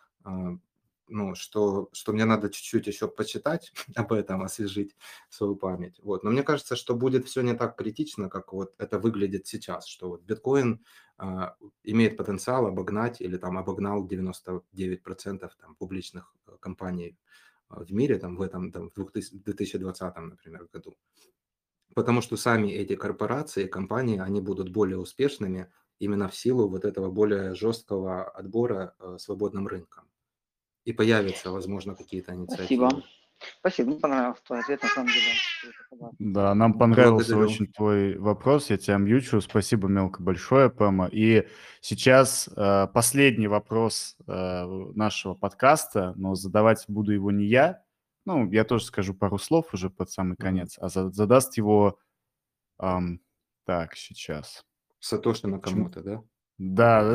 ну, что мне надо чуть-чуть еще почитать об этом, освежить свою память. Вот. Но мне кажется, что будет все не так критично, как вот это выглядит сейчас, что вот биткоин имеет потенциал обогнать или там обогнал 99% там, публичных компаний в мире там, в этом там, в 2020, например, году. Потому что сами эти корпорации, компании, они будут более успешными именно в силу вот этого более жесткого отбора свободным рынком. И появятся, возможно, какие-то Спасибо. инициативы. Спасибо, мне понравился твой ответ, на самом деле. Да, нам понравился Благодарю. очень твой вопрос, я тебя мьючу. Спасибо, Мелко, большое, Пэма. И сейчас последний вопрос нашего подкаста, но задавать буду его не я. Ну, я тоже скажу пару слов уже под самый конец, а задаст его... так, сейчас. Сатоши Накамото, да? Да.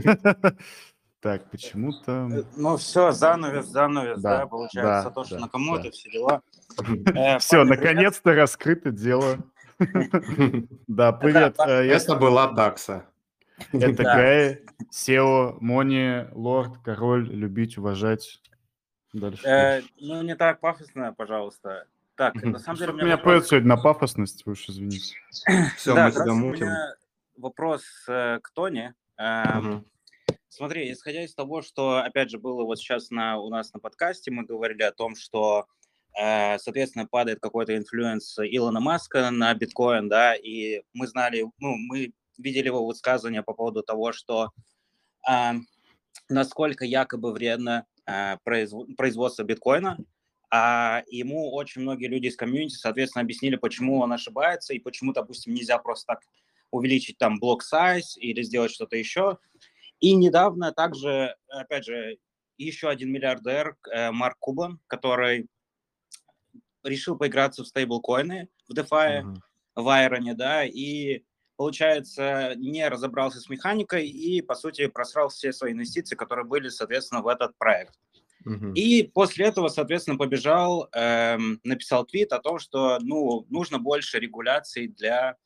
Так, почему-то... Ну все, занавес, да, получается, да, Сатоши да, Накамото, да. все дела. Все, Парни, привет. наконец-то раскрыто дело. Да, привет. Это была такса. Это Да. Гай, Сео, Мони, Лорд, Король, любить, уважать. Дальше. Ну не так пафосно, пожалуйста. Так, на самом деле у Что-то меня меня вопрос... поет сегодня на пафосность, вы уж извините. Все, Да, мы тебя короче, у мутим. меня вопрос к Тони. Мгм. Смотри, исходя из того, что, опять же, было вот сейчас у нас на подкасте, мы говорили о том, что, соответственно, падает какой-то инфлюенс Илона Маска на биткоин, да, и мы знали, ну, мы видели его высказывания по поводу того, что насколько якобы вредно производство биткоина, а ему очень многие люди из комьюнити, соответственно, объяснили, почему он ошибается и почему, допустим, нельзя просто так увеличить там блок сайз или сделать что-то еще. И недавно также, опять же, еще один миллиардер Марк Кубан, который решил поиграться в стейблкоины в DeFi, в Айроне, да, и, получается, не разобрался с механикой и, по сути, просрал все свои инвестиции, которые были, соответственно, в этот проект. И после этого, соответственно, побежал, написал твит о том, что, ну, нужно больше регуляций для,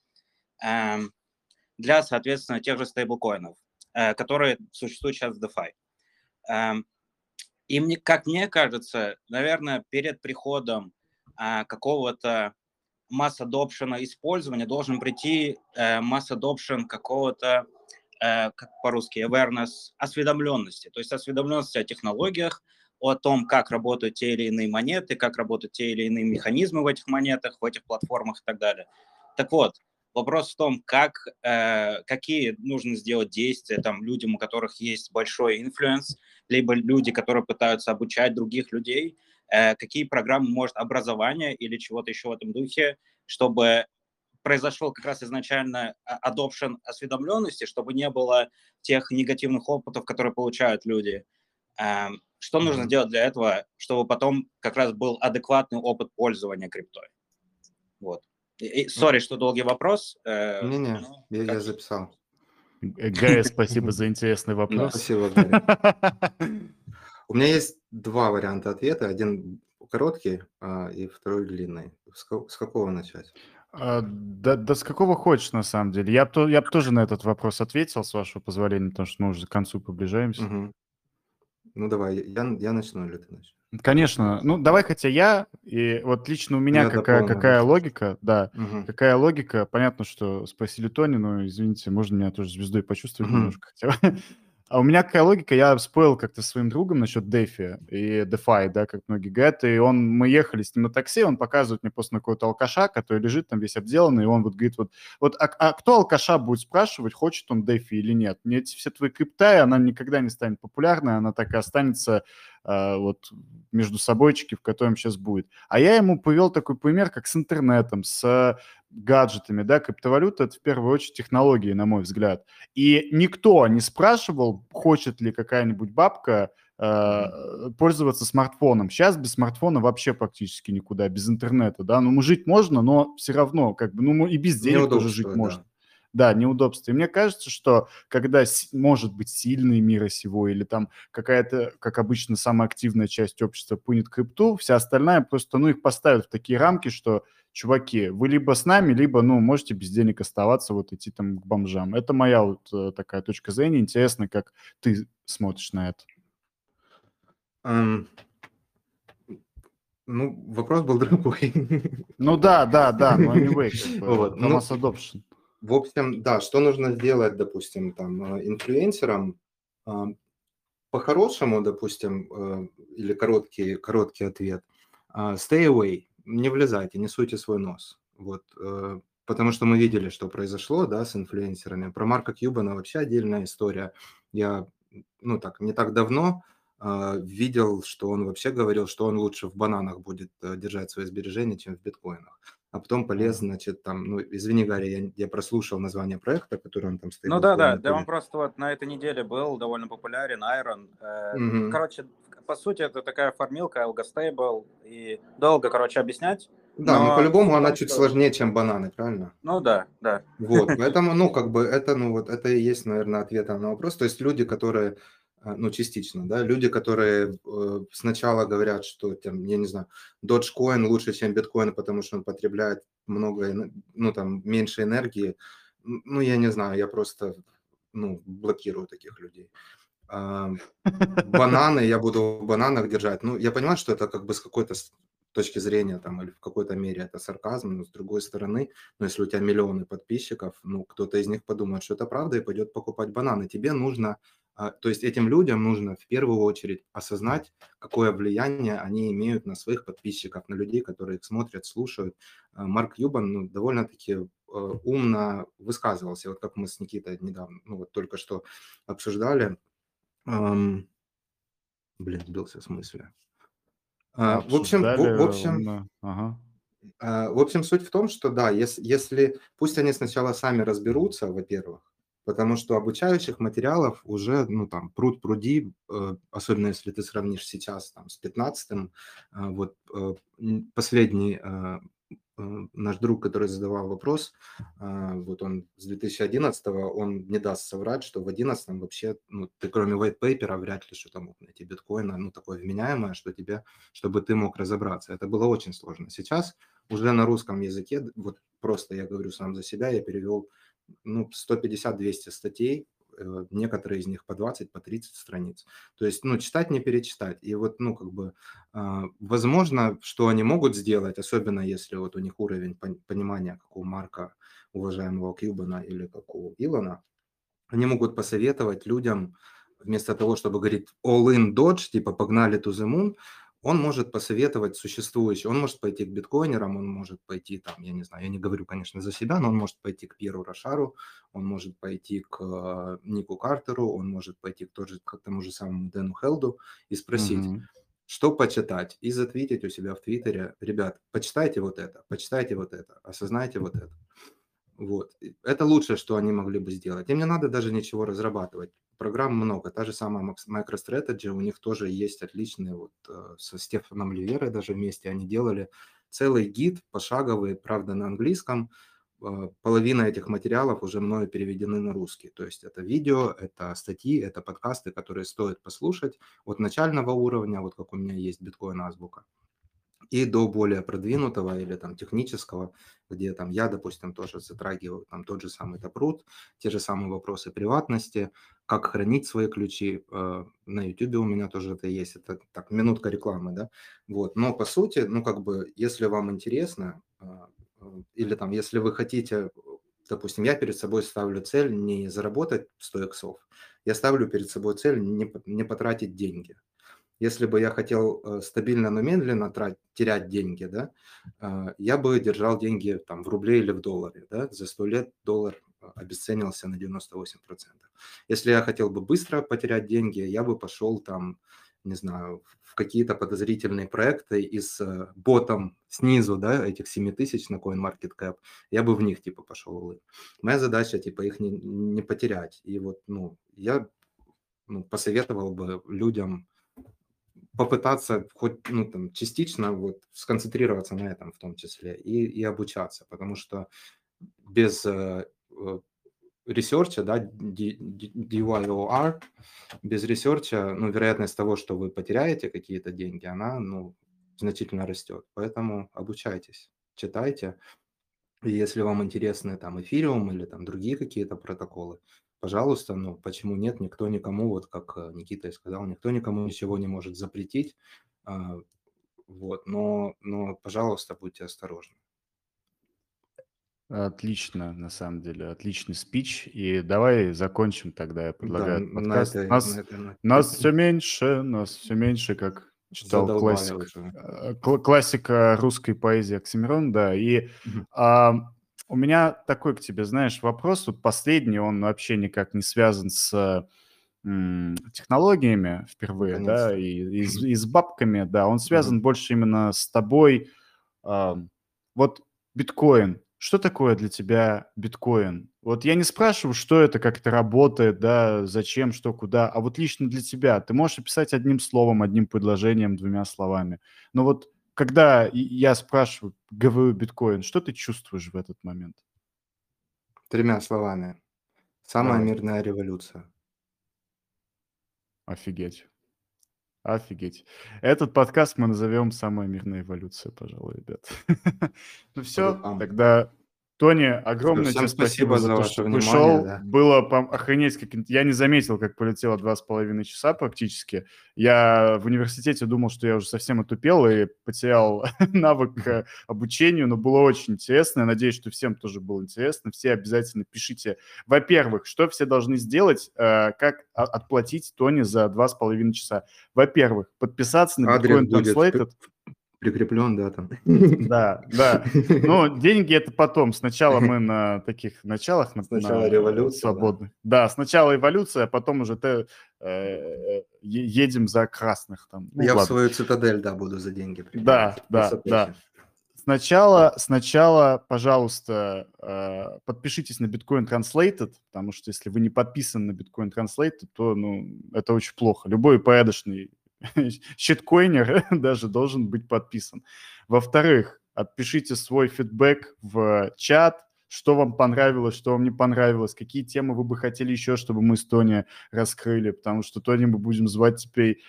соответственно, тех же стейблкоинов, которые существуют сейчас в DeFi. И мне, как мне кажется, наверное, перед приходом какого-то масс-адопшена использования должен прийти масс-адопшен какого-то, как по-русски, awareness, осведомленности. То есть осведомленности о технологиях, о том, как работают те или иные монеты, как работают те или иные механизмы в этих монетах, в этих платформах и так далее. Так вот, вопрос в том, какие нужно сделать действия там, людям, у которых есть большой инфлюенс, либо люди, которые пытаются обучать других людей, какие программы, может, образования или чего-то еще в этом духе, чтобы произошел как раз изначально adoption осведомленности, чтобы не было тех негативных опытов, которые получают люди. Что нужно сделать для этого, чтобы потом как раз был адекватный опыт пользования криптой? Вот. Сори, что долгий вопрос. Не-не, я записал. Гая, спасибо за интересный вопрос. Спасибо, Гарри. У меня есть два варианта ответа. Один короткий, и второй длинный. С какого начать? Да с какого хочешь, на самом деле. Я бы тоже на этот вопрос ответил, с вашего позволения, потому что мы уже к концу приближаемся. Ну, давай, я начну или ты начнешь? Конечно. Ну, давай хотя я. И вот лично у меня Я какая дополню. логика, да. Мгм. Какая логика? Понятно, что спросили Тони, но, извините, можно меня тоже звездой почувствовать Мгм. немножко хотя бы. А у меня какая логика? Я спорил как-то с своим другом насчет DeFi и DeFi, да, как многие говорят, и мы ехали с ним на такси, он показывает мне просто на какого-то алкаша, который лежит там весь обделанный, и он вот говорит, а кто алкаша будет спрашивать, хочет он DeFi или нет? Мне эти все твои крипта, она никогда не станет популярной, она так и останется вот между собойчики, в котором сейчас будет. А я ему привел такой пример, как с интернетом, с гаджетами, да, криптовалюта — это в первую очередь технологии, на мой взгляд. И никто не спрашивал, хочет ли какая-нибудь бабка пользоваться смартфоном. Сейчас без смартфона вообще практически никуда, без интернета, да. Ну, жить можно, но все равно, как бы, ну, и без денег тоже жить Неудобство, можно. да. Да, неудобство. И мне кажется, что когда может быть сильный мира сего или там какая-то, как обычно, самая активная часть общества пунит крипту, вся остальная просто, ну, их поставят в такие рамки, что, чуваки, вы либо с нами, либо, ну, можете без денег оставаться, вот идти там к бомжам. Это моя вот такая точка зрения. Интересно, как ты смотришь на это. Ну, вопрос был другой. Ну да, но anyway, как бы, Вот, про ну, mass adoption. В общем, да, что нужно сделать, допустим, там, инфлюенсерам? По-хорошему, допустим, или короткий ответ, stay away, не влезайте, не суйте свой нос. Вот, потому что мы видели, что произошло, да, с инфлюенсерами. Про Марка Кьюбана вообще отдельная история. Я, ну так, не так давно видел, что он вообще говорил, что он лучше в бананах будет держать свои сбережения, чем в биткоинах. А потом полез, значит, там, ну, извини, Гарри, я прослушал название проекта, который он там стоит. Ну да, он просто вот на этой неделе был довольно популярен, Iron. Мгм. Короче, по сути, это такая формилка, algo-stable, и долго, короче, объяснять. Да, но Но по-любому суть в она том, чуть что- сложнее, чем бананы, правильно? Ну да. Вот, поэтому, ну, как бы это, ну, вот это и есть, наверное, ответ на вопрос. То есть люди, которые, ну, частично, да, люди, которые сначала говорят, что, там, я не знаю, Dogecoin лучше, чем биткоин, потому что он потребляет много, ну, там, меньше энергии. Ну, я не знаю, я просто, ну, блокирую таких людей. Бананы, я буду в бананах держать. Ну, я понимаю, что это как бы с какой-то точки зрения там или в какой-то мере это сарказм, но с другой стороны, ну, если у тебя миллионы подписчиков, ну, кто-то из них подумает, что это правда и пойдет покупать бананы. Тебе нужно То есть этим людям нужно в первую очередь осознать, какое влияние они имеют на своих подписчиков, на людей, которые их смотрят, слушают. Марк Cuban, ну, довольно-таки умно высказывался, вот как мы с Никитой недавно, ну, вот только что обсуждали. Сбился с мысли. В общем, Обсуждали в общем, умно. Ага. в общем, суть в том, что да, если пусть они сначала сами разберутся, во-первых, потому что обучающих материалов уже, ну, там, пруд-пруди, особенно если ты сравнишь сейчас там с 15-м. Вот последний наш друг, который задавал вопрос, вот он с 2011-го, он не даст соврать, что в 2011-м вообще, ну, ты кроме white paper вряд ли что-то мог найти биткоина, ну, такое вменяемое, чтобы ты мог разобраться. Это было очень сложно. Сейчас уже на русском языке, вот просто я говорю сам за себя, я перевел, ну, 150-200 статей, некоторые из них по 20, по 30 страниц. То есть, ну, читать не перечитать. И вот, ну, как бы, возможно, что они могут сделать, особенно если вот у них уровень понимания, как у Марка, уважаемого Кьюбана, или как у Илона, они могут посоветовать людям, вместо того, чтобы говорить all-in Dodge, типа погнали to the moon, он может посоветовать существующий, он может пойти к биткоинерам, он может пойти там, я не знаю, я не говорю, конечно, за себя, но он может пойти к Пьеру Рошару, он может пойти к Нику Картеру, он может пойти к тому же самому Дэну Хелду и спросить, Мгм. что почитать, и затвитить у себя в Твиттере: ребят, почитайте вот это, осознайте вот это. Вот. Это лучшее, что они могли бы сделать. Им не надо даже ничего разрабатывать. Программ много. Та же самая MicroStrategy, у них тоже есть отличные, вот со Стефаном Ливерой даже вместе они делали целый гид пошаговый, правда, на английском. Половина этих материалов уже мною переведены на русский. То есть это видео, это статьи, это подкасты, которые стоит послушать от начального уровня, вот как у меня есть биткоин-азбука, и до более продвинутого или там технического, где там я, допустим, тоже затрагиваю там тот же самый Taproot, те же самые вопросы приватности, как хранить свои ключи. На YouTube у меня тоже это есть. Это так, минутка рекламы, да. Вот. Но по сути, ну как бы, если вам интересно, или там, если вы хотите, допустим, я перед собой ставлю цель не заработать 100 иксов, я ставлю перед собой цель не потратить деньги. Если бы я хотел стабильно, но медленно терять деньги, да, я бы держал деньги там в рубле или в долларе. Да? За 100 лет доллар обесценился на 98%. Если я хотел бы быстро потерять деньги, я бы пошел там, не знаю, в какие-то подозрительные проекты и с ботом снизу, да, этих 7000 на CoinMarketCap, я бы в них типа пошел. Моя задача типа их не потерять. И вот, ну, я посоветовал бы людям попытаться хоть, ну, там, частично вот сконцентрироваться на этом в том числе и обучаться, потому что без ресерча, да, DYOR, без ресерча, ну, вероятность того, что вы потеряете какие-то деньги, она, ну, значительно растет. Поэтому обучайтесь, читайте. И если вам интересны там эфириум или там другие какие-то протоколы, пожалуйста, ну почему нет? Никто никому, вот как Никита и сказал, никто никому ничего не может запретить. Вот, но, пожалуйста, будьте осторожны. Отлично, на самом деле, отличный спич. И давай закончим тогда, я Да, предлагаю этот на подкаст. этой ноте Нас все меньше, как читал задолбали уже. классика русской поэзии Оксимирон, да. И Мгм. у меня такой к тебе, знаешь, вопрос. Вот последний, он вообще никак не связан с технологиями впервые, да, Наконец-то. и с бабками, да. Он связан больше именно с тобой. Вот биткоин. Что такое для тебя биткоин? Вот я не спрашиваю, что это, как это работает, да, зачем, что, куда, а вот лично для тебя. Ты можешь описать одним словом, одним предложением, двумя словами. Но вот когда я спрашиваю, говорю биткоин, что ты чувствуешь в этот момент? 3 словами. Самая Давай. мирная революция. Офигеть. Офигеть. Этот подкаст мы назовем «Самая мирная эволюция», пожалуй, ребят. Ну все, Рукам. тогда Тони, огромное Всем тебе спасибо спасибо за за то, ваше что внимание, пришел. да. Было охренеть, я не заметил, как полетело 2,5 часа практически. Я в университете думал, что я уже совсем отупел и потерял навык к обучению, но было очень интересно. Я надеюсь, что всем тоже было интересно. Все обязательно пишите. Во-первых, что все должны сделать, как отплатить Тони за 2,5 часа. Во-первых, подписаться на Адрес Bitcoin будет Translated. прикреплен, да, там. Да, да. Но деньги это потом. Сначала мы на таких началах, Сначала на революция, да. свободных. Да, сначала эволюция, а потом уже едем за красных там. Ну, Я в ладно. свою цитадель, да, буду за деньги Да, принимать. да, Сатоши. да. Сначала, пожалуйста, подпишитесь на Bitcoin Translated, потому что если вы не подписаны на Bitcoin Translated, то, это очень плохо. Любой порядочный щиткоинер даже должен быть подписан. Во-вторых, отпишите свой фидбэк в чат, что вам понравилось, что вам не понравилось, какие темы вы бы хотели еще, чтобы мы с Тони раскрыли, потому что Тони мы будем звать теперь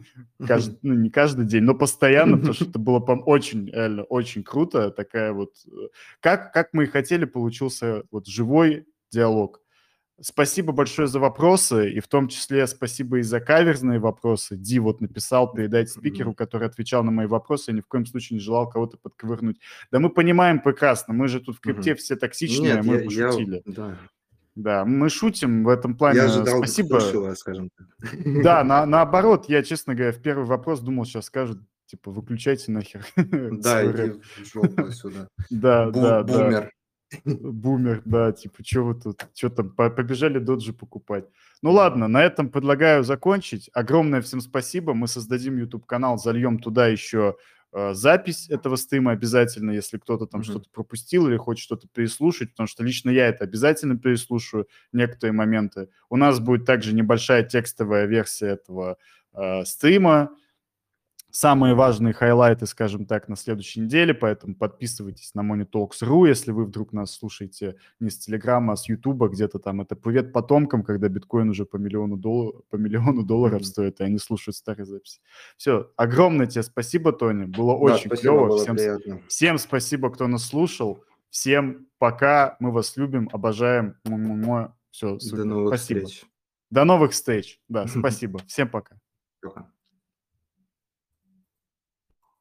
не каждый день, но постоянно, потому что это было очень, реально, очень круто. Такая вот, как мы и хотели, получился вот живой диалог. Спасибо большое за вопросы, и в том числе спасибо и за каверзные вопросы. Ди вот написал передать спикеру, который отвечал на мои вопросы, я ни в коем случае не желал кого-то подковырнуть. Да мы понимаем прекрасно, мы же тут в крипте все токсичные, Нет, мы я, пошутили. да. Да, мы шутим в этом Я плане. ожидал Спасибо. большего, скажем так. Да, наоборот, я, честно говоря, в первый вопрос думал, сейчас скажут, типа, выключайте нахер. Да, свой иди рэп. в жопу отсюда. Да, да, да. Бумер. Бумер, да, типа, что вы тут, что там, побежали доджи покупать. Ну ладно, на этом предлагаю закончить. Огромное всем спасибо. Мы создадим YouTube-канал, зальем туда еще запись этого стрима обязательно, если кто-то там что-то пропустил или хочет что-то переслушать, потому что лично я это обязательно переслушаю, некоторые моменты. У нас будет также небольшая текстовая версия этого стрима. Самые важные хайлайты, скажем так, на следующей неделе, поэтому подписывайтесь на MoneyTalks.ru, если вы вдруг нас слушаете не с Телеграма, а с Ютуба, где-то там. Это привет потомкам, когда биткоин уже по миллиону долларов стоит, и они слушают старые записи. Все, огромное тебе спасибо, Тони, было очень спасибо, клево. было приятно. Всем спасибо, кто нас слушал. Всем пока, мы вас любим, обожаем. Все, супер. До новых Спасибо. встреч. До новых встреч. Да, спасибо. Всем пока. Пока.